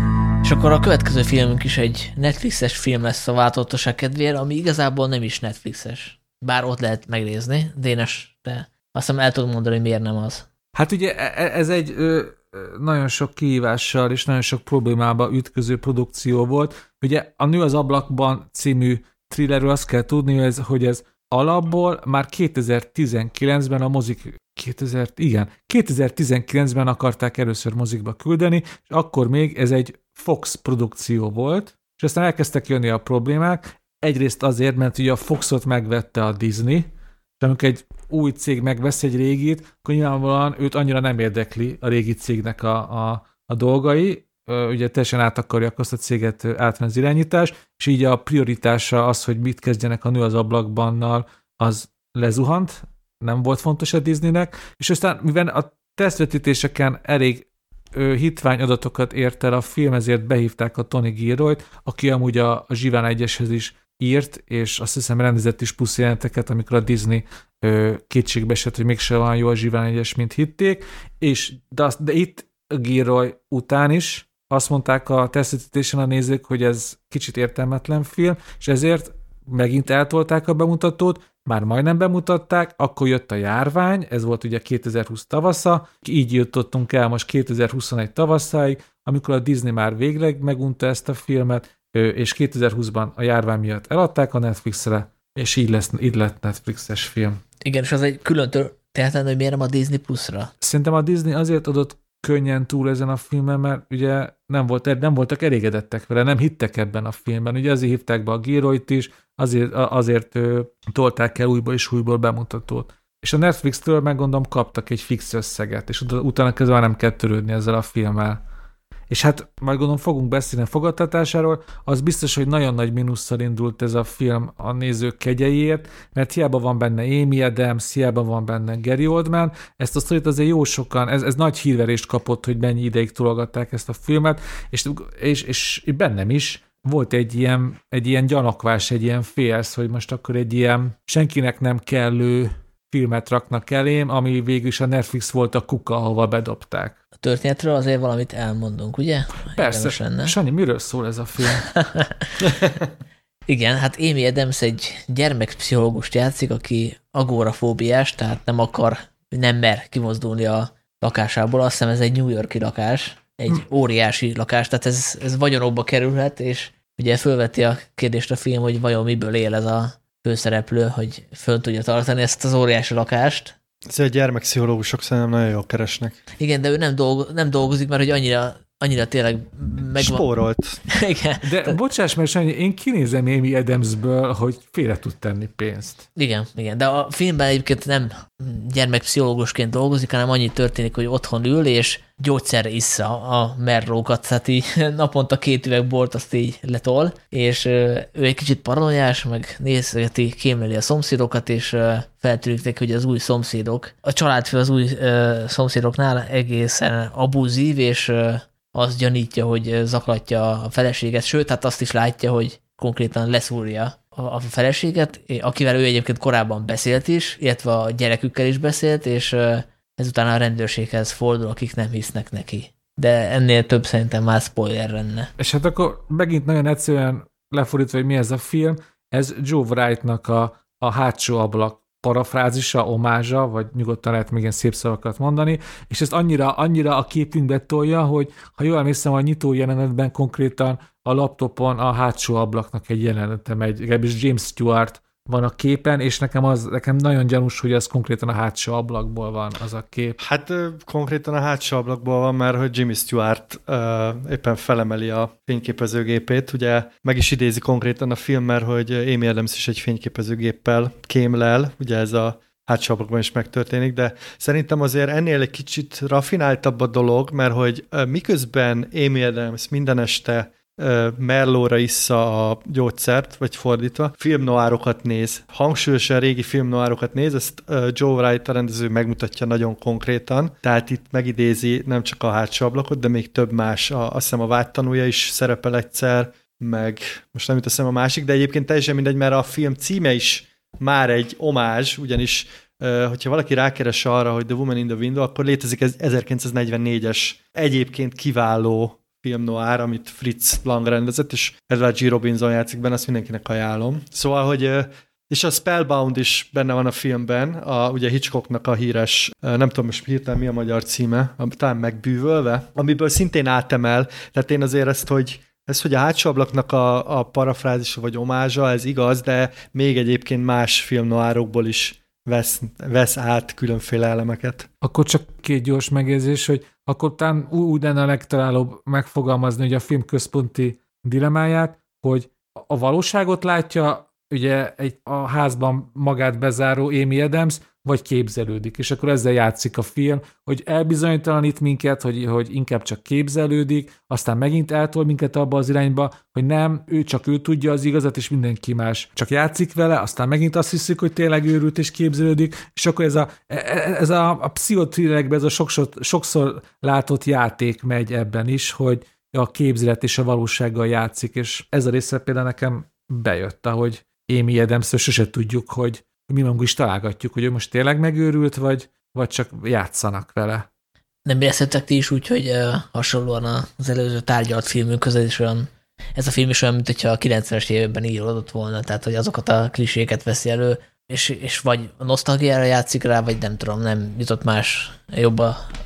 És akkor a következő filmünk is egy Netflixes film lesz a változatosság kedvéért, ami igazából nem is Netflixes. Bár ott lehet megnézni. Dénes, te azt hiszem el tudod mondani, hogy miért nem az. Hát ugye ez egy ö, nagyon sok kihívással és nagyon sok problémába ütköző produkció volt. Ugye a Nő az ablakban című thrillerről azt kell tudni, hogy ez, hogy ez alapból már kétezer-tizenkilencben a mozik, kétezer, igen, kétezer-tizenkilencben akarták először mozikba küldeni, és akkor még ez egy Fox produkció volt, és aztán elkezdtek jönni a problémák, egyrészt azért, mert ugye a Foxot megvette a Disney, és amikor egy új cég megvesz egy régit, akkor nyilvánvalóan őt annyira nem érdekli a régi cégnek a, a, a dolgai, ugye teljesen át akarják azt a céget átvenni az irányítás, és így a prioritása az, hogy mit kezdjenek a Nő az ablakbannal, az lezuhant, nem volt fontos a Disneynek, és aztán mivel a tesztvetítéseken elég ö, hitvány adatokat ért el a film, ezért behívták a Tony Gilroyt, aki amúgy a, a Zsiván egyeshez is írt, és azt hiszem rendezett is plusz jelenteket, amikor a Disney ö, kétségbe esett, hogy mégsem olyan jó a Zsiván egyes, mint hitték, és de, azt, de itt a Gilroy után is azt mondták a tesztvetítésen a nézők, hogy ez kicsit értelmetlen film, és ezért megint eltolták a bemutatót, már majdnem bemutatták, akkor jött a járvány, ez volt ugye kétezer-húsz tavasza, így jutottunk el most kétezer-huszonegy tavaszáig, amikor a Disney már végleg megunta ezt a filmet, és kétezer-húszban a járvány miatt eladták a Netflixre, és így, lesz, így lett Netflixes film. Igen, és az egy külön történet, hogy miért nem a Disney Plus-ra? Szerintem a Disney azért adott könnyen túl ezen a filmen, mert ugye nem, volt, nem voltak elégedettek vele, nem hittek ebben a filmben. Ugye azért hívták be a Gilroyt is, azért, azért ö, tolták el újból és újból bemutatót. És a Netflix-től meg gondolom kaptak egy fix összeget, és utána kezdve nem kell törődni ezzel a filmmel. És hát majd gondolom fogunk beszélni a fogadtatásáról, az biztos, hogy nagyon nagy mínusszal indult ez a film a nézők kegyeiért, mert hiába van benne Amy Adams, hiába van benne Gary Oldman, ezt a sztorit azért jó sokan, ez, ez nagy hírverést kapott, hogy mennyi ideig tologatták ezt a filmet, és, és, és bennem is volt egy ilyen, egy ilyen gyanakvás, egy ilyen félsz, hogy most akkor egy ilyen senkinek nem kellő filmet raknak elém, ami végül is a Netflix volt a kuka, ahova bedobták. A történetről azért valamit elmondunk, ugye? Persze. Sanyi, miről szól ez a film? Igen, hát Amy Adams egy gyermekpszichológust játszik, aki agórafóbiás, tehát nem akar, nem mer kimozdulni a lakásából. Azt hiszem ez egy New York-i lakás, egy hm. óriási lakás, tehát ez, ez vagyonokba kerülhet, és ugye fölveti a kérdést a film, hogy vajon miből él ez a főszereplő, hogy föl tudja tartani ezt az óriási lakást. Ez a gyermekpszichológusok szerintem nagyon jól keresnek. Igen, de ő nem, dolgo- nem dolgozik, mert hogy annyira, annyira tényleg megvan. Spórolt. Igen. De Te- bocsáss meg, Sanyi, én kinézem Amy Adamsből, hogy félre tud tenni pénzt. Igen, igen, de a filmben egyébként nem gyermekpszichológusként dolgozik, hanem annyi történik, hogy otthon ül, és gyógyszerre issza a merrókat, tehát így naponta két üveg bort azt így letol, és ő egy kicsit paranoiás, meg nézgeti, kémleli a szomszédokat, és feltűnik neki, hogy az új szomszédok, a családfő az új szomszédoknál egészen abuzív, és azt gyanítja, hogy zaklatja a feleséget, sőt, hát azt is látja, hogy konkrétan leszúrja a feleséget, akivel ő egyébként korábban beszélt is, illetve a gyerekükkel is beszélt, és ezután a rendőrséghez fordul, akik nem hisznek neki. De ennél több szerintem már spoiler lenne. És hát akkor megint nagyon egyszerűen lefordítva, hogy mi ez a film, ez Joe Wright-nak a, a Hátsó ablak parafrázisa, omázsa, vagy nyugodtan lehet még ilyen szép szavakat mondani, és ezt annyira, annyira a képünkbe tolja, hogy ha jól emlékszem, a nyitó jelenetben konkrétan a laptopon a hátsó ablaknak egy jelenete megy, legalábbis James Stewart van a képen, és nekem az nekem nagyon gyanús, hogy az konkrétan a hátsó ablakból van az a kép. Hát konkrétan a hátsó ablakból van, mert hogy Jimmy Stewart uh, éppen felemeli a fényképezőgépét, ugye meg is idézi konkrétan a film, mert hogy Amy Adams is egy fényképezőgéppel kémlel, ugye ez a hátsó ablakban is megtörténik, de szerintem azért ennél egy kicsit rafináltabb a dolog, mert hogy uh, miközben Amy Adams minden este Merlóra issza a gyógyszert, vagy fordítva, filmnoárokat néz. Hangsúlyosan régi filmnoárokat néz, ezt Joe Wright a rendező megmutatja nagyon konkrétan, tehát itt megidézi nem csak a hátsó ablakot, de még több más, a, azt hiszem a Vágytanúja is szerepel egyszer, meg most nem jut eszembe a másik, de egyébként teljesen mindegy, mert a film címe is már egy omázs, ugyanis hogyha valaki rákeres arra, hogy The Woman in the Window, akkor létezik ez ezerkilencszáznegyvennégyes egyébként kiváló film noir, amit Fritz Lang rendezett, és Edward G. Robinson játszik benne, azt mindenkinek ajánlom. Szóval, hogy és a Spellbound is benne van a filmben, a, ugye Hitchcocknak a híres, nem tudom most hirtelen mi a magyar címe, talán Megbűvölve, amiből szintén átemel, tehát én azért ezt, hogy Ez, hogy a Hátsó ablaknak a, a parafrázisa vagy omázsa, ez igaz, de még egyébként más filmnoárokból is vesz, vesz át különféle elemeket. Akkor csak két gyors megjegyzés, hogy akkor talán úgy lenne a legtalálóbb megfogalmazni hogy a film központi dilemáját, hogy a valóságot látja ugye egy, a házban magát bezáró Amy Adams, vagy képzelődik, és akkor ezzel játszik a film, hogy elbizonytalanít minket, hogy, hogy inkább csak képzelődik, aztán megint eltol minket abba az irányba, hogy nem, ő csak ő tudja az igazat, és mindenki más csak játszik vele, aztán megint azt hiszük, hogy tényleg őrült és képzelődik, és akkor ez a, ez a, a pszichothrillerekben ez a sokszor, sokszor látott játék megy ebben is, hogy a képzelet és a valósággal játszik, és ez a része például nekem bejött, ahogy Amy Adams-től sose tudjuk, hogy mi magunk is találgatjuk, hogy ő most tényleg megőrült, vagy, vagy csak játszanak vele. Nem érezhettek ti is úgy, hogy uh, hasonlóan az előző tárgyalt filmünk között is olyan, ez a film is olyan, mint hogyha a kilencvenes években íródott volna, tehát hogy azokat a kliséket veszi elő, és, és vagy a nosztalgiára játszik rá, vagy nem tudom, nem jutott más jobb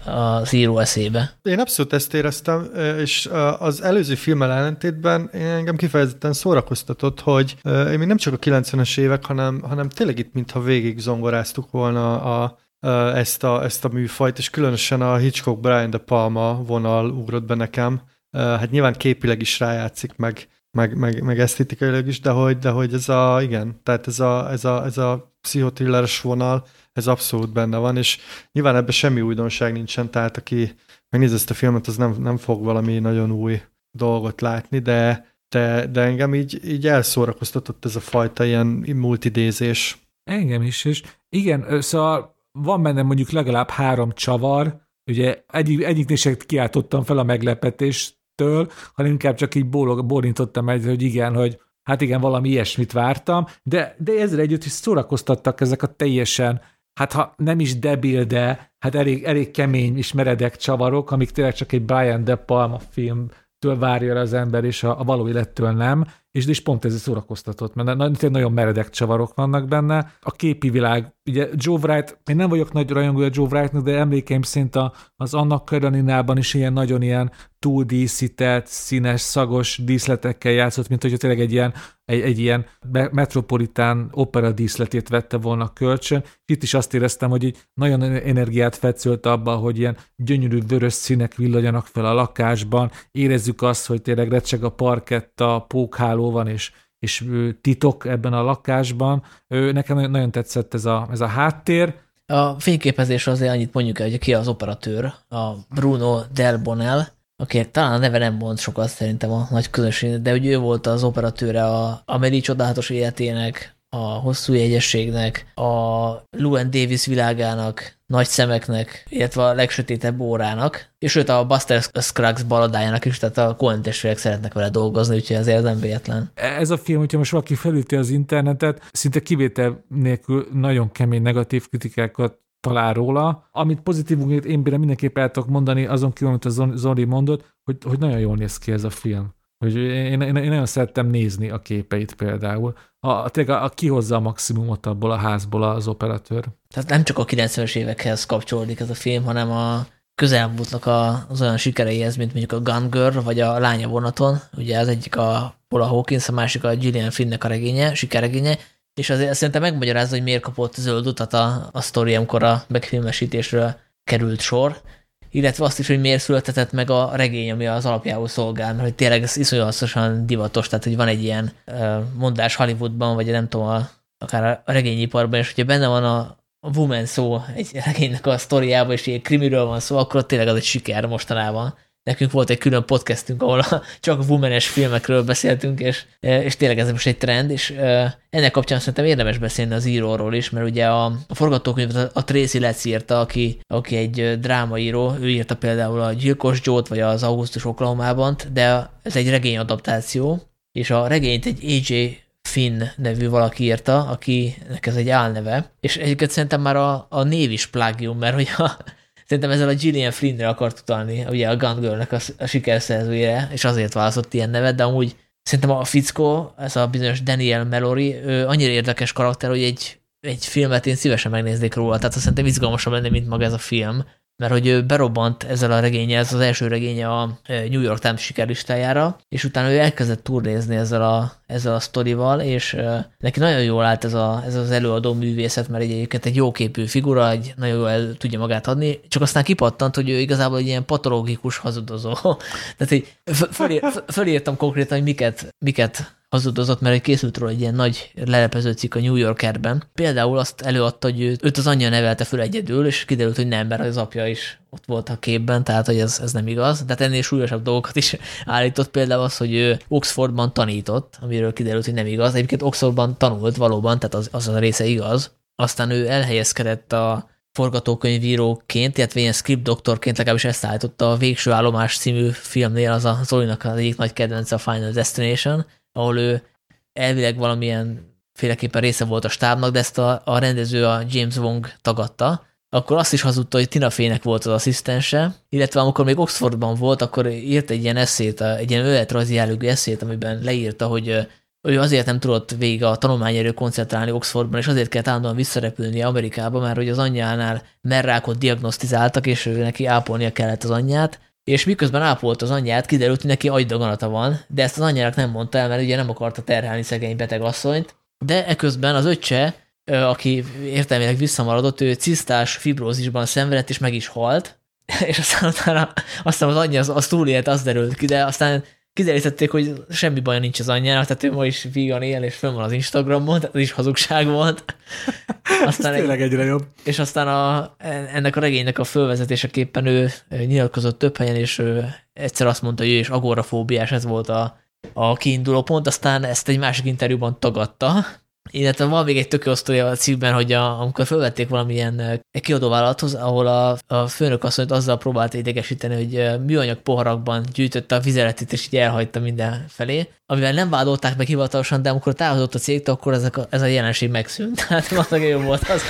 az író eszébe. Én abszolút ezt éreztem, és az előző filmmel ellentétben engem kifejezetten szórakoztatott, hogy én még nem csak a kilencvenes évek, hanem, hanem tényleg itt mintha végig zongoráztuk volna a, a, ezt, a, ezt a műfajt, és különösen a Hitchcock Brian De Palma vonal ugrott be nekem. Hát nyilván képileg is rájátszik, meg meg, meg, meg esztétikailag is, de hogy, de hogy ez a, igen, tehát ez a, ez a, ez a pszichotrilleres vonal, ez abszolút benne van, és nyilván ebben semmi újdonság nincsen, tehát aki megnéz ezt a filmet, az nem, nem fog valami nagyon új dolgot látni, de, de, de engem így, így elszórakoztatott ez a fajta ilyen multidézés. Engem is, és igen, szóval van benne mondjuk legalább három csavar, ugye egyik, egyiknél sem kiáltottam fel a meglepetést, hanem inkább csak így bólintottam egy, hogy igen, hogy hát igen, valami ilyesmit vártam, de, de ezzel együtt is szórakoztattak ezek a teljesen, hát ha nem is debil, de hát elég, elég kemény és meredek csavarok, amik tényleg csak egy Brian De Palma filmtől várja az ember, és a, a való élettől nem, és is pont ez szórakoztatott, mert nagyon meredek csavarok vannak benne. A képi világ, ugye Joe Wright, én nem vagyok nagy rajongója Joe Wrightnak, de emlékeim szerint az Anna Kareninában is ilyen nagyon ilyen túldíszített, színes, szagos díszletekkel játszott, mint hogy tényleg egy ilyen, egy, egy ilyen metropolitán opera díszletét vette volna kölcsön. Itt is azt éreztem, hogy így nagyon energiát fetszölt abba, hogy ilyen gyönyörű vörös színek villanyanak fel a lakásban, érezzük azt, hogy tényleg recseg a parketta, pókháló van, és, és titok ebben a lakásban. Nekem nagyon tetszett ez a, ez a háttér. A fényképezésre azért annyit mondjuk el, hogy ki az operatőr, a Bruno Del Bonel, aki talán a neve nem mond sokat szerintem a nagy közönség, de hogy ő volt az operatőre a Amélie csodálatos életének, a Hosszú jegyességnek, a Llewyn Davis világának, Nagy szemeknek, illetve a Legsötétebb órának, és őt a Buster Scruggs baladájának is, tehát a Coen testvérek szeretnek vele dolgozni, úgyhogy azért nem véletlen. Ez a film, hogyha most valaki felüti az internetet, szinte kivétel nélkül nagyon kemény negatív kritikákat talál róla. Amit pozitívunkat én bírem mindenképp el tudok mondani, azon kívül, amit a Zoli mondott, hogy, hogy nagyon jól néz ki ez a film. Hogy én, én, én nagyon szerettem nézni a képeit például. A, tényleg a, a kihozza a maximumot abból a házból az operatőr. Tehát nem csak a kilencvenes évekhez kapcsolódik ez a film, hanem a közelmúltnak az olyan sikereihez, mint mondjuk a Gone Girl, vagy a Lánya vonaton. Ugye az egyik a Paula Hawkins, a másik a Gillian Flynn-nek a regénye, sikerregénye, és azért szerintem megmagyarázza, hogy miért kapott zöld utat a, a sztori, amikor a megfilmesítésről került sor, illetve azt is, hogy miért született meg a regény, ami az alapjául szolgál, mert hogy tényleg ez iszonyatosan divatos, tehát hogy van egy ilyen uh, mondás Hollywoodban, vagy nem tudom, a, akár a regényiparban, és hogyha benne van a, a woman szó egy regénynek a sztoriában, és ilyen krimiről van szó, akkor tényleg az egy siker mostanában. Nekünk volt egy külön podcastünk, ahol a, csak woman-es filmekről beszéltünk, és, és tényleg ez most egy trend, és ennek kapcsán szerintem érdemes beszélni az íróról is, mert ugye a, a forgatókönyvet a Tracy Letts írta, aki, aki egy drámaíró, ő írta például a Gyilkos Joe-t, vagy az Augusztus Oklahomában, de ez egy regényadaptáció, és a regényt egy á jé Finn nevű valaki írta, akinek ez egy álneve, és egyébként szerintem már a, a név is plágium, mert hogy a Szerintem ezzel a Gillian Flynn-re akart utalni, ugye a Gone Girl-nek a, a sikerszerzőjére, és azért választott ilyen nevet, de amúgy szerintem a fickó, ez a bizonyos Daniel Mallory, ő annyira érdekes karakter, hogy egy, egy filmet én szívesen megnéznék róla, tehát szerintem izgalmasabb lenne, mint maga ez a film, mert hogy ő berobbant ezzel a regénye, ez az első regénye a New York Times sikerlistájára, és utána ő elkezdett turnézni ezzel a, ezzel a sztorival, és neki nagyon jól állt ez, a, ez az előadó művészet, mert egyébként egy jóképű figura, egy nagyon jól el tudja magát adni, csak aztán kipattant, hogy ő igazából egy ilyen patológikus hazudozó. Tehát, hogy fölír, fölírtam konkrétan, hogy miket, miket hazudozott, mert készült róla egy ilyen nagy lelepező cikk a New Yorkerben. Például azt előadta, hogy őt az anyja nevelte föl egyedül, és kiderült, hogy nem, mert az apja is ott volt a képben, tehát hogy ez, ez nem igaz. Tehát ennél súlyosabb dolgokat is állított, például az, hogy ő Oxfordban tanított, amiről kiderült, hogy nem igaz. Egyébként Oxfordban tanult valóban, tehát az, az a része igaz. Aztán ő elhelyezkedett a forgatókönyvíróként, illetve ilyen script doktorként, legalábbis ezt állította a Végső állomás című filmnél, az a Zolinak az egyik nagy kedvence, a Final Destination, ahol ő elvileg valamilyen féleképpen része volt a stábnak, de ezt a, a rendező, a James Wong tagadta. Akkor azt is hazudta, hogy Tina Feynek volt az asszisztense, illetve amikor még Oxfordban volt, akkor írt egy ilyen eszét, egy ilyen önéletrajzi jellegű eszét, amiben leírta, hogy ő azért nem tudott végig a tanulmányerő koncentrálni Oxfordban, és azért kellett állandóan visszarepülni Amerikába, mert hogy az anyjánál merrákot diagnosztizáltak, és ő neki ápolnia kellett az anyját, és miközben ápolt az anyját, kiderült, hogy neki agydaganata van, de ezt az anyjának nem mondta el, mert ugye nem akarta terhelni szegény beteg asszonyt, de eközben az öccse, aki értelmileg visszamaradott, ő cisztás fibrózisban szenvedett, és meg is halt, és aztán utána aztán az anyja az, az túlélt, az derült ki, de aztán kiderítették, hogy semmi baja nincs az anyjának, tehát ő ma is vígan él, és fönn van az Instagramon, tehát ez is hazugság volt. Aztán ez tényleg egyre jobb. És aztán a, ennek a regénynek a fölvezetéseképpen ő nyilatkozott több helyen, és ő egyszer azt mondta, hogy ő is agorafóbiás, ez volt a, a kiinduló pont, aztán ezt egy másik interjúban tagadta, illetve van még egy tök jó sztoria a cikkben, hogy a, amikor felvették valamilyen kiadóvállalathoz, ahol a, a főnök asszonyt azzal próbálta idegesíteni, hogy műanyag poharakban gyűjtötte a vizeletit, és így elhagyta mindenfelé, amivel nem vádolták meg hivatalosan, de amikor távozott a cégtől, akkor ezek a, ez a jelenség megszűnt. Tehát valami jó volt az.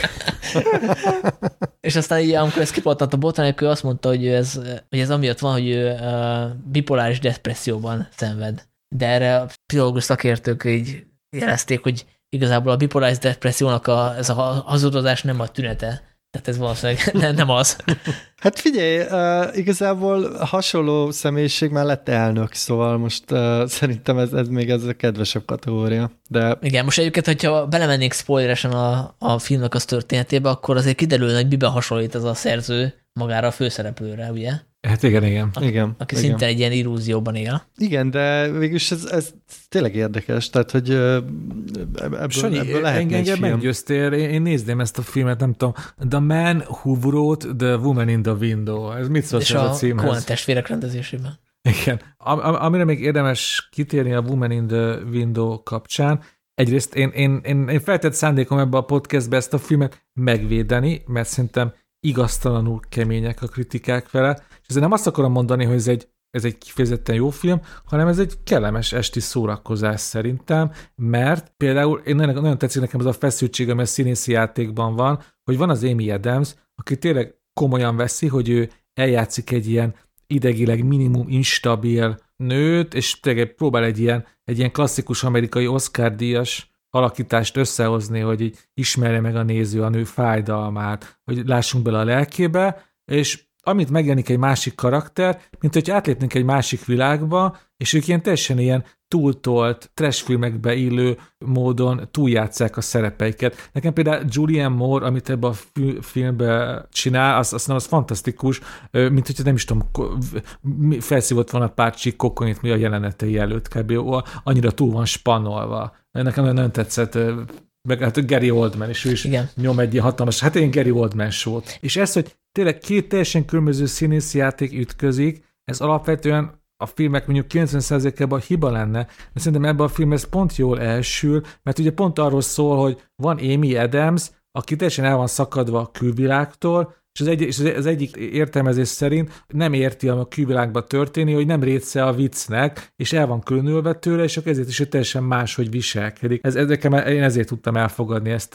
És aztán így, amikor ez kipattant a botának, ő azt mondta, hogy ez, hogy ez amiatt van, hogy ő uh, bipoláris depresszióban szenved. De erre a pszichológus szakértők így jelezték, hogy igazából a bipoláris depressziónak a, ez a hazudozás nem a tünete. Tehát ez valószínűleg nem, nem az. Hát figyelj, uh, igazából hasonló személyiség mellett elnök, szóval most uh, szerintem ez, ez még ez a kedvesebb kategória. De... Igen, most egyébként, hogyha belemennénk spoileresen a, a filmnek az történetébe, akkor azért kiderülne, hogy miben hasonlít ez a szerző magára a főszereplőre, ugye? Hát igen, igen. Aki, igen, aki igen. szinte egy ilyen illúzióban él. Igen, de végülis ez, ez tényleg érdekes, tehát hogy ebből, Sanyi, ebből lehetne egy engem film. meggyőztél, én, én nézném ezt a filmet, nem tudom. The Man Who Wrote the Woman in the Window. Ez mit szólsz ez a címhez? És a Coen testvérek rendezésében. Igen. Am, amire még érdemes kitérni a Woman in the Window kapcsán, egyrészt én, én, én, én feltett szándékom ebbe a podcastbe ezt a filmet megvédeni, mert szerintem igaztalanul kemények a kritikák vele, és ezért nem azt akarom mondani, hogy ez egy, ez egy kifejezetten jó film, hanem ez egy kellemes esti szórakozás szerintem, mert például én nagyon, nagyon tetszik nekem az a feszültség, ami a színészi játékban van, hogy van az Amy Adams, aki tényleg komolyan veszi, hogy ő eljátszik egy ilyen idegileg minimum instabil nőt, és tényleg próbál egy ilyen, egy ilyen klasszikus amerikai Oscar-díjas alakítást összehozni, hogy így ismerje meg a néző a nő fájdalmát, hogy lássunk bele a lelkébe, és amit megjelenik egy másik karakter, mint hogy átlépnénk egy másik világba, és ők ilyen teljesen ilyen túltolt, trash filmekbe illő módon túljátsszák a szerepeiket. Nekem például Julianne Moore, amit ebbe a filmbe csinál, az, az, az fantasztikus, mint hogyha nem is tudom, felszívott volna pár csík kokonit mi a jelenetei előtt kb. Annyira túl van spannolva. Nekem nagyon tetszett, meg hát Gary Oldman, és ő is igen. Nyom egy ilyen hatalmas, hát én Gary Oldman show-t. És ez, hogy tényleg két teljesen különböző színészi játék ütközik, ez alapvetően a filmek mondjuk kilencven százalékában hiba lenne, de szerintem ebben a film ez pont jól elsül, mert ugye pont arról szól, hogy van Amy Adams, aki teljesen el van szakadva a külvilágtól, és az, egy, és az egyik értelmezés szerint nem érti, ami a külvilágban történik, hogy nem része a viccnek, és el van különülve tőle, és ezért is teljesen máshogy viselkedik. Ez, ezeket én ezért tudtam elfogadni ezt a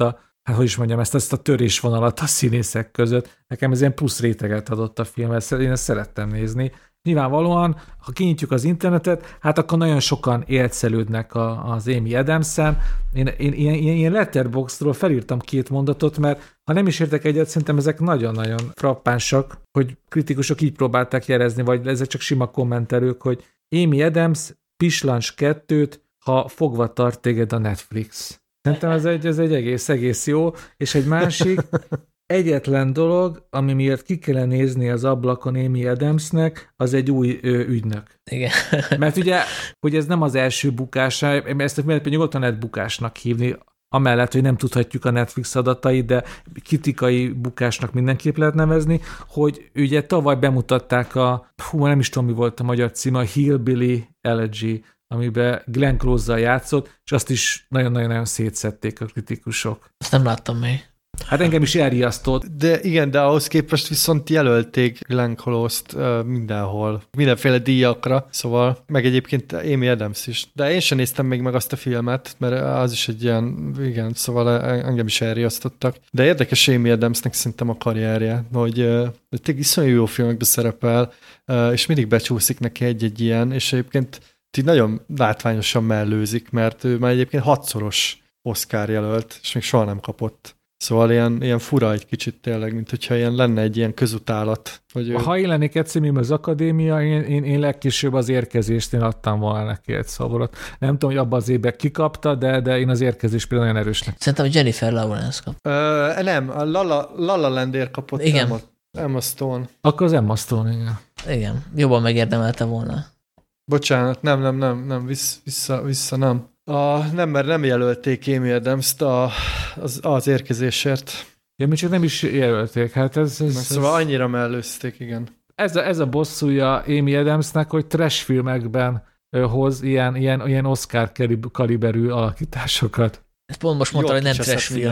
hát hogy is mondjam, ezt, ezt a törésvonalat a színészek között. Nekem ez ilyen plusz réteget adott a film, ezt, én ezt szerettem nézni. Nyilvánvalóan, ha kinyitjuk az internetet, hát akkor nagyon sokan élcelődnek a, az Amy Adams-en. Én, én ilyen, ilyen Letterboxdról felírtam két mondatot, mert ha nem is értek egyet, szerintem ezek nagyon-nagyon frappánsak, hogy kritikusok így próbálták jelezni, vagy ezek csak sima kommentelők, hogy Amy Adams Pislancs kettőt, ha fogva tart téged a Netflix. Szerintem ez egy, ez egy egész, egész jó, és egy másik egyetlen dolog, ami miatt ki kellene nézni az ablakon Amy Adamsnek, az egy új ö, ügynök. Igen. Mert ugye, hogy ez nem az első bukása, ezt nyugodtan lehet bukásnak hívni, amellett, hogy nem tudhatjuk a Netflix adatait, de kritikai bukásnak mindenképp lehet nevezni, hogy ugye tavaly bemutatták a, hú, nem is tudom, mi volt a magyar címe, a Hillbilly Elegy, amiben Glenn Close-zal játszott, és azt is nagyon-nagyon szétszedték a kritikusok. Azt nem láttam még. Hát engem is elriasztott. De igen, de ahhoz képest viszont jelölték Glenn Close-t uh, mindenhol, mindenféle díjakra, szóval, meg egyébként Amy Adams is. De én sem néztem még meg azt a filmet, mert az is egy ilyen, igen, szóval engem is elriasztottak. De érdekes Amy Adamsnek szerintem a karrierje, hogy uh, tényleg iszonyú jó filmekbe szerepel, uh, és mindig becsúszik neki egy-egy ilyen, és egyébként így nagyon látványosan mellőzik, mert ő már egyébként hatszoros Oscar jelölt, és még soha nem kapott. Szóval ilyen, ilyen fura egy kicsit tényleg, mint hogyha ilyen lenne egy ilyen közutálat. Hogy ő... Ha én lennék egyszerűen az akadémia, én, én, én legkésőbb az érkezést én adtam volna neki egy szavorot. Nem tudom, hogy abban az évben kikapta, de, de én az érkezést például nagyon erősnek. Szerintem Jennifer Lawrence kap. Ö, nem, a Lala, Lala Landért kapott. Igen. Emma, Emma Stone. Akkor az Emma Stone, igen. Igen, jobban megérdemelte volna. Bocsánat, nem, nem, nem, nem, vissza, vissza, vissza nem. A, nem, mert nem jelölték Amy Adams-t a, az, az érkezésért. Ja, mi csak nem is jelölték. Hát ez, ez, szóval ez, annyira mellőzték, igen. Ez a, ez a bosszúja Amy Adamsnek, hogy trash filmekben ö, hoz ilyen, ilyen, ilyen Oscar kaliberű alakításokat. Ezt pont most mondta, hogy nem trash film.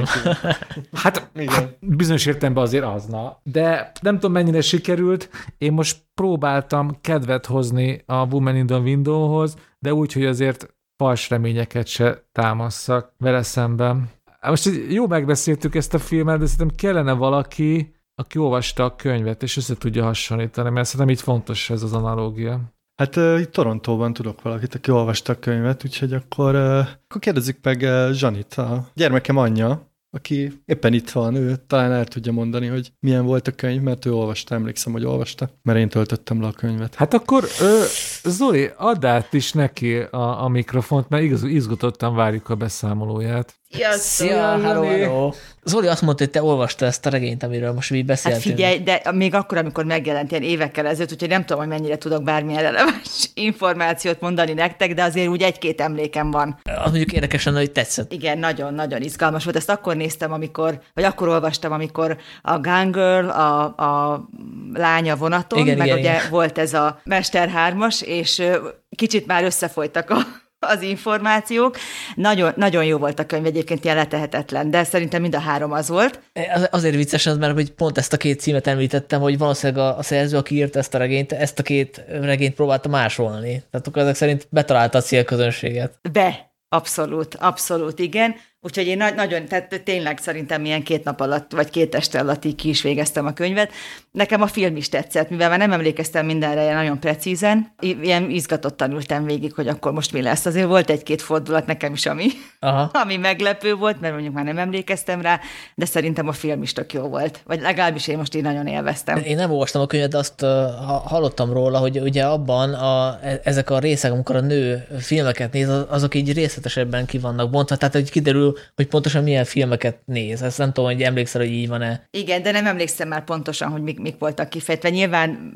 Hát, hát bizonyos értelemben azért az, na. De nem tudom, mennyire sikerült. Én most próbáltam kedvet hozni a Woman in the Window-hoz, de úgy, hogy azért fals reményeket se támasszak vele szemben. Most jó megbeszéltük ezt a filmet, de szerintem kellene valaki, aki olvasta a könyvet, és össze tudja hasonlítani, mert szerintem így fontos ez az analógia. Hát uh, itt Torontóban tudok valakit, aki olvasta a könyvet, úgyhogy akkor, uh, akkor kérdezzük meg uh, Zsanit, a gyermekem anyja, aki éppen itt van, ő talán el tudja mondani, hogy milyen volt a könyv, mert ő olvasta, emlékszem, hogy olvasta, mert én töltöttem le a könyvet. Hát akkor ö, Zoli, add át is neki a, a mikrofont, mert igaz, izgatottan várjuk a beszámolóját. Szia, hello, hello. Zoli azt mondta, hogy te olvastad ezt a regényt, amiről most így beszéltünk. Hát figyelj, de még akkor, amikor megjelent ilyen évekkel ezelőtt, úgyhogy nem tudom, hogy mennyire tudok bármilyen releváns információt mondani nektek, de azért úgy egy-két emlékem van. Az mondjuk érdekes lenne, hogy tetszett. Igen, nagyon-nagyon izgalmas volt. Ezt akkor néztem, amikor, vagy akkor olvastam, amikor a Gone Girl, a, a lánya vonaton, igen, meg igen, ugye igen. volt ez a Mester hármas, és kicsit már összefolytak a az információk. Nagyon, nagyon jó volt a könyv, egyébként ilyen letehetetlen, de szerintem mind a három az volt. Az, azért vicces az, mert hogy pont ezt a két címet említettem, hogy valószínűleg a, a szerző, aki írta ezt a regényt, ezt a két regényt próbálta másolni. Tehát akkor ezek szerint betalálta a célközönséget. Be, abszolút, abszolút, igen. Úgyhogy én na- nagyon, tehát tényleg szerintem ilyen két nap alatt, vagy két este alatt így ki is végeztem a könyvet. Nekem a film is tetszett, mivel már nem emlékeztem mindenre nagyon precízen, ilyen izgatottan ültem végig, hogy akkor most mi lesz. Azért volt egy-két fordulat nekem is, ami, Aha. ami meglepő volt, mert mondjuk már nem emlékeztem rá, de szerintem a film is tök jó volt. Vagy legalábbis én most így nagyon élveztem. Én nem olvastam a könyvet, de azt uh, hallottam róla, hogy ugye abban a, ezek a részek, amikor a nő filmeket néz, azok így részletesebben ki vannak bontva, tehát hogy kiderül, hogy pontosan milyen filmeket néz. Ezt nem tudom, hogy emlékszel, hogy így van-e. Igen, de nem emlékszem már pontosan, hogy mik, mik voltak kifejtve. Nyilván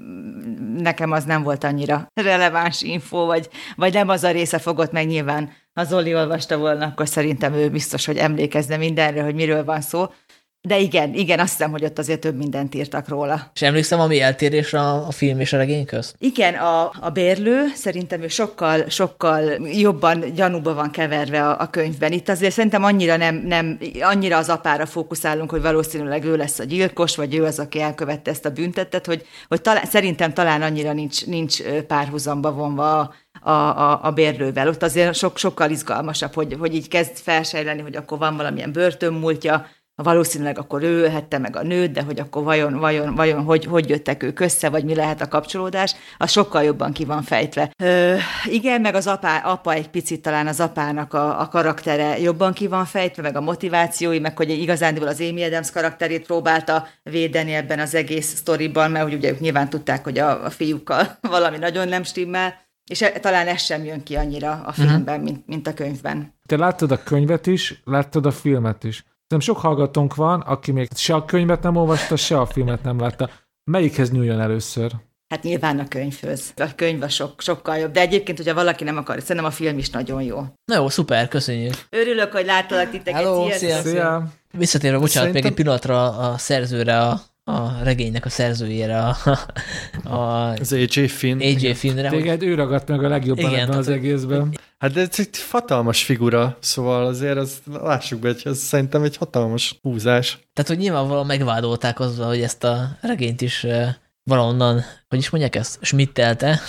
nekem az nem volt annyira releváns info, vagy, vagy nem az a része fogott meg nyilván. Ha Zoli olvasta volna, akkor szerintem ő biztos, hogy emlékezne mindenre, hogy miről van szó. De igen, igen, azt hiszem, hogy ott azért több mindent írtak róla. És emlékszem, ami eltérés a, a film és a regény közt? Igen, a, a bérlő szerintem ő sokkal, sokkal jobban gyanúba van keverve a, a könyvben. Itt azért szerintem annyira, nem, nem, annyira az apára fókuszálunk, hogy valószínűleg ő lesz a gyilkos, vagy ő az, aki elkövette ezt a büntettet, hogy, hogy talán, szerintem talán annyira nincs, nincs párhuzamba vonva a, a, a, a bérlővel. Ott azért sok, sokkal izgalmasabb, hogy, hogy így kezd felsejleni, hogy akkor van valamilyen börtönmúltja, valószínűleg akkor ő ölhette meg a nőt, de hogy akkor vajon, vajon, vajon hogy, hogy jöttek ők össze, vagy mi lehet a kapcsolódás, az sokkal jobban ki van fejtve. Ö, igen, meg az apa, apa egy picit talán az apának a, a karaktere jobban ki van fejtve, meg a motivációi, meg hogy igazándiból az Amy Adams karakterét próbálta védeni ebben az egész sztoriban, mert ugye ők nyilván tudták, hogy a, a fiúkkal valami nagyon nem stimmel, és e, talán ez sem jön ki annyira a filmben, uh-huh. mint, mint a könyvben. Te láttad a könyvet is, láttad a filmet is. Szerintem sok hallgatónk van, aki még se a könyvet nem olvasta, se a filmet nem látta. Melyikhez nyúljon először? Hát nyilván a könyvhöz. A könyv a sok, sokkal jobb, de egyébként, hogyha valaki nem akar, szerintem a film is nagyon jó. Na jó, szuper, köszönjük. Örülök, hogy láttalak titeket. Hello, szia, szia. Visszatérve, bocsánat, Szerintem... még egy pillanatra a szerzőre, a, a regénynek a szerzőjére, a, a az á jé Finn. á jé Finnre. Téged ő ragadt meg a legjobban igen, ebben az egészben. Hát de ez egy hatalmas figura, szóval azért azt lássuk be, hogy ez szerintem egy hatalmas húzás. Tehát, hogy nyilvánvalóan megvádolták azzal, hogy ezt a regényt is valahonnan, hogy is mondják ezt, smittelte,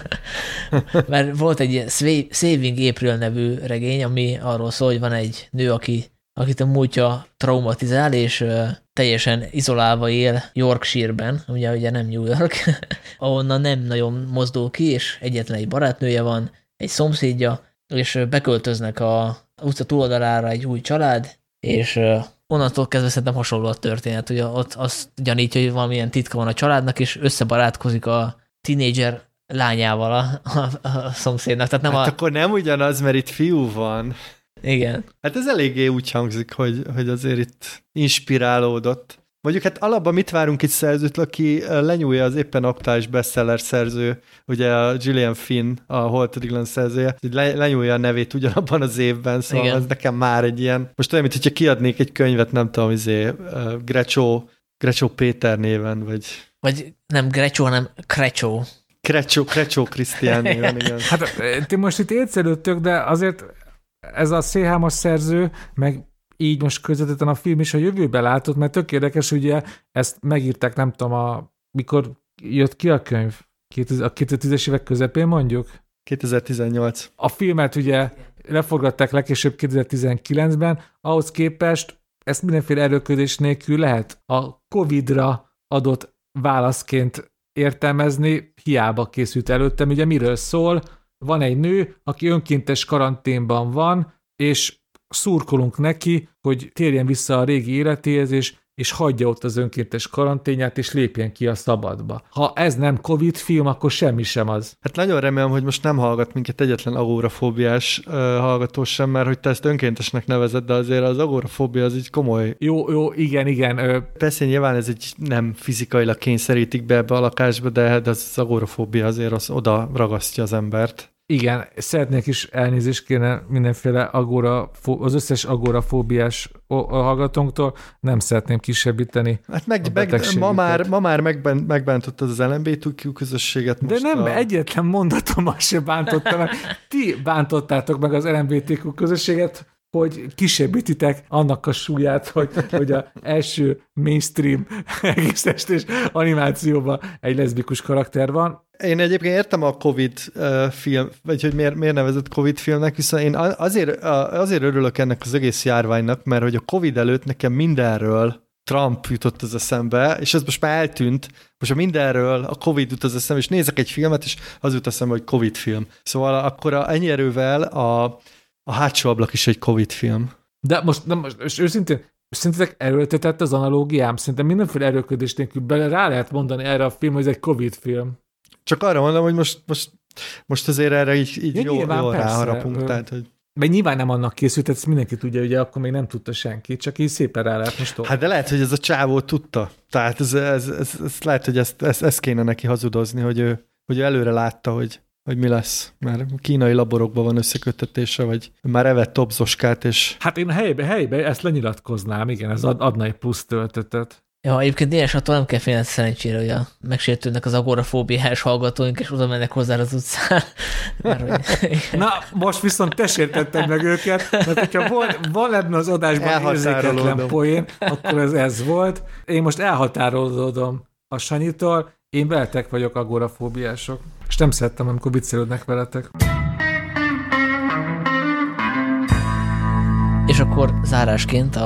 mert volt egy ilyen Saving April nevű regény, ami arról szól, hogy van egy nő, aki, akit a múltja traumatizál, és uh, teljesen izolálva él Yorkshire-ben, ugye, ugye nem New York, ahonnan nem nagyon mozdul ki, és egyetlen egy barátnője van, egy szomszédja, és beköltöznek a utca túloldalára egy új család, és uh, onnantól kezdve szerintem hasonló a történet, hogy ott azt gyanítja, hogy valamilyen titka van a családnak, és összebarátkozik a tínédzser lányával a, a, a szomszédnak. Tehát nem hát a... akkor nem ugyanaz, mert itt fiú van. Igen. Hát ez eléggé úgy hangzik, hogy, hogy azért itt inspirálódott. Mondjuk hát alapban mit várunk itt szerzőt, aki lenyúlja az éppen aktuális bestseller szerző, ugye a Gillian Flynn, a Holtediglan szerzője, hogy le, lenyúlja a nevét ugyanabban az évben, szóval igen. Ez nekem már egy ilyen, most olyan, mintha kiadnék egy könyvet, nem tudom, izé, Grecsó, Grecsó Péter néven, vagy... Vagy nem Grecsó, hanem Krecsó. Krecsó, Krecsó Krisztián néven, igen. Hát ti most itt étszerődtök, de azért ez a szélhámos szerző, meg így most közvetetten a film is a jövőbe látott, mert tök érdekes, ugye ezt megírták, nem tudom, a, mikor jött ki a könyv? A kétezer-tízes évek közepén mondjuk? kétezer-tizennyolc. A filmet ugye leforgatták legkésőbb kétezer-tizenkilencben, ahhoz képest ezt mindenféle erőködés nélkül lehet a Covid-ra adott válaszként értelmezni, hiába készült előttem. Ugye miről szól? Van egy nő, aki önkéntes karanténban van, és szurkolunk neki, hogy térjen vissza a régi életéhez, és, és hagyja ott az önkéntes karanténját, és lépjen ki a szabadba. Ha ez nem Covid film, akkor semmi sem az. Hát nagyon remélem, hogy most nem hallgat minket egyetlen agórafóbiás uh, hallgató sem, mert hogy te ezt önkéntesnek nevezed, de azért az agórafóbia az egy komoly... Jó, jó, igen, igen. Ö... Persze nyilván ez egy nem fizikailag kényszerítik be ebbe a lakásba, de, de az agórafóbia azért az oda ragasztja az embert. Igen, szeretnék is elnézést kéne mindenféle agóra, az összes agórafóbiás hallgatónktól, nem szeretném kisebbíteni. Hát meg, meg, ma már, ma már megbánt, megbántottad az el em bé té kú közösséget. De nem, a... egyetlen mondatommal se bántottam meg. Ti bántottátok meg az el em bé té kú közösséget, hogy kisebbítitek annak a súlyát, hogy, hogy az első mainstream egész estés animációban egy leszbikus karakter van. Én egyébként értem a Covid uh, film, vagy hogy miért, miért nevezett Covid filmnek, hiszen én azért, azért örülök ennek az egész járványnak, mert hogy a Covid előtt nekem mindenről Trump jutott az eszembe, és ez most már eltűnt, most a mindenről a Covid jut az eszembe, és nézek egy filmet, és az jut eszembe, hogy Covid film. Szóval akkor a, ennyi erővel a, a hátsó ablak is egy Covid film. De most, de most és őszintén, szerintetek erőltetett az analógiám? Szerintem mindenféle erőködés nélkül bele rá lehet mondani erre a film, hogy ez egy Covid film. Csak arra mondom, hogy most, most, most azért erre így, így jó, jól ráharapunk. Tehát, hogy... Mert nyilván nem annak készült, ezt mindenki tudja, ugye akkor még nem tudta senki, csak így szépen rá lehet most tovább. Hát de lehet, hogy ez a csávó tudta. Tehát ez, ez, ez, ez lehet, hogy ezt, ezt, ezt kéne neki hazudozni, hogy ő, hogy ő előre látta, hogy, hogy mi lesz. Mert kínai laborokban van összeköttetése, vagy már evett topzoskát, és... Hát én helybe, helybe ezt lenyilatkoznám, igen, ez adna egy plusz töltetet. Ja, egyébként éles attól nem kell félni szerencsére, hogy a megsértődnek az agorafóbiás hallgatóink, és oda mennek hozzá az utcán. Már, hogy... Na, most viszont te sértetted meg őket, mert hogyha van, van ebben az adásban érzéketlen poén, akkor ez ez volt. Én most elhatárolódom a Sanyitól, én veletek vagyok agorafóbiások, és nem szerettem, amikor viccelődnek veletek. És akkor zárásként a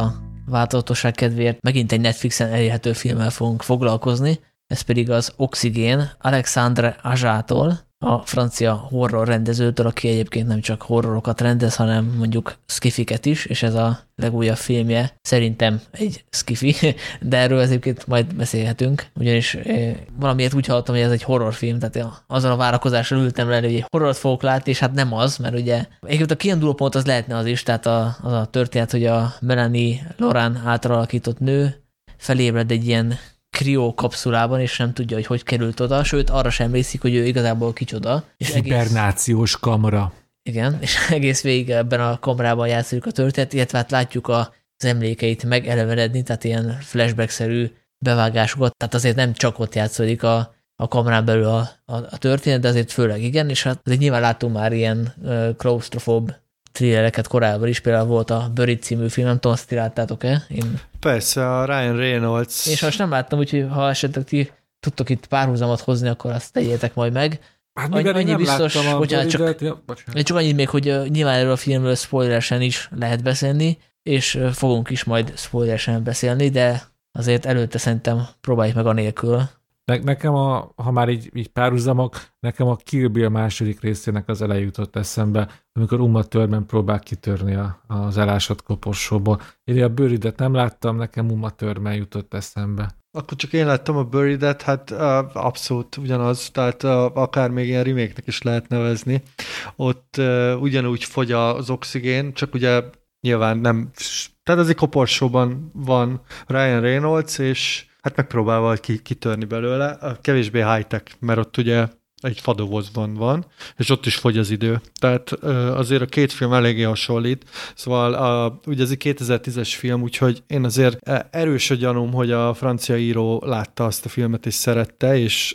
változatosság kedvéért megint egy Netflixen elérhető filmmel fogunk foglalkozni, ez pedig az Oxygén Alexandre Aja-tól, a francia horror rendezőtől, aki egyébként nem csak horrorokat rendez, hanem mondjuk skifiket is, és ez a legújabb filmje szerintem egy skifi, de erről egyébként majd beszélhetünk, ugyanis valamiért úgy hallottam, hogy ez egy horrorfilm, tehát azzal a várakozással ültem le, hogy egy horrort fogok látni, és hát nem az, mert ugye egyébként a kiinduló pont az lehetne az is, tehát a, az a történet, hogy a Melanie Laurent által alakított nő felébred egy ilyen krió kapszulában, és nem tudja, hogy hogy került oda, sőt, arra sem emlékszik, hogy ő igazából kicsoda. És hibernációs egész, kamra. Igen, és egész végig ebben a kamrában játszunk a történet, illetve hát látjuk az emlékeit megelevenedni, tehát ilyen flashback-szerű bevágásokat, tehát azért nem csak ott játszódik a, a kamrán belül a, a, a történet, de azért főleg igen, és hát azért nyilván láttunk már ilyen uh, klaustrofób thrillereket korábban is, például volt a Buried című film, nem tudom, azt ti láttátok-e? Én... Persze, a Ryan Reynolds. És most nem láttam, úgyhogy ha esetleg ti tudtok itt párhuzamot hozni, akkor azt tegyétek majd meg. Hát annyi, annyi biztos, hogy csak, ja, csak annyit még, hogy uh, nyilván erről a filmről spoileresen is lehet beszélni, és uh, fogunk is majd spoileresen beszélni, de azért előtte szerintem próbáljuk meg anélkül. Ne, nekem, a, ha már így, így párhuzamok, nekem a Kill Bill második részének az eleje jutott eszembe, amikor Uma Thurman próbál kitörni a, az elásott koporsóból. Én a Buried-et nem láttam, nekem Uma Thurman jutott eszembe. Akkor csak én láttam a Buried-et, hát uh, abszolút ugyanaz, tehát uh, akár még ilyen remake-nek is lehet nevezni. Ott uh, ugyanúgy fogy az oxigén, csak ugye nyilván nem, tehát az egy koporsóban van Ryan Reynolds, és hát megpróbál valahogy kitörni belőle, kevésbé high-tech, mert ott ugye egy fadovozban van, és ott is fogy az idő. Tehát azért a két film eléggé hasonlít. Szóval a, ugye ez egy kétezer-tízes film, úgyhogy én azért erős a gyanúm, hogy a francia író látta azt a filmet és szerette, és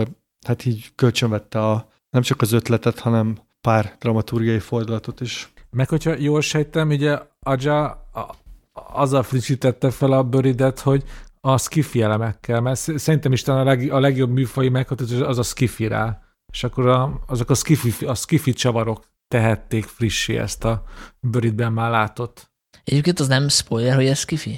hát így kölcsönvette a, nem csak az ötletet, hanem pár dramaturgiai fordulatot is. Meg hogyha jól sejtem, ugye Aja azzal frissítette fel a Buried-et, hogy a skifi elemekkel, mert szerintem is talán a, leg, a legjobb műfai meghatározás az a skifi rá. És akkor a, azok a skifi, a skifi csavarok tehették frissé ezt a Buried-ben már látott. Egyébként az nem spoiler, hogy ez skifi?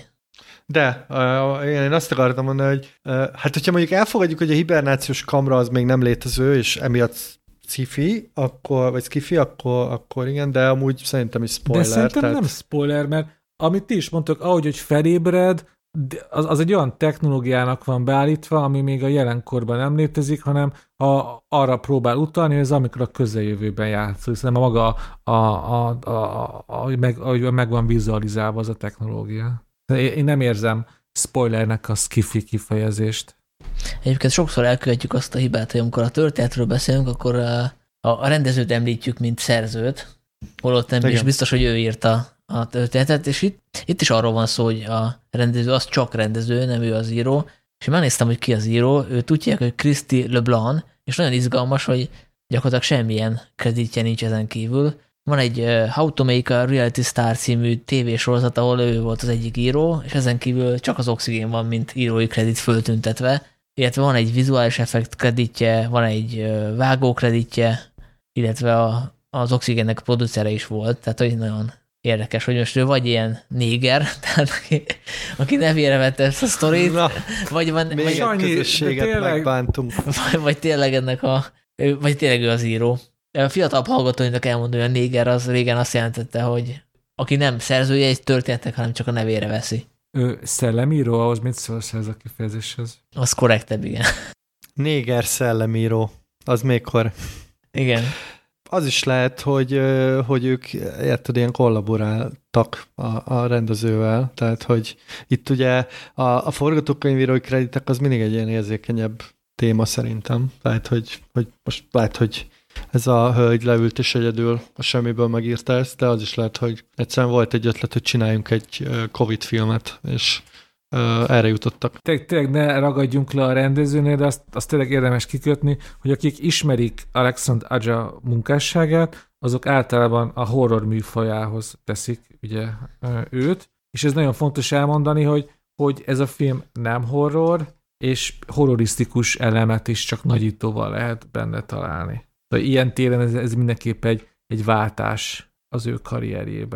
De, uh, én azt akartam mondani, hogy uh, hát hogyha mondjuk elfogadjuk, hogy a hibernációs kamra az még nem létező, és emiatt skifi, akkor, vagy skifi, akkor, akkor igen, de amúgy szerintem is spoiler. De szerintem tehát... nem spoiler, mert amit ti is mondtok, ahogy hogy felébred, az, az egy olyan technológiának van beállítva, ami még a jelenkorban nem létezik, hanem a, arra próbál utalni, hogy ez amikor a közeljövőben játszol, hiszen a maga, a, a, a, a, a, meg, ahogy meg van vizualizálva az a technológia. Én nem érzem spoilernek a skifi kifejezést. Egyébként sokszor elkövetjük azt a hibát, hogy amikor a történetről beszélünk, akkor a, a rendezőt említjük, mint szerzőt, holott nem is biztos, hogy ő írta a történetet, és itt, itt is arról van szó, hogy a rendező az csak rendező, nem ő az író, és én megnéztem, hogy ki az író, ő tudják, hogy Christy LeBlanc, és nagyon izgalmas, hogy gyakorlatilag semmilyen kreditje nincs ezen kívül. Van egy uh, How to Make a Reality Star című tévésorozat, ahol ő volt az egyik író, és ezen kívül csak az Oxygén van, mint írói kredit föltüntetve, illetve van egy vizuális effekt kreditje, van egy uh, vágó kreditje, illetve a, az Oxygénnek producere is volt, tehát hogy nagyon érdekes, hogy most ő vagy ilyen néger, tehát aki, aki nevére vette ezt a sztorit, Na, vagy van... Még vagy, annyi közösséget tényleg... megbántunk. Vagy, vagy tényleg ennek a... Vagy tényleg ő az író. A fiatalabb hallgatóinak elmondom, hogy a néger az régen azt jelentette, hogy aki nem szerzője egy történetnek, hanem csak a nevére veszi. Ő szellemíró, ahhoz mit szólsz ez a kifejezéshez? Az korrektebb, igen. Néger szellemíró. Az mikor? Igen. Az is lehet, hogy, hogy ők érted, ilyen kollaboráltak a, a rendezővel, tehát hogy itt ugye a, a forgatókönyvírói kreditek az mindig egy ilyen érzékenyebb téma szerintem. Tehát, hogy, hogy most lehet, hogy ez a hölgy leült és egyedül a semmiből megírta ezt, de az is lehet, hogy egyszerűen volt egy ötlet, hogy csináljunk egy Covid filmet, és Uh, erre jutottak. Tényleg, tényleg ne ragadjunk le a rendezőnél, de azt, azt tényleg érdemes kikötni, hogy akik ismerik Alexandre Aja munkásságát, azok általában a horror műfajához teszik ugye őt, és ez nagyon fontos elmondani, hogy, hogy ez a film nem horror, és horrorisztikus elemet is csak nagyítóval lehet benne találni. De ilyen téren ez, ez mindenképp egy, egy váltás az ő karrierjében.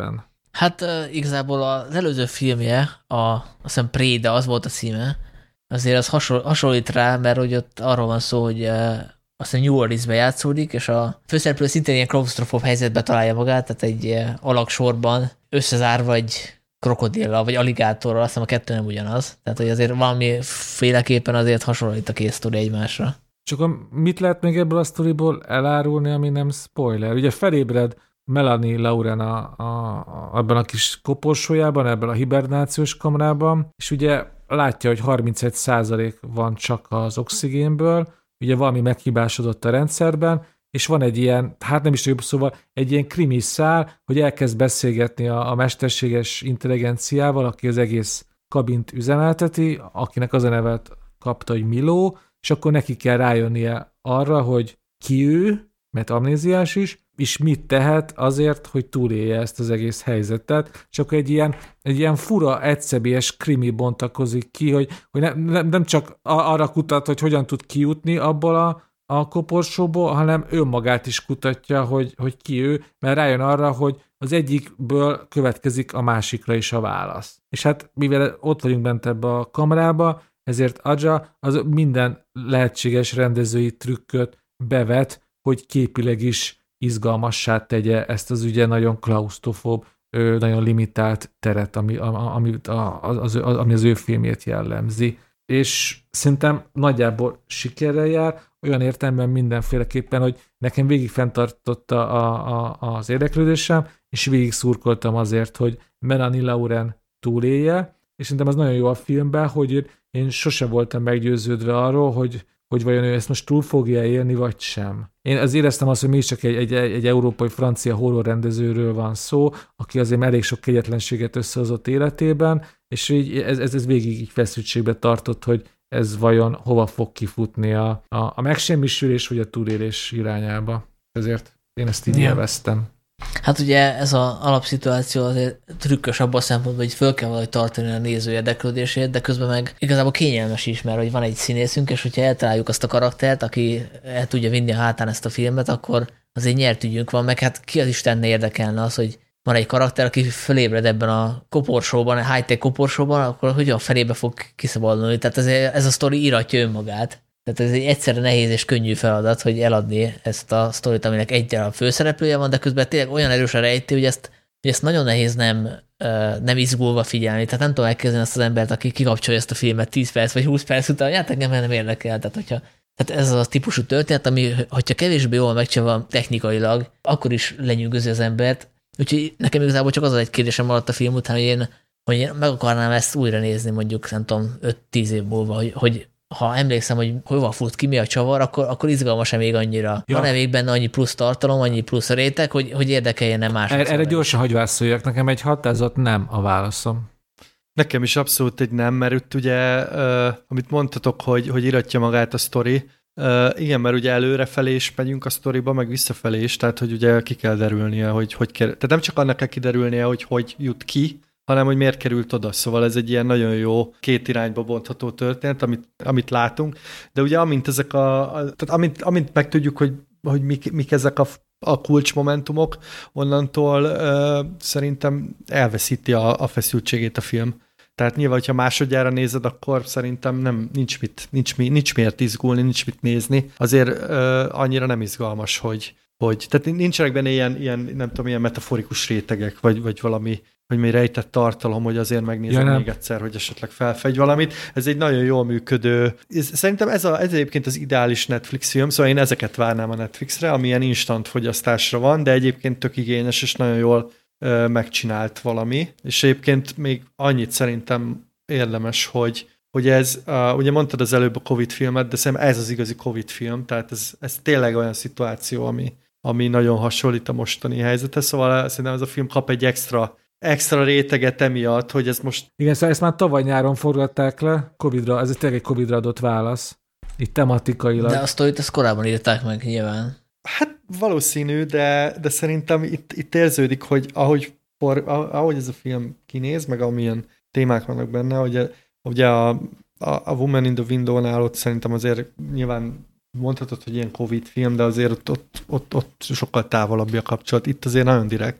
Hát uh, igazából az előző filmje, a, azt hiszem Préda, az volt a címe, azért az hasonl, hasonlít rá, mert hogy ott arról van szó, hogy uh, azt hiszem New Orleans-ben játszódik, és a főszereplő szintén ilyen klausztrofób helyzetbe találja magát, tehát egy uh, alagsorban összezárva egy krokodillal, vagy aligátorral, azt hiszem a kettő nem ugyanaz. Tehát, hogy azért valamiféleképpen azért hasonlít a két sztori egymásra. Csak a, mit lehet még ebből a sztoriból elárulni, ami nem spoiler? Ugye felébred Melanie Lauren a, a, a, ebben a kis koporsójában, ebben a hibernációs kamrában, és ugye látja, hogy harmincegy százalék van csak az oxigénből, ugye valami meghibásodott a rendszerben, és van egy ilyen, hát nem is jobb szóval, egy ilyen krimi szál, hogy elkezd beszélgetni a, a mesterséges intelligenciával, aki az egész kabint üzemelteti, akinek az a nevet kapta, hogy Milo, és akkor neki kell rájönnie arra, hogy ki ő, mert amnéziás is, és mit tehet azért, hogy túlélje ezt az egész helyzetet, és akkor egy ilyen, egy ilyen fura, egyszebélyes krimi bontakozik ki, hogy, hogy ne, ne, nem csak arra kutat, hogy hogyan tud kijutni abból a, a koporsóból, hanem önmagát is kutatja, hogy, hogy ki ő, mert rájön arra, hogy az egyikből következik a másikra is a válasz. És hát mivel ott vagyunk bent ebbe a kamerába, ezért Aja az minden lehetséges rendezői trükköt bevet, hogy képileg is izgalmassá tegye ezt az ugye nagyon klausztrofób, nagyon limitált teret, ami, ami, az, ami az ő filmjét jellemzi. És szerintem nagyjából sikerrel jár, olyan értelemben mindenféleképpen, hogy nekem végig fenntartotta a, a, az érdeklődésem, és végig szurkoltam azért, hogy Melanie Lauren túlélje, és szerintem az nagyon jó a filmben, hogy én sose voltam meggyőződve arról, hogy, hogy vajon ő ezt most túl fogja élni, vagy sem. Én az éreztem azt, hogy mégiscsak egy, egy, egy európai francia horror rendezőről van szó, aki azért elég sok kegyetlenséget összehozott életében, és így ez, ez, ez végig így feszültségbe tartott, hogy ez vajon hova fog kifutni a, a, a megsemmisülés vagy a túlélés irányába. Ezért én ezt így élveztem. Hát ugye ez az alapszituáció azért trükkös abban a szempontból, hogy föl kell valahogy tartani a néző érdeklődését, de közben meg igazából kényelmes is, mert hogy van egy színészünk, és hogyha eltaláljuk azt a karaktert, aki el tudja vinni a hátán ezt a filmet, akkor azért nyert ügyünk van, meg hát ki az Istenné érdekelne az, hogy van egy karakter, aki fölébred ebben a koporsóban, a high-tech koporsóban, akkor hogyan felébe fog kiszabadulni. Tehát ez, ez a sztori íratja önmagát. Tehát ez egy egyszerre nehéz és könnyű feladat, hogy eladni ezt a sztorit, aminek egy a főszereplője van, de közben tényleg olyan erős a rejtő, hogy ezt, hogy ezt nagyon nehéz nem, nem izgulva figyelni. Tehát nem tudom elkezdeni azt az embert, aki kikapcsolja ezt a filmet tíz perc vagy húsz perc után, hát engem nem érdekel. Tehát, hogyha, tehát ez az a típusú történet, ami, hogyha kevésbé jól megcsinálva technikailag, akkor is lenyűgözi az embert. Úgyhogy nekem igazából csak az egy kérdésem maradt a film után, hogy én, hogy én meg akarnám ezt újra nézni, mondjuk, nem tudom, öt-tíz év múlva, hogy, hogy ha emlékszem, hogy hova fut ki, mi a csavar, akkor, akkor izgalmas-e még annyira. Ja. Van-e még benne annyi plusz tartalom, annyi plusz réteg, hogy, hogy érdekeljen-e mások? Erre, erre gyorsan hagyj válaszoljak, nekem egy határozott nem a válaszom. Nekem is abszolút egy nem, mert itt ugye, uh, amit mondtatok, hogy, hogy iratja magát a sztori, uh, igen, mert ugye előrefelé is megyünk a sztoriba, meg visszafelé is, tehát hogy ugye ki kell derülnie, hogy hogy kell, tehát nem csak annak kell kiderülnie, hogy hogy jut ki, hanem hogy miért került oda. Szóval ez egy ilyen nagyon jó két irányba bontható történet, amit, amit látunk. De ugye amint ezek a, a tehát amint, amint megtudjuk, hogy, hogy mik, mik ezek a, a kulcsmomentumok, onnantól uh, szerintem elveszíti a, a feszültségét a film. Tehát nyilván, hogyha másodjára nézed, akkor szerintem nem, nincs, mit, nincs, mi, nincs miért izgulni, nincs mit nézni. Azért uh, annyira nem izgalmas, hogy, hogy tehát nincsenek benne ilyen, ilyen, nem tudom, ilyen metaforikus rétegek, vagy, vagy valami, vagy még rejtett tartalom, hogy azért megnézem ja, még egyszer, hogy esetleg felfegy valamit. Ez egy nagyon jól működő. Szerintem ez, a, ez egyébként az ideális Netflix film, szóval én ezeket várnám a Netflixre, ami ilyen instant fogyasztásra van, de egyébként tök igényes, és nagyon jól ö, megcsinált valami. És egyébként még annyit szerintem érdemes, hogy, hogy ez, uh, ugye mondtad az előbb a Covid filmet, de szerintem ez az igazi Covid film, tehát ez, ez tényleg olyan szituáció, ami, ami nagyon hasonlít a mostani helyzethez, szóval szerintem ez a film kap egy extra extra réteget emiatt, hogy ez most... Igen, szóval ezt már tavaly nyáron forgatták le, Covidra, ez tényleg egy Covidra adott válasz, itt tematikailag. De a sztorit ezt korábban írták meg nyilván. Hát valószínű, de, de szerintem itt, itt érződik, hogy ahogy, for, ahogy ez a film kinéz, meg amilyen témák vannak benne, hogy ugye a, a, a Woman in the Window-nál ott szerintem azért nyilván mondhatod, hogy ilyen Covid film, de azért ott, ott, ott, ott sokkal távolabbi a kapcsolat. Itt azért nagyon direkt.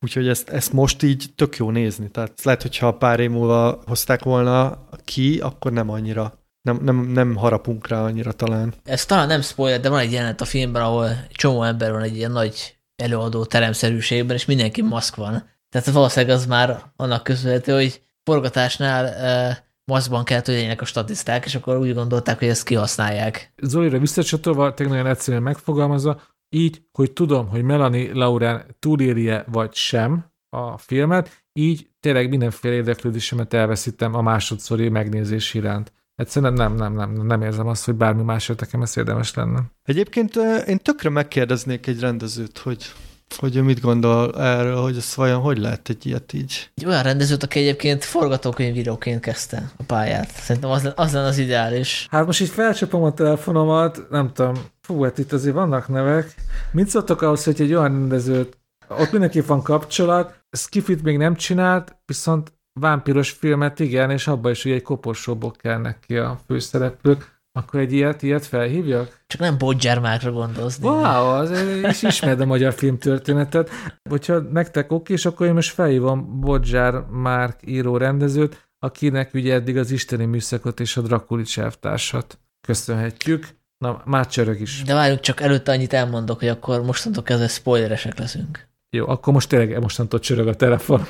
Úgyhogy ezt, ezt most így tök jó nézni. Tehát lehet, hogyha pár év múlva hozták volna ki, akkor nem annyira, nem, nem, nem harapunk rá annyira talán. Ez talán nem spoiler, de van egy jelenet a filmben, ahol csomó ember van egy ilyen nagy előadó teremszerűségben, és mindenki maszk van. Tehát valószínűleg az már annak köszönhető, hogy forgatásnál e, maszkban kellett, hogy legyenek a statiszták, és akkor úgy gondolták, hogy ezt kihasználják. Zolira visszacsatolva, tényleg nagyon egyszerűen megfogalmazva, így, hogy tudom, hogy Melanie Laurent túlélje vagy sem a filmet, így tényleg mindenféle érdeklődésemet elveszítem a másodszori megnézés iránt. Egyszerűen nem, nem, nem, nem érzem azt, hogy bármi másért nekem ez érdemes lenne. Egyébként én tökre megkérdeznék egy rendezőt, hogy, hogy ő mit gondol erről, hogy ez vajon hogy lehet egy ilyet így. Egy olyan rendezőt, aki egyébként forgatókönyvíróként kezdte a pályát. Szerintem az, az lenne az ideális. Hát most így felcsapom a telefonomat, nem tudom, fú, hát itt azért vannak nevek. Mit szóltok ahhoz, hogy egy olyan rendezőt, ott mindenképp van kapcsolat, Skifit még nem csinált, viszont vámpiros filmet igen, és abban is ugye egy koporsóból kelnek ki a főszereplők, akkor egy ilyet, ilyet felhívjak? Csak nem Bodzsár Márkra gondolsz. Wow, azért is ismered a magyar filmtörténetet. Hogyha nektek oké, és akkor én most felhívom Bodzsár Márk író rendezőt, akinek ugye eddig az Isteni műszakot és a Drakulics elvtársat köszönhetjük. Na, már csörög is. De várjuk, csak előtte annyit elmondok, hogy akkor mostantól kezdve spoileresek leszünk. Jó, akkor most tényleg mostantól csörög a telefon.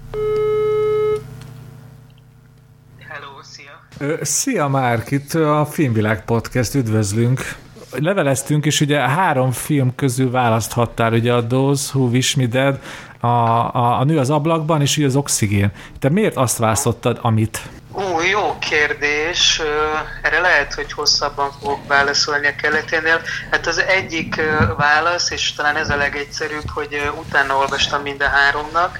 Szia Márk, itt a Filmvilág Podcast, üdvözlünk. Leveleztünk, és ugye három film közül választhattál, ugye a Those Who Wish Me Dead, a, a, a Nő az ablakban, és ugye az Oxigén. Te miért azt választottad, amit? Ó, jó kérdés. Erre lehet, hogy hosszabban fogok válaszolni a keleténél. Hát az egyik válasz, és talán ez a legegyszerűbb, hogy utána olvastam mind a háromnak,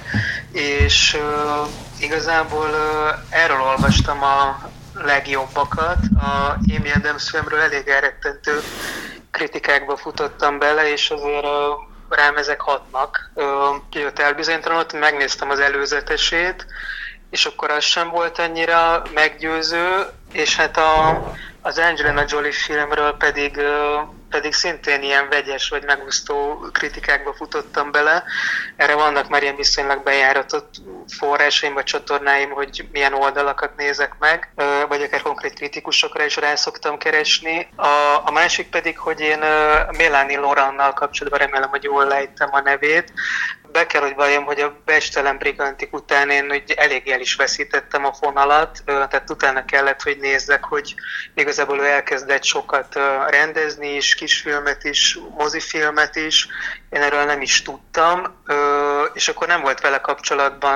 és igazából erről olvastam a legjobbakat. A Amy Adams filmről elég elrettentő kritikákba futottam bele, és azért rám ezek hatnak. Kijött elbizonytalanult, megnéztem az előzetesét, és akkor az sem volt annyira meggyőző, és hát a, az Angelina Jolie filmről pedig, pedig szintén ilyen vegyes vagy megosztó kritikákba futottam bele. Erre vannak már ilyen viszonylag bejáratott forrásaim vagy csatornáim, hogy milyen oldalakat nézek meg, vagy akár konkrét kritikusokra is rá szoktam keresni. A, a másik pedig, hogy én Melanie Laurentnal kapcsolatban, remélem, hogy jól lejtem a nevét, be kell, hogy valljam, hogy a Becstelen Brigantik után én úgy elég el is veszítettem a fonalat, tehát utána kellett, hogy nézzek, hogy igazából ő elkezdett sokat rendezni is, kisfilmet is, mozifilmet is, én erről nem is tudtam, és akkor nem volt vele kapcsolatban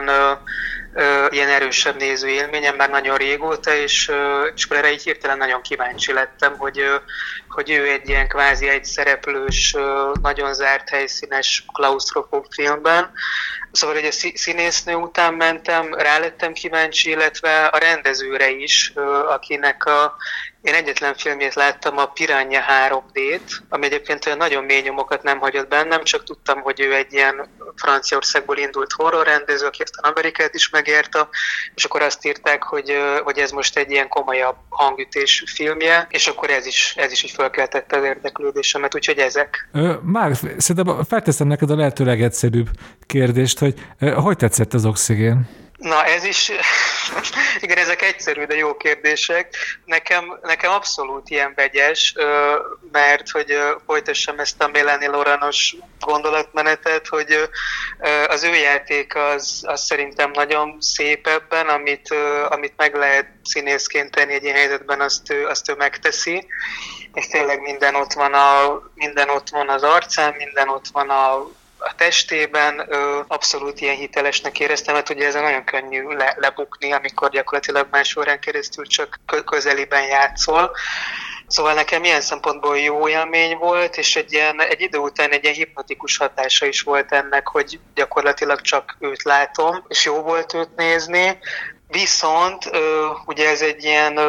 ilyen erősebb néző élményem már nagyon régóta, és, és akkor erre így hirtelen nagyon kíváncsi lettem, hogy, hogy ő egy ilyen kvázi egyszereplős, nagyon zárt helyszínes klausztrofób filmben. Szóval, hogy a színésznő után mentem, rá lettem kíváncsi, illetve a rendezőre is, akinek a én egyetlen filmjét láttam, a Piranha három dét, ami egyébként olyan nagyon mély nyomokat nem hagyott bennem, csak tudtam, hogy ő egy ilyen Franciaországból indult horrorrendező, aki aztán Amerikát is megérte, és akkor azt írták, hogy, hogy ez most egy ilyen komolyabb hangütés filmje, és akkor ez is, ez is így felkeltette az érdeklődésemet, úgyhogy ezek. Már szerintem felteszem neked a lehető legegyszerűbb kérdést, hogy hogy tetszett az Oxigén? Na, ez is, igen, ezek egyszerű, de jó kérdések. Nekem, nekem abszolút ilyen vegyes, mert hogy folytassam ezt a Melanie Laurent-os gondolatmenetet, hogy az ő játék az, az szerintem nagyon szép ebben, amit, amit meg lehet színészként tenni egy ilyen helyzetben, azt ő, azt ő megteszi. És tényleg minden ott van, a, minden ott van az arcán, minden ott van a a testében, ö, abszolút ilyen hitelesnek éreztem, mert ugye ezen nagyon könnyű le, lebukni, amikor gyakorlatilag más órán keresztül csak közeliben játszol. Szóval nekem ilyen szempontból jó élmény volt, és egy, ilyen, egy idő után egy ilyen hipnotikus hatása is volt ennek, hogy gyakorlatilag csak őt látom, és jó volt őt nézni. Viszont ugye ez egy ilyen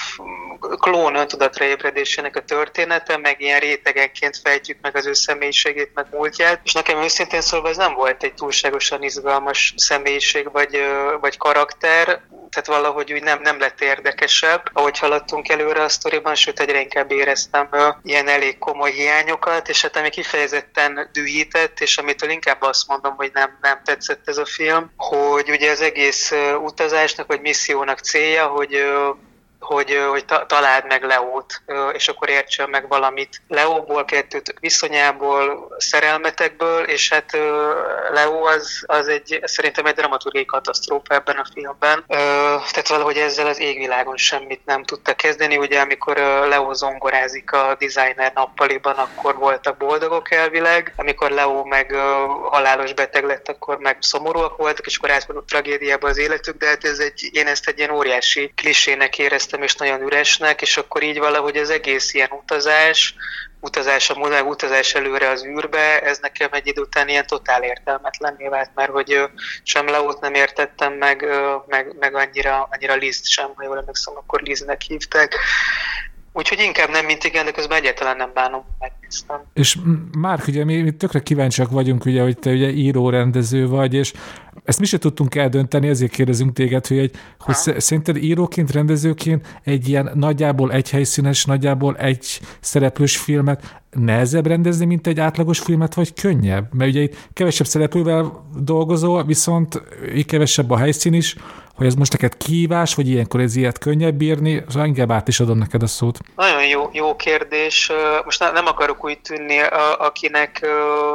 klón öntudatra ébredésének a története, meg ilyen rétegenként fejtjük meg az ő személyiségét, meg múltját, és nekem őszintén szólva ez nem volt egy túlságosan izgalmas személyiség vagy, vagy karakter. tehát valahogy úgy nem, nem lett érdekesebb, ahogy haladtunk előre a sztoriban, sőt egyre inkább éreztem ilyen elég komoly hiányokat, és hát ami kifejezetten dühített, és amitől inkább azt mondom, hogy nem, nem tetszett ez a film, hogy ugye az egész utazásnak, vagy missziónak célja, hogy hogy, hogy ta, találd meg Leót, és akkor értsen meg valamit Leóból, kettőtök viszonyából, szerelmetekből, és hát Leó az, az egy, szerintem egy dramaturgiai katasztrófa ebben a filmben. Tehát valahogy ezzel az égvilágon semmit nem tudta kezdeni. Ugye amikor Leó zongorázik a designer nappaliban, akkor voltak boldogok elvileg, amikor Leó meg halálos beteg lett, akkor meg szomorúak voltak, és akkor átfordult tragédiába az életük, de hát ez egy, én ezt egy ilyen óriási klisének éreztem, és nagyon üresnek, és akkor így valahogy az egész ilyen utazás, utazás a múlva, utazás előre az űrbe, ez nekem egy idő után ilyen totál értelmetlenné vált, mert hogy sem Leót nem értettem meg, meg, meg annyira, annyira Lizt sem, ha jól emlékszem, akkor Liznek hívták. Úgyhogy inkább nem, mint igen, de közben egyáltalán nem bánom, megnéztem. És Márk, ugye mi, mi tökre kíváncsiak vagyunk, ugye, hogy te ugye író-rendező vagy, és ezt mi se tudtunk eldönteni, ezért kérdezünk téged, hogy, egy, hogy szerinted íróként, rendezőként egy ilyen nagyjából egy helyszínes, nagyjából egy szereplős filmet nehezebb rendezni, mint egy átlagos filmet, vagy könnyebb? Mert ugye itt kevesebb szereplővel dolgozol, viszont kevesebb a helyszín is, hogy ez most neked kihívás, vagy ilyenkor ez ilyet könnyebb írni, szóval inkább át is adom neked a szót. Nagyon jó, jó kérdés. Most nem akarok úgy tűnni, akinek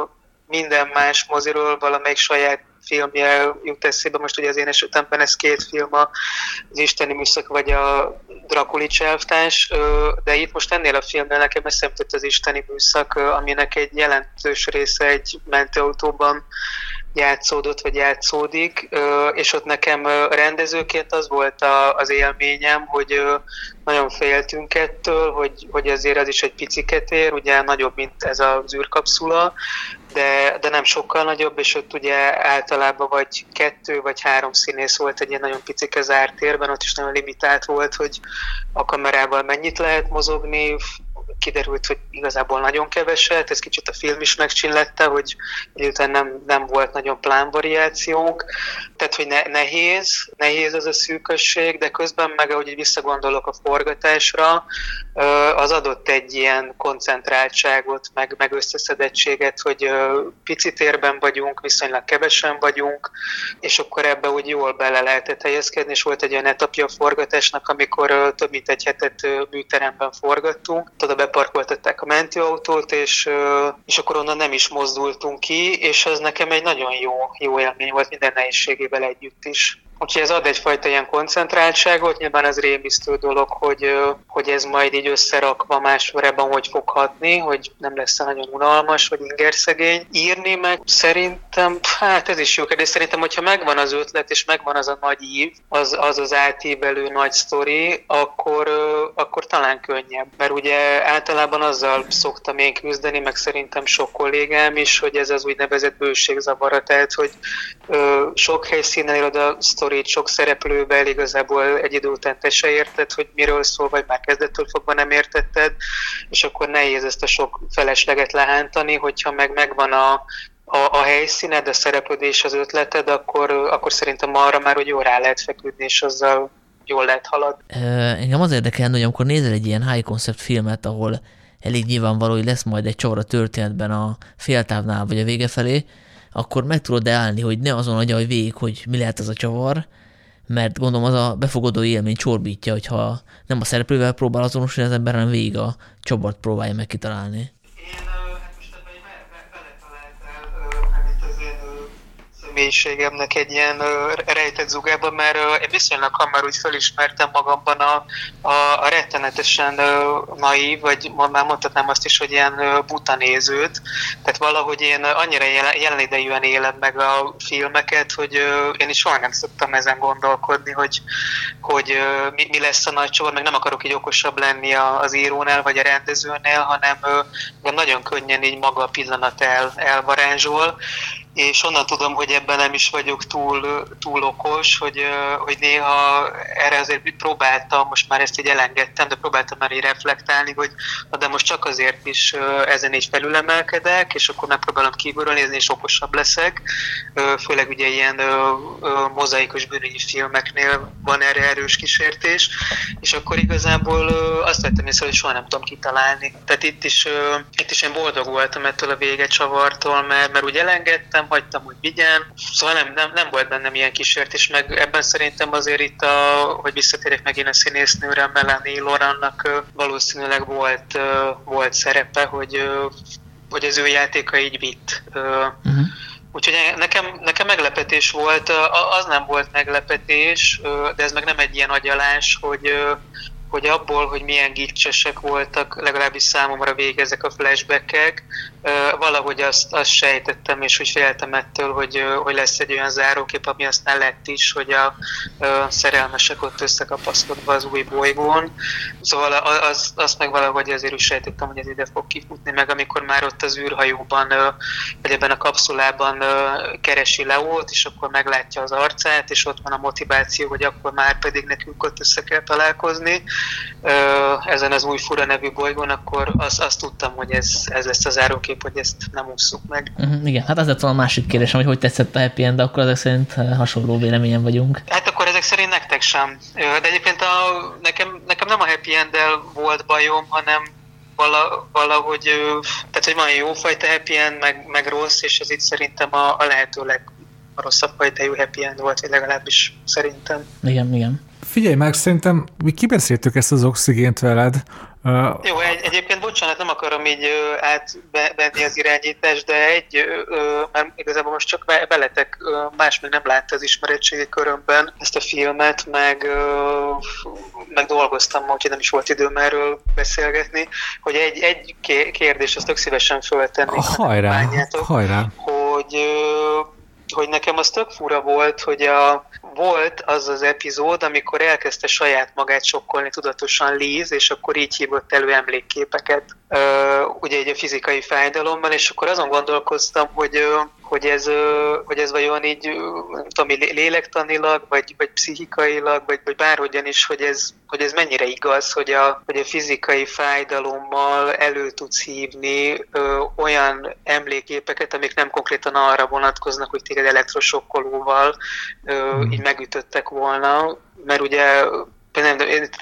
minden más moziról valamelyik saját filmje jut eszébe. Most ugye az én esetemben ez két film, az Isteni műszak vagy a Drakulics elvtárs, de itt most ennél a filmnél nekem eszembe jutott az Isteni műszak, aminek egy jelentős része egy mentőautóban játszódott, vagy játszódik, és ott nekem rendezőként az volt az élményem, hogy nagyon féltünk ettől, hogy, hogy azért az is egy piciket ér, ugye nagyobb, mint ez az űrkapszula, de, de nem sokkal nagyobb, és ott ugye általában vagy kettő, vagy három színész volt egy ilyen nagyon picike zárt térben, ott is nagyon limitált volt, hogy a kamerával mennyit lehet mozogni, kiderült, hogy igazából nagyon keveset, ez kicsit a film is megcsillette, hogy miután nem, nem volt nagyon plánvariációnk, tehát hogy ne, nehéz, nehéz ez a szűkösség, de közben meg, ahogy visszagondolok a forgatásra, az adott egy ilyen koncentráltságot, meg, meg összeszedettséget, hogy pici térben vagyunk, viszonylag kevesen vagyunk, és akkor ebbe úgy jól bele lehetett helyezkedni, és volt egy olyan etapja a forgatásnak, amikor több mint egy hetet műteremben forgattunk, oda beparkoltatták a mentőautót, és, és akkor onnan nem is mozdultunk ki, és ez nekem egy nagyon jó, jó élmény volt minden nehézségével együtt is. Úgyhogy ez ad egyfajta ilyen koncentráltságot, nyilván ez rémisztő dolog, hogy, hogy ez majd így összerakva másforában hogy fog hatni, hogy nem lesz nagyon unalmas, vagy ingerszegény. Írni meg szerintem, hát ez is jó kérdés, szerintem, hogyha megvan az ötlet, és megvan az a nagy ív, az az, az átívelő nagy sztori, akkor, akkor talán könnyebb. Mert ugye általában azzal szoktam én küzdeni, meg szerintem sok kollégám is, hogy ez az úgynevezett bőségzavara, tehát, hogy ö, sok helyszínen írod a sztori, sok szereplővel igazából egy idő után te se érted, hogy miről szól, vagy már kezdettől fogva nem értetted, és akkor nehéz ezt a sok felesleget lehántani, hogyha meg megvan a, a, a helyszíned, a szereplődés, az ötleted, akkor, akkor szerintem arra már hogy jól rá lehet feküdni, és azzal jól lehet haladni. Engem az érdekel, hogy amikor nézel egy ilyen high concept filmet, ahol elég nyilvánvaló, hogy lesz majd egy csavar a történetben a féltávnál, vagy a vége felé, akkor meg tudod állni, hogy ne azon agyalj végig, hogy mi lehet az a csavar, mert gondolom az a befogadó élmény csorbítja, hogyha nem a szereplővel próbál azonosulni az ember, hanem végig a csavart próbálja meg kitalálni. Én hát most ebben beletaláltál, amit az én személyiségemnek egy ilyen rejtett zugában, mert én viszonylag hamar úgy felismertem magamban a, a, a rettenetesen naív, vagy már mondhatnám azt is, hogy ilyen buta nézőt. Tehát valahogy én annyira jelen idejűen élem meg a filmeket, hogy én is soha nem szoktam ezen gondolkodni, hogy, hogy mi, mi lesz a nagy csomag, meg nem akarok így okosabb lenni az írónál, vagy a rendezőnél, hanem nagyon könnyen így maga a pillanat el, elvarázsol. és onnan tudom, hogy ebben nem is vagyok túl, túl okos, hogy, hogy néha erre azért próbáltam, most már ezt így elengedtem, de próbáltam már így reflektálni, hogy de most csak azért is ezen így felülemelkedek, és akkor megpróbálom kívülről nézni, és okosabb leszek. Főleg ugye ilyen mozaikos bűnügyi filmeknél van erre erős kísértés, és akkor igazából azt vettem észre, hogy soha nem tudom kitalálni. Tehát itt is, itt is én boldog voltam ettől a végecsavartól, mert, mert úgy elengedtem, hagytam, hogy vigyen. Szóval nem, nem, nem volt bennem ilyen kísértés, meg ebben szerintem azért itt, a, hogy visszatérek megint a színésznőre, Melanie Laurentnak valószínűleg volt, volt szerepe, hogy, hogy az ő játéka így vitt. Uh-huh. Úgyhogy nekem, nekem meglepetés volt, az nem volt meglepetés, de ez meg nem egy ilyen agyalás, hogy hogy abból, hogy milyen gicsesek voltak, legalábbis számomra végig ezek a flashbackek, valahogy azt, azt sejtettem, és hogy féltem ettől, hogy, hogy lesz egy olyan zárókép, ami aztán lett is, hogy a, a szerelmesek ott összekapaszkodva az új bolygón. Szóval az, azt meg valahogy azért is sejtettem, hogy ez ide fog kifutni, meg amikor már ott az űrhajóban, vagy ebben a kapszulában keresi Leót, és akkor meglátja az arcát, és ott van a motiváció, hogy akkor már pedig nekünk ott össze kell találkozni ezen az új fura nevű bolygón, akkor azt, azt tudtam, hogy ez, ez lesz a zárókép, hogy ezt nem ússzuk meg. Uh-huh, igen, hát az lett volna a másik kérdésem, hogy hogy tetszett a happy end, de akkor ezek szerint hasonló véleményen vagyunk. Hát akkor ezek szerint nektek sem. De egyébként a, nekem, nekem nem a happy end-del volt bajom, hanem vala, valahogy, tehát hogy van jófajta happy end, meg, meg rossz, és ez itt szerintem a, a lehető legrosszabb fajtájú happy end volt, vagy legalábbis szerintem. Igen, igen. Figyelj meg, szerintem mi kibeszéltük ezt az oxigént veled. Uh, Jó, egy, egyébként bocsánat, nem akarom így uh, átvenni az irányítást, de egy, uh, mert igazából most csak veletek, uh, más még nem látta az ismeretségi körömben ezt a filmet, meg, uh, meg dolgoztam, úgyhogy nem is volt időm erről beszélgetni, hogy egy, egy kérdés, azt tök szívesen föltennék. Hajrá, hajrá. Hogy... Uh, hogy nekem az tök fura volt, hogy a, volt az az epizód, amikor elkezdte saját magát sokkolni tudatosan Liz, és akkor így hívott elő emlékképeket, uh, ugye egy a fizikai fájdalommal, és akkor azon gondolkoztam, hogy, uh, hogy, ez, uh, hogy ez vajon így, uh, nem tudom, lélektanilag, vagy, vagy pszichikailag, vagy, vagy bárhogyan is, hogy ez, hogy ez mennyire igaz, hogy a, hogy a fizikai fájdalommal elő tudsz hívni ö, olyan emlékképeket, amik nem konkrétan arra vonatkoznak, hogy téged elektrosokkolóval ö, mm. így megütöttek volna, mert ugye nem,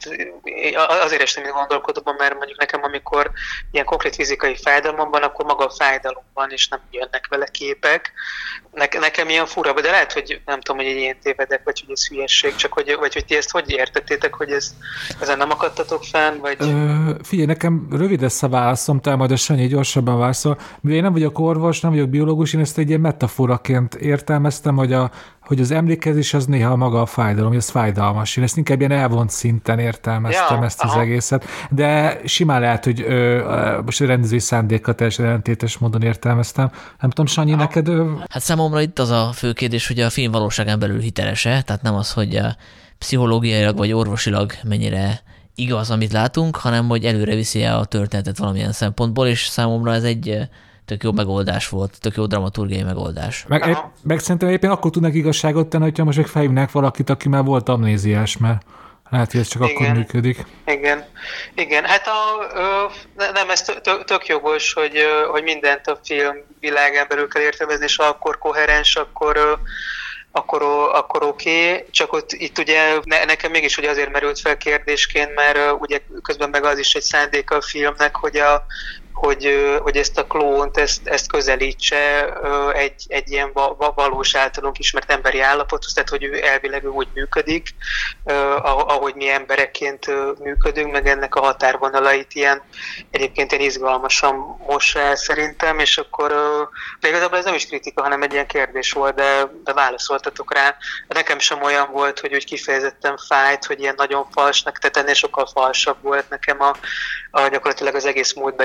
azért is nem gondolkodom, mert mondjuk nekem, amikor ilyen konkrét fizikai fájdalom van, akkor maga a fájdalom van, és nem jönnek vele képek. Ne, nekem ilyen fura, de lehet, hogy nem tudom, hogy én tévedek, vagy hogy ez hülyesség, csak hogy, vagy hogy ti ezt hogy értettétek, hogy ez, ezen nem akadtatok fenn, vagy... Ö, figyelj, nekem rövid lesz a válaszom, te majd a Sanyi gyorsabban válaszol. Mivel én nem vagyok orvos, nem vagyok biológus, én ezt egy ilyen metaforaként értelmeztem, hogy a hogy az emlékezés az néha maga a fájdalom, hogy ez fájdalmas. Én ezt inkább ilyen elvont szinten értelmeztem, ja, ezt az aha. egészet. De simán lehet, hogy ö, most a rendezői szándékkal teljesen ellentétes módon értelmeztem. Nem tudom, Sanyi, aha. neked... Ö... Hát számomra itt az a fő kérdés, hogy a film valóságán belül hiteles-e, tehát nem az, hogy pszichológiailag vagy orvosilag mennyire igaz, amit látunk, hanem hogy előre viszi a történetet valamilyen szempontból, és számomra ez egy tök jó megoldás volt, tök jó dramaturgiai megoldás. Meg, meg szerintem éppen akkor tudnak igazságot tenni, hogyha most meg felhívnák valakit, aki már volt amnéziás, mert lehet, hogy ez csak igen, akkor működik. Igen, igen. Hát a, ö, nem, ez tök, tök jogos, hogy, hogy mindent a film világán belül kell értelmezni, és akkor koherens, akkor akkor, akkor oké, okay. Csak ott itt ugye ne, nekem mégis ugye azért merült fel kérdésként, mert ugye közben meg az is egy szándéka a filmnek, hogy a Hogy, hogy ezt a klónt, ezt, ezt közelítse egy, egy ilyen valós általunk ismert emberi állapothoz, tehát hogy ő elvileg úgy működik, ahogy mi emberekként működünk, meg ennek a határvonalait ilyen egyébként ilyen izgalmasan mossa el szerintem, és akkor de igazából ez nem is kritika, hanem egy ilyen kérdés volt, de, de válaszoltatok rá. Nekem sem olyan volt, hogy úgy kifejezetten fájt, hogy ilyen nagyon falsnak, tehát ennél sokkal falsabb volt nekem a, a gyakorlatilag az egész múltbeli szekvencia,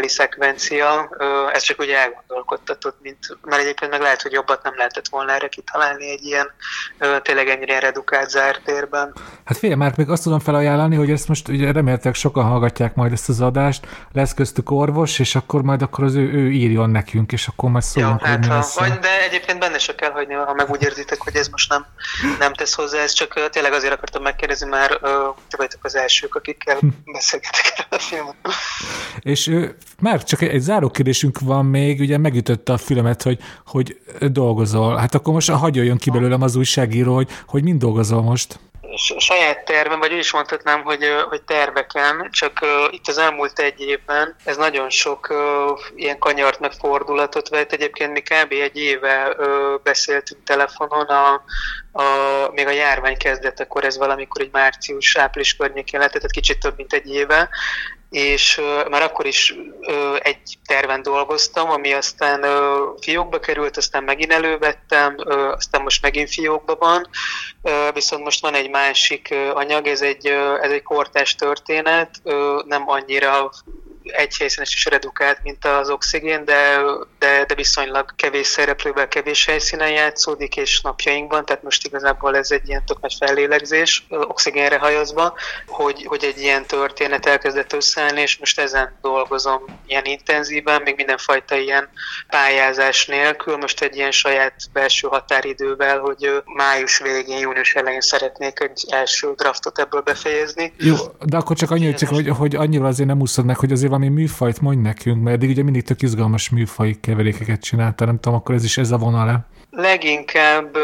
szekvencia, ez csak ugye elgondolkodtatott, mint, mert egyébként meg lehet, hogy jobbat nem lehetett volna erre kitalálni egy ilyen tényleg ennyire redukált zárt térben. Hát figyelj, már még azt tudom felajánlani, hogy ezt most ugye remélhetőleg sokan hallgatják majd ezt az adást, lesz köztük orvos, és akkor majd akkor az ő, ő írjon nekünk, és akkor majd szólunk, ja, hát, hogy mi ha, lesz. vagy, de egyébként benne se kell hagyni, ha meg úgy érzitek, hogy ez most nem, nem tesz hozzá, ez csak uh, tényleg azért akartam megkérdezni, mert uh, te vagytok az elsők, akikkel beszélgetek erről a filmet. És uh, már csak egy, egy záró kérdésünk van még, ugye megütötte a fülemet, hogy, hogy dolgozol. Hát akkor most hagyjon ki belőlem az újságíró, hogy, hogy mind dolgozol most? Saját tervem, vagy úgy is mondhatnám, hogy, hogy terveken, csak uh, itt az elmúlt egy évben ez nagyon sok uh, ilyen kanyart meg fordulatot vett. Egyébként mi kb. Egy éve uh, beszéltünk telefonon, a, a, még a járvány kezdetekor, ez valamikor egy március-április környékén lett, tehát kicsit több mint egy éve, és uh, már akkor is uh, egy terven dolgoztam, ami aztán uh, fiókba került, aztán megint elővettem, uh, aztán most megint fiókba van, uh, viszont most van egy másik uh, anyag, ez egy, uh, ez egy kortárs történet, uh, nem annyira egyhelyszínes és redukált, mint az Oxigén, de, de, de viszonylag kevés szereplővel, kevés helyszínen játszódik, és napjainkban, tehát most igazából ez egy ilyen tök nagy fellélegzés, Oxigénre hajazva, hogy, hogy egy ilyen történet elkezdett összeállni, és most ezen dolgozom ilyen intenzíven, még mindenfajta ilyen pályázás nélkül, most egy ilyen saját belső határidővel, hogy május végén, június elején szeretnék egy első draftot ebből befejezni. Jó, de akkor csak annyi, csak, hogy, hogy annyira azért nem úszod meg, hogy azért valami műfajt mondj nekünk, mert eddig ugye mindig tök izgalmas műfaj keverékeket csináltál, nem tudom, akkor ez is ez a vonal-e? Leginkább,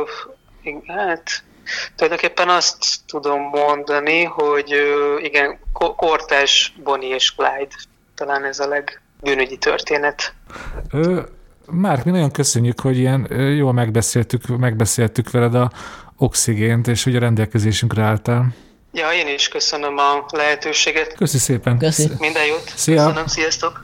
hát tulajdonképpen azt tudom mondani, hogy igen, kortárs Bonnie és Clyde, talán ez a legbűnügyi történet. Ö, Márk, mi nagyon köszönjük, hogy ilyen jól megbeszéltük, megbeszéltük veled a Oxigént, és hogy a rendelkezésünkre álltál. Ja, én is köszönöm a lehetőséget. Köszi szépen. Köszi. Minden jót. Szia. Köszönöm, sziasztok.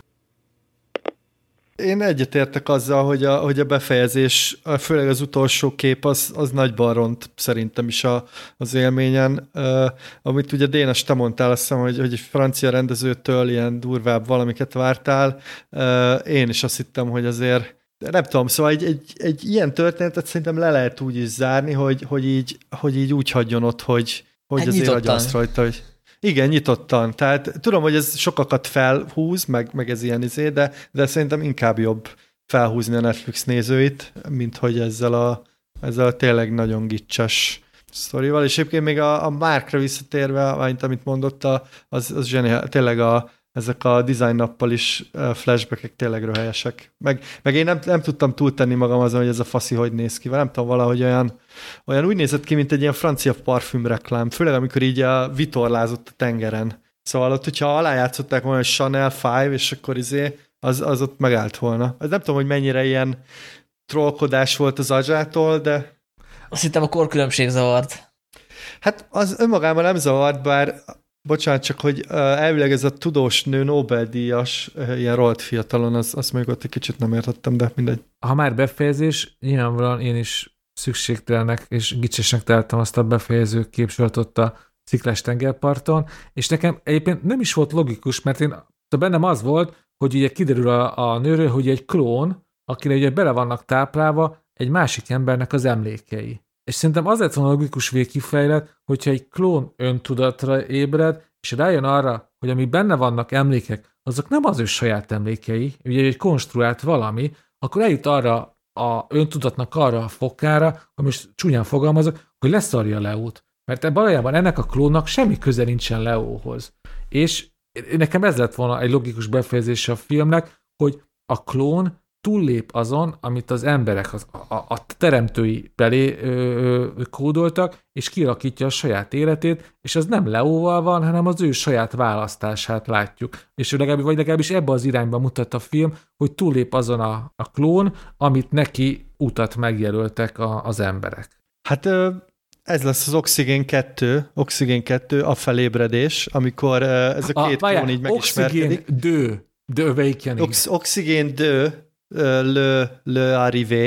Én egyetértek azzal, hogy a, hogy a befejezés, főleg az utolsó kép, az, az nagyban ront szerintem is a, az élményen. Uh, amit ugye Dénes, te mondtál, azt hiszem, hogy, hogy egy francia rendezőtől ilyen durvább valamiket vártál. Uh, én is azt hittem, hogy azért, nem tudom, szóval egy, egy, egy ilyen történetet szerintem le lehet úgy is zárni, hogy, hogy, így, hogy így úgy hagyjon ott, hogy, hogy hát azért agyalsz rajta, hogy igen, nyitottan. Tehát tudom, hogy ez sokakat felhúz, meg, meg ez ilyen izé, de, de szerintem inkább jobb felhúzni a Netflix nézőit, mint hogy ezzel a, ezzel a tényleg nagyon gicses sztorival. És egyébként még a, a Markra visszatérve, mint amit mondott, az, az zseniál, tényleg a, ezek a design nappal is flashbackek tényleg röhelyesek. Meg, meg én nem, nem tudtam túltenni magam azon, hogy ez a faszi hogy néz ki. Nem tudom, valahogy olyan, olyan úgy nézett ki, mint egy ilyen francia parfüm reklám, főleg amikor így a vitorlázott a tengeren. Szóval ott, hogyha alájátszották volna, hogy Chanel öt, és akkor izé, az, az ott megállt volna. Ez nem tudom, hogy mennyire ilyen trollkodás volt az Adzsától, de... Azt hittem a korkülönbség zavart. Hát az önmagában nem zavart, bár bocsánat, csak hogy uh, elvileg ez a tudós nő Nobel-díjas, uh, ilyen rolt fiatalon, az, azt még ott egy kicsit nem értettem, de mindegy. Ha már befejezés, nyilvánvalóan én is szükségtelenek és gicsesnek találtam azt a befejező képsorotot a Sziklás tengerparton, és nekem egyébként nem is volt logikus, mert én bennem az volt, hogy ugye kiderül a, a nőről, hogy egy klón, akire ugye bele vannak táplálva egy másik embernek az emlékei. És szerintem az lett volna logikus végkifejlet, hogyha egy klón öntudatra ébred, és rájön arra, hogy amíg benne vannak emlékek, azok nem az ő saját emlékei, ugye egy konstruált valami, akkor eljut arra a öntudatnak arra a fokára, hogy most csúnyán fogalmazok, hogy leszarja Leót. Mert valójában ennek a klónnak semmi köze nincsen Leóhoz. És nekem ez lett volna egy logikus befejezése a filmnek, hogy a klón túllép azon, amit az emberek, az, a, a teremtői belé ö, ö, kódoltak, és kialakítja a saját életét, és az nem Leóval van, hanem az ő saját választását látjuk. És legalábbis, vagy legalábbis ebbe az irányba mutat a film, hogy túllép azon a, a klón, amit neki utat megjelöltek a, az emberek. Hát ez lesz az Oxigén kettő, Oxigén kettő, a felébredés, amikor ez a két a, klón így megismerkedik. Oxigén deux, de awakening. Ox, Oxigén deux, Le, le Arrivé,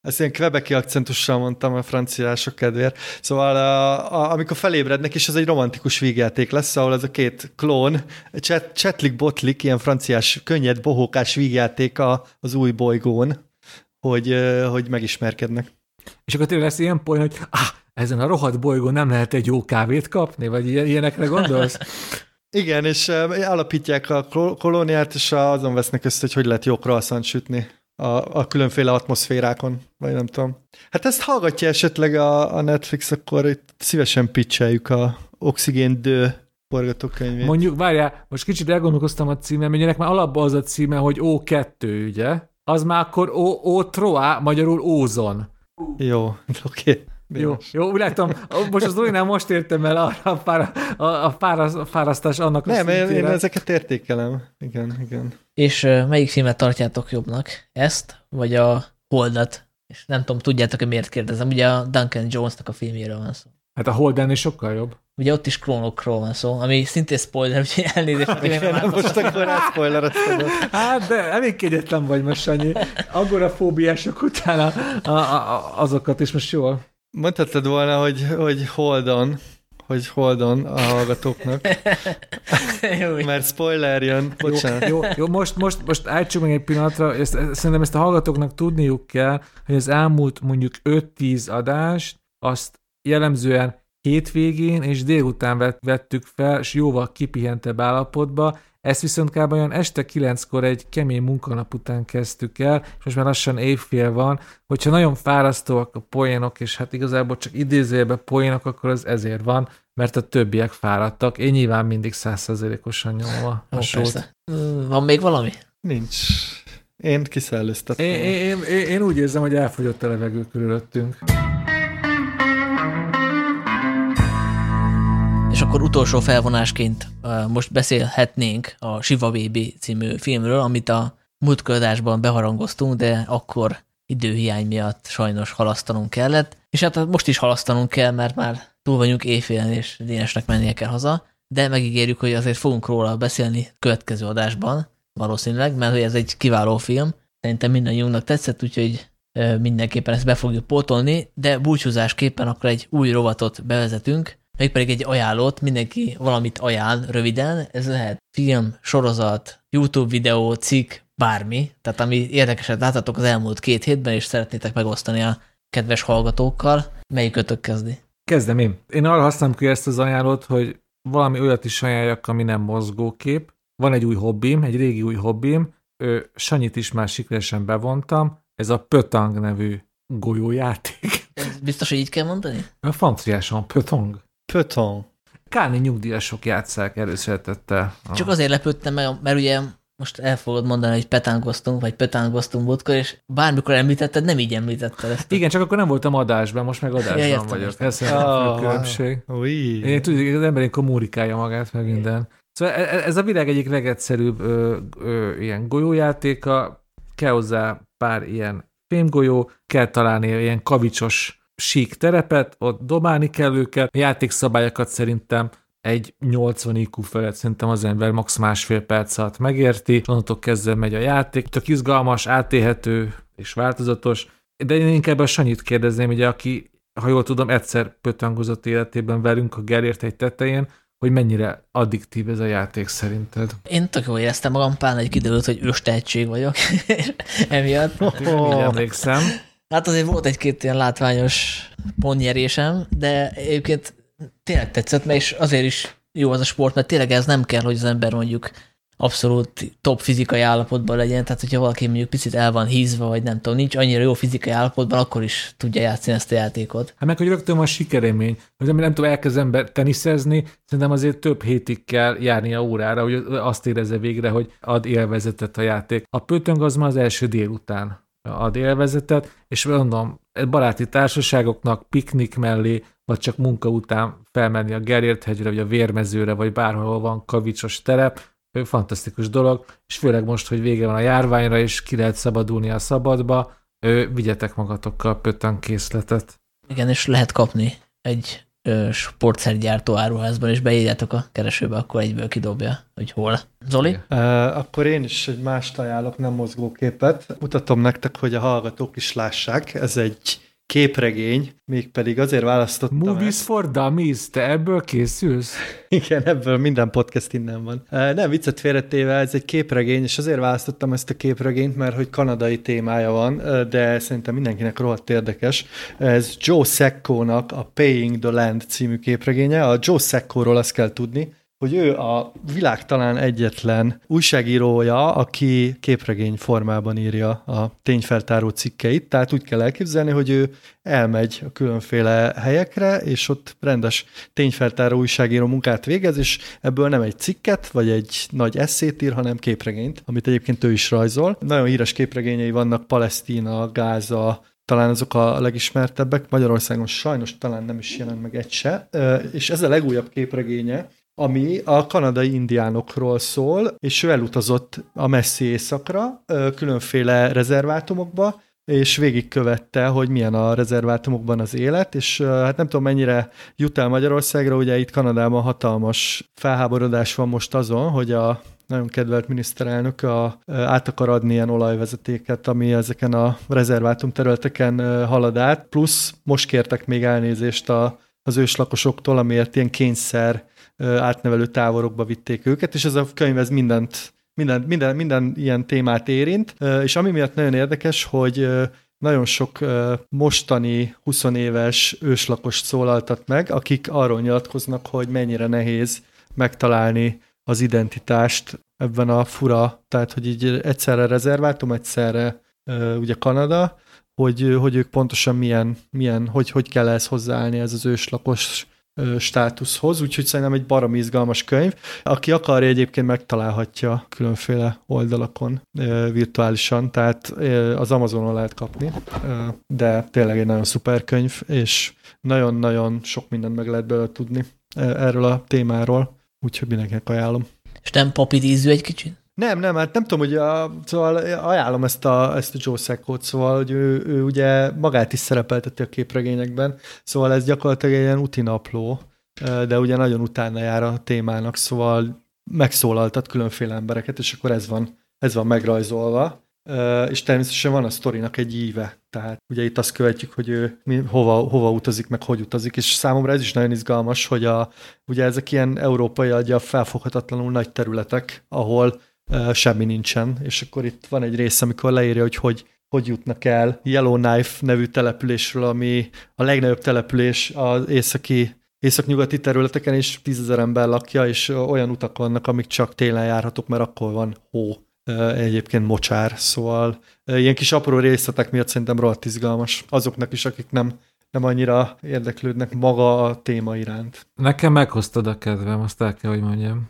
Ezt ilyen quebeci akcentussal mondtam a franciások kedvéért. Szóval a, a, amikor felébrednek, és ez egy romantikus vígjáték lesz, ahol ez a két klón, csetlik-botlik, ilyen franciás, könnyed, bohókás vígjáték a, az új bolygón, hogy, hogy megismerkednek. És akkor tényleg lesz ilyen poén, hogy ah, ezen a rohadt bolygón nem lehet egy jó kávét kapni, vagy ilyenekre gondolsz? Igen, és alapítják a kolóniát, és azon vesznek össze, hogy hogy lehet jó croissant sütni a, a különféle atmoszférákon, vagy nem tudom. Hát ezt hallgatja esetleg a, a Netflix, akkor itt szívesen pitcheljük a Oxigén Dő forgatókönyvét. Mondjuk, várjál, most kicsit elgondolkoztam a címen, mert ennek már alapban az a címe, hogy ó kettő, ugye? Az már akkor ó trois, magyarul ózon. Jó, oké. Okay. Jó, jó, úgy látom, most az Zolinál most értem el arra a, pára, a, a, pára, a fárasztás annak nem, a szintére. Nem, én ezeket értékelem. Igen, igen. És uh, melyik filmet tartjátok jobbnak? Ezt, vagy a Holdat? És nem tudom, tudjátok-e miért kérdezem? Ugye a Duncan Jonesnak a filmjéről van szó. Hát a Holden is sokkal jobb. Ugye ott is klónokról van szó, ami szintén spoiler, úgyhogy elnézést. Igen, most akkor rászpoilereztem. Hát, de elég kegyetlen vagy most, Sanyi. Agorafóbiások után a, a, a, azokat is most jól. Mondhatod volna, hogy, hogy Holdon, hogy Holdon a hallgatóknak. Mert spoiler jön. Bocsánat. Jó, jó, jó most, most, most állítsuk meg egy pillanatra, ezt, szerintem ezt a hallgatóknak tudniuk kell, hogy az elmúlt mondjuk öt-tíz adást, azt jellemzően hétvégén és délután vett, vettük fel, és jóval kipihentebb állapotba. Ezt viszont kb. Olyan este kilenckor egy kemény munkanap után kezdtük el, és most már lassan évfél van. Hogyha nagyon fárasztóak a poénok, és hát igazából csak idézőjelben poénok, akkor az ezért van, mert a többiek fáradtak. Én nyilván mindig száz százalékosan nyomom a, a sót. Van még valami? Nincs. Én kiszellőztettem. Én, én, én, én úgy érzem, hogy elfogyott a levegő körülöttünk. És akkor utolsó felvonásként most beszélhetnénk a Siva Baby című filmről, amit a múltkor beharangoztunk, de akkor időhiány miatt sajnos halasztanunk kellett. És hát most is halasztanunk kell, mert már túl vagyunk éjfélen, és Dénesnek mennie kell haza, de megígérjük, hogy azért fogunk róla beszélni következő adásban, valószínűleg, mert hogy ez egy kiváló film. Szerintem mindannyiunknak tetszett, úgyhogy mindenképpen ezt be fogjuk pótolni, de búcsúzásképpen akkor egy új rovatot bevezetünk, mégpedig egy ajánlót, mindenki valamit ajánl röviden, ez lehet film, sorozat, YouTube videó, cikk, bármi, tehát ami érdekeset láttatok az elmúlt két hétben, és szeretnétek megosztani a kedves hallgatókkal. Melyikötök kezdi? Kezdem én. Én arra használom ki ezt az ajánlót, hogy valami olyat is ajánljak, ami nem mozgókép. Van egy új hobbim, egy régi új hobbim, ő, Sanyit is már sikeresen bevontam, ez a Pötang nevű golyójáték. Ez biztos, hogy így kell mondani? A franciáson Pötang. Pötang. Káni nyugdíjasok játsszák előszeretettel. Csak azért lepődtem meg, mert ugye most el fogod mondani, hogy petángoztunk, vagy petángoztunk múltkor, és bármikor említetted, nem így említetted ezt. Igen, csak akkor nem voltam adásban, most meg adásban ja, vagyok. Ez a különbség. Én tudjuk, az ember kommunikálja magát, meg minden. Szóval ez a világ egyik legegyszerűbb ö, ö, ilyen golyójátéka, kell hozzá pár ilyen fémgolyó, kell találni ilyen kavicsos sík terepet, ott dobálni kell őket. A játékszabályokat szerintem egy nyolcvan I Q felett szerintem az ember max. Másfél perc alatt megérti, onnantól kezdve megy a játék. Tök izgalmas, átélhető és változatos, de én inkább a Sanyit kérdezném, ugye, aki, ha jól tudom, egyszer pötangozott életében velünk a Gellért egy tetején, hogy mennyire addiktív ez a játék szerinted? Én tök jól éreztem magam, pár egy kiderült, hogy őstehetség vagyok emiatt. Oh. Így emlékszem. Hát azért volt egy-két ilyen látványos pontnyerésem, de egyébként tényleg tetszett, mert és azért is jó az a sport, mert tényleg ez nem kell, hogy az ember mondjuk abszolút top fizikai állapotban legyen, tehát hogyha valaki mondjuk picit el van hízva, vagy nem tudom, nincs annyira jó fizikai állapotban, akkor is tudja játszani ezt a játékot. Hát meg, hogy rögtön van sikerélmény, hogy nem tudom, elkezd ember teniszezni, szerintem azért több hétig kell járnia órára, hogy azt érezze végre, hogy ad élvezetet a játék. A pötöng az már az első délután ad élvezetet, és mondom, baráti társaságoknak piknik mellé, vagy csak munka után felmenni a Gellért hegyre, vagy a Vérmezőre, vagy bárhol van kavicsos terep, fantasztikus dolog, és főleg most, hogy vége van a járványra, és ki lehet szabadulni a szabadba, vigyetek magatokkal pötang készletet. Igen, és lehet kapni egy sportszergyártó áruházban, és beírjátok a keresőbe, akkor egyből kidobja, hogy hol. Zoli? Uh, akkor én is egy mást ajánlok, nem mozgóképet. Mutatom nektek, hogy a hallgatók is lássák. Ez egy képregény, mégpedig azért választottam Movies ezt. for Dummies, te ebből készülsz? Igen, ebből minden podcast innen van. Nem, viccet félretéve, ez egy képregény, és azért választottam ezt a képregényt, mert hogy kanadai témája van, de szerintem mindenkinek rohadt érdekes. Ez Joe Sacco-nak a Paying the Land című képregénye. A Joe Sacco-ról azt kell tudni, hogy ő a világ talán egyetlen újságírója, aki képregény formában írja a tényfeltáró cikkeit, tehát úgy kell elképzelni, hogy ő elmegy a különféle helyekre, és ott rendes tényfeltáró újságíró munkát végez, és ebből nem egy cikket, vagy egy nagy esszét ír, hanem képregényt, amit egyébként ő is rajzol. Nagyon híres képregényei vannak, Palesztina, Gáza, talán azok a legismertebbek, Magyarországon sajnos talán nem is jelent meg egy se, és ez a legújabb képregénye, ami a kanadai indiánokról szól, és ő elutazott a messzi északra, különféle rezervátumokba, és végigkövette, hogy milyen a rezervátumokban az élet, és hát nem tudom, mennyire jut el Magyarországra, ugye itt Kanadában hatalmas felháborodás van most azon, hogy a nagyon kedvelt miniszterelnök a, át akar adni ilyen olajvezetéket, ami ezeken a rezervátum területeken halad át, plusz most kértek még elnézést a, az őslakosoktól, amiért ilyen kényszer átnevelő táborokba vitték őket, és ez a könyv ez mindent, minden, minden, minden ilyen témát érint, és ami miatt nagyon érdekes, hogy nagyon sok mostani huszonéves őslakost szólaltat meg, akik arról nyilatkoznak, hogy mennyire nehéz megtalálni az identitást ebben a fura, tehát hogy így egyszerre rezervátum, egyszerre ugye Kanada, hogy, hogy ők pontosan milyen, milyen hogy, hogy kell ehhez hozzáállni ez az őslakos státuszhoz, úgyhogy szerintem egy baromi izgalmas könyv. Aki akarja, egyébként megtalálhatja különféle oldalakon virtuálisan, tehát az Amazonon lehet kapni, de tényleg egy nagyon szuper könyv, és nagyon-nagyon sok mindent meg lehet belőle tudni erről a témáról, úgyhogy mindenkinek ajánlom. És nem papír ízű egy kicsit? Nem, nem, hát nem tudom, hogy a, szóval ajánlom ezt a, ezt a Joe Sacco-t, szóval, hogy ő, ő ugye magát is szerepelteti a képregényekben, szóval ez gyakorlatilag egy ilyen utinapló, de ugye nagyon utána jár a témának, szóval megszólaltat különféle embereket, és akkor ez van, ez van megrajzolva, és természetesen van a sztorinak egy íve, tehát ugye itt azt követjük, hogy ő mi, hova, hova utazik, meg hogy utazik, és számomra ez is nagyon izgalmas, hogy a, ugye ezek ilyen európai adja felfoghatatlanul nagy területek, ahol semmi nincsen, és akkor itt van egy rész, amikor leírja, hogy hogy, hogy jutnak el Yellowknife nevű településről, ami a legnagyobb település az északi, északnyugati területeken, és tízezer ember lakja, és olyan utak vannak, amik csak télen járhatók, mert akkor van hó, egyébként mocsár, szóval ilyen kis apró részletek miatt szerintem rohadt izgalmas azoknak is, akik nem, nem annyira érdeklődnek maga a téma iránt. Nekem meghoztad a kedvem, azt el kell, hogy mondjam.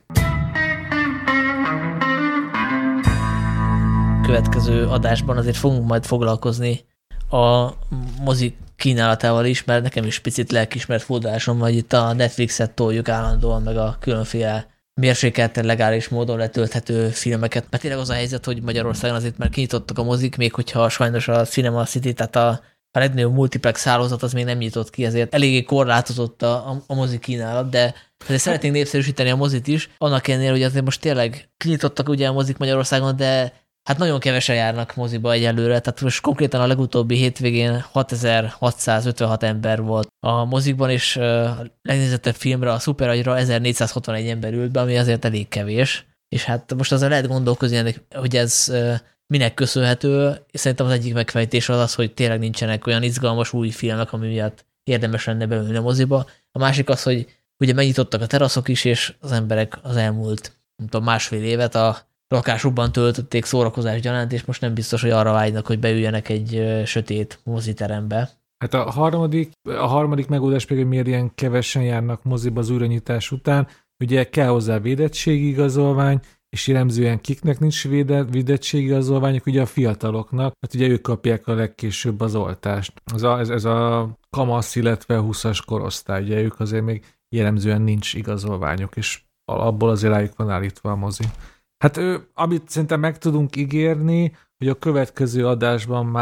Következő adásban azért fogunk majd foglalkozni a mozik kínálatával is, mert nekem is picit lelkiismert fordulásom, hogy itt a Netflixet toljuk állandóan, meg a különféle mérsékelten legális módon letölthető filmeket. Mert tényleg az a helyzet, hogy Magyarországon azért már kinyitottak a mozik, még hogyha sajnos a Cinema City, tehát a, a legnagyobb multiplex hálózat az még nem nyitott ki, ezért eléggé korlátozott a, a, a mozik kínálat, de ezért szeretnénk népszerűsíteni a mozit is, annak ellenére, hogy azért most tényleg kinyitottak ugye a mozik Magyarországon, de hát nagyon kevesen járnak moziba egyelőre, tehát most konkrétan a legutóbbi hétvégén hatezer-hatszázötvenhat ember volt a mozikban, és a legnézettebb filmre, a Szuperagyra ezernégyszázhatvanegy ember ült be, ami azért elég kevés. És hát most azért lehet gondolkozni, hogy ez minek köszönhető, és szerintem az egyik megfejtés az az, hogy tényleg nincsenek olyan izgalmas új filmek, ami miatt érdemes lenne beülni a moziba. A másik az, hogy ugye megnyitottak a teraszok is, és az emberek az elmúlt, nem tudom, másfél évet a lakásukban töltötték szórakozás gyanánt, és most nem biztos, hogy arra vágynak, hogy beüljenek egy ö, sötét moziterembe. Hát a harmadik, a harmadik megoldás pedig, hogy miért ilyen kevesen járnak moziba az újranyitás után, ugye kell hozzá védettségi igazolvány, és jellemzően kiknek nincs véde, védettségi igazolványok, ugye a fiataloknak, hát ugye ők kapják a legkésőbb az oltást. Ez a, ez, ez a kamasz, illetve húszas korosztály, ugye ők azért még jellemzően nincs igazolványok, és abból azért rájuk van állítva a mozi. Hát ő, amit szerintem meg tudunk ígérni, hogy a következő adásban már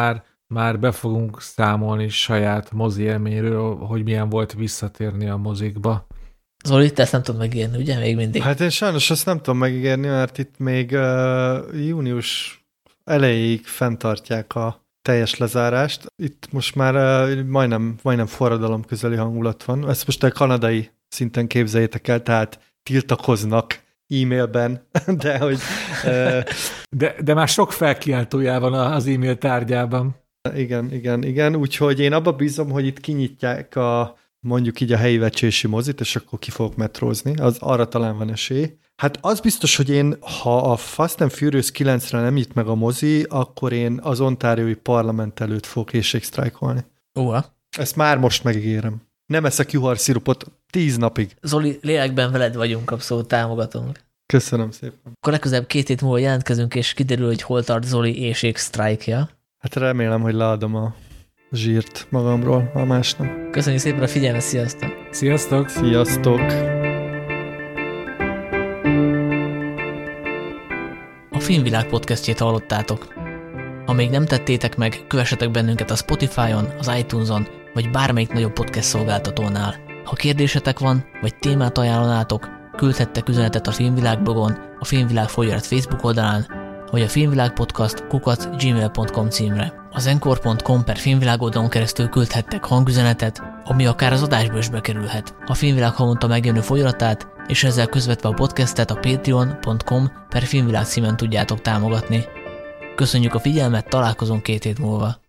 már be fogunk számolni saját mozi élményről, hogy milyen volt visszatérni a mozikba. Zoli, te ezt nem tudod megírni, ugye? Még mindig. Hát én sajnos ezt nem tudom megígérni, mert itt még uh, június elejéig fenntartják a teljes lezárást. Itt most már uh, majdnem, majdnem forradalom közeli hangulat van. Ezt most a kanadai szinten képzeljétek el, tehát tiltakoznak e-mailben, de hogy... Uh, de, de már sok felkiáltójá van az e-mail tárgyában. Igen, igen, igen. Úgyhogy én abba bízom, hogy itt kinyitják a mondjuk így a helyi vecsési mozit, és akkor ki fogok metrózni. Az arra talán van esély. Hát az biztos, hogy én, ha a Fast and Furious kilencre nem nyit meg a mozi, akkor én az ontáriói parlament előtt fogok éjségsztrájkolni. Uha. Ezt már most megígérem. Nem eszek juharszirupot tíz napig. Zoli, lélekben veled vagyunk, abszolút támogatunk. Köszönöm szépen. Akkor legközelebb két hét múlva jelentkezünk, és kiderül, hogy hol tart Zoli éjségsztrájkja. Hát remélem, hogy leadom a zsírt magamról, a másnak. Köszönjük szépen a figyelmet, sziasztok! Sziasztok! Sziasztok! A Filmvilág podcastjét hallottátok. Ha még nem tettétek meg, kövessetek bennünket a Spotify-on, az iTunes-on, vagy bármelyik nagyobb podcast szolgáltatónál. Ha kérdésetek van, vagy témát ajánlanátok, küldhettek üzenetet a Filmvilág blogon, a Filmvilág folyóirat Facebook oldalán, vagy a Filmvilág Podcast kukac gmail pont com címre. Az encore pont com per Filmvilág oldalon keresztül küldhettek hangüzenetet, ami akár az adásba is bekerülhet. A Filmvilág havonta megjelenő folyóiratát, és ezzel közvetve a podcastet a patreon pont com per Filmvilág címen tudjátok támogatni. Köszönjük a figyelmet, találkozunk két hét múlva.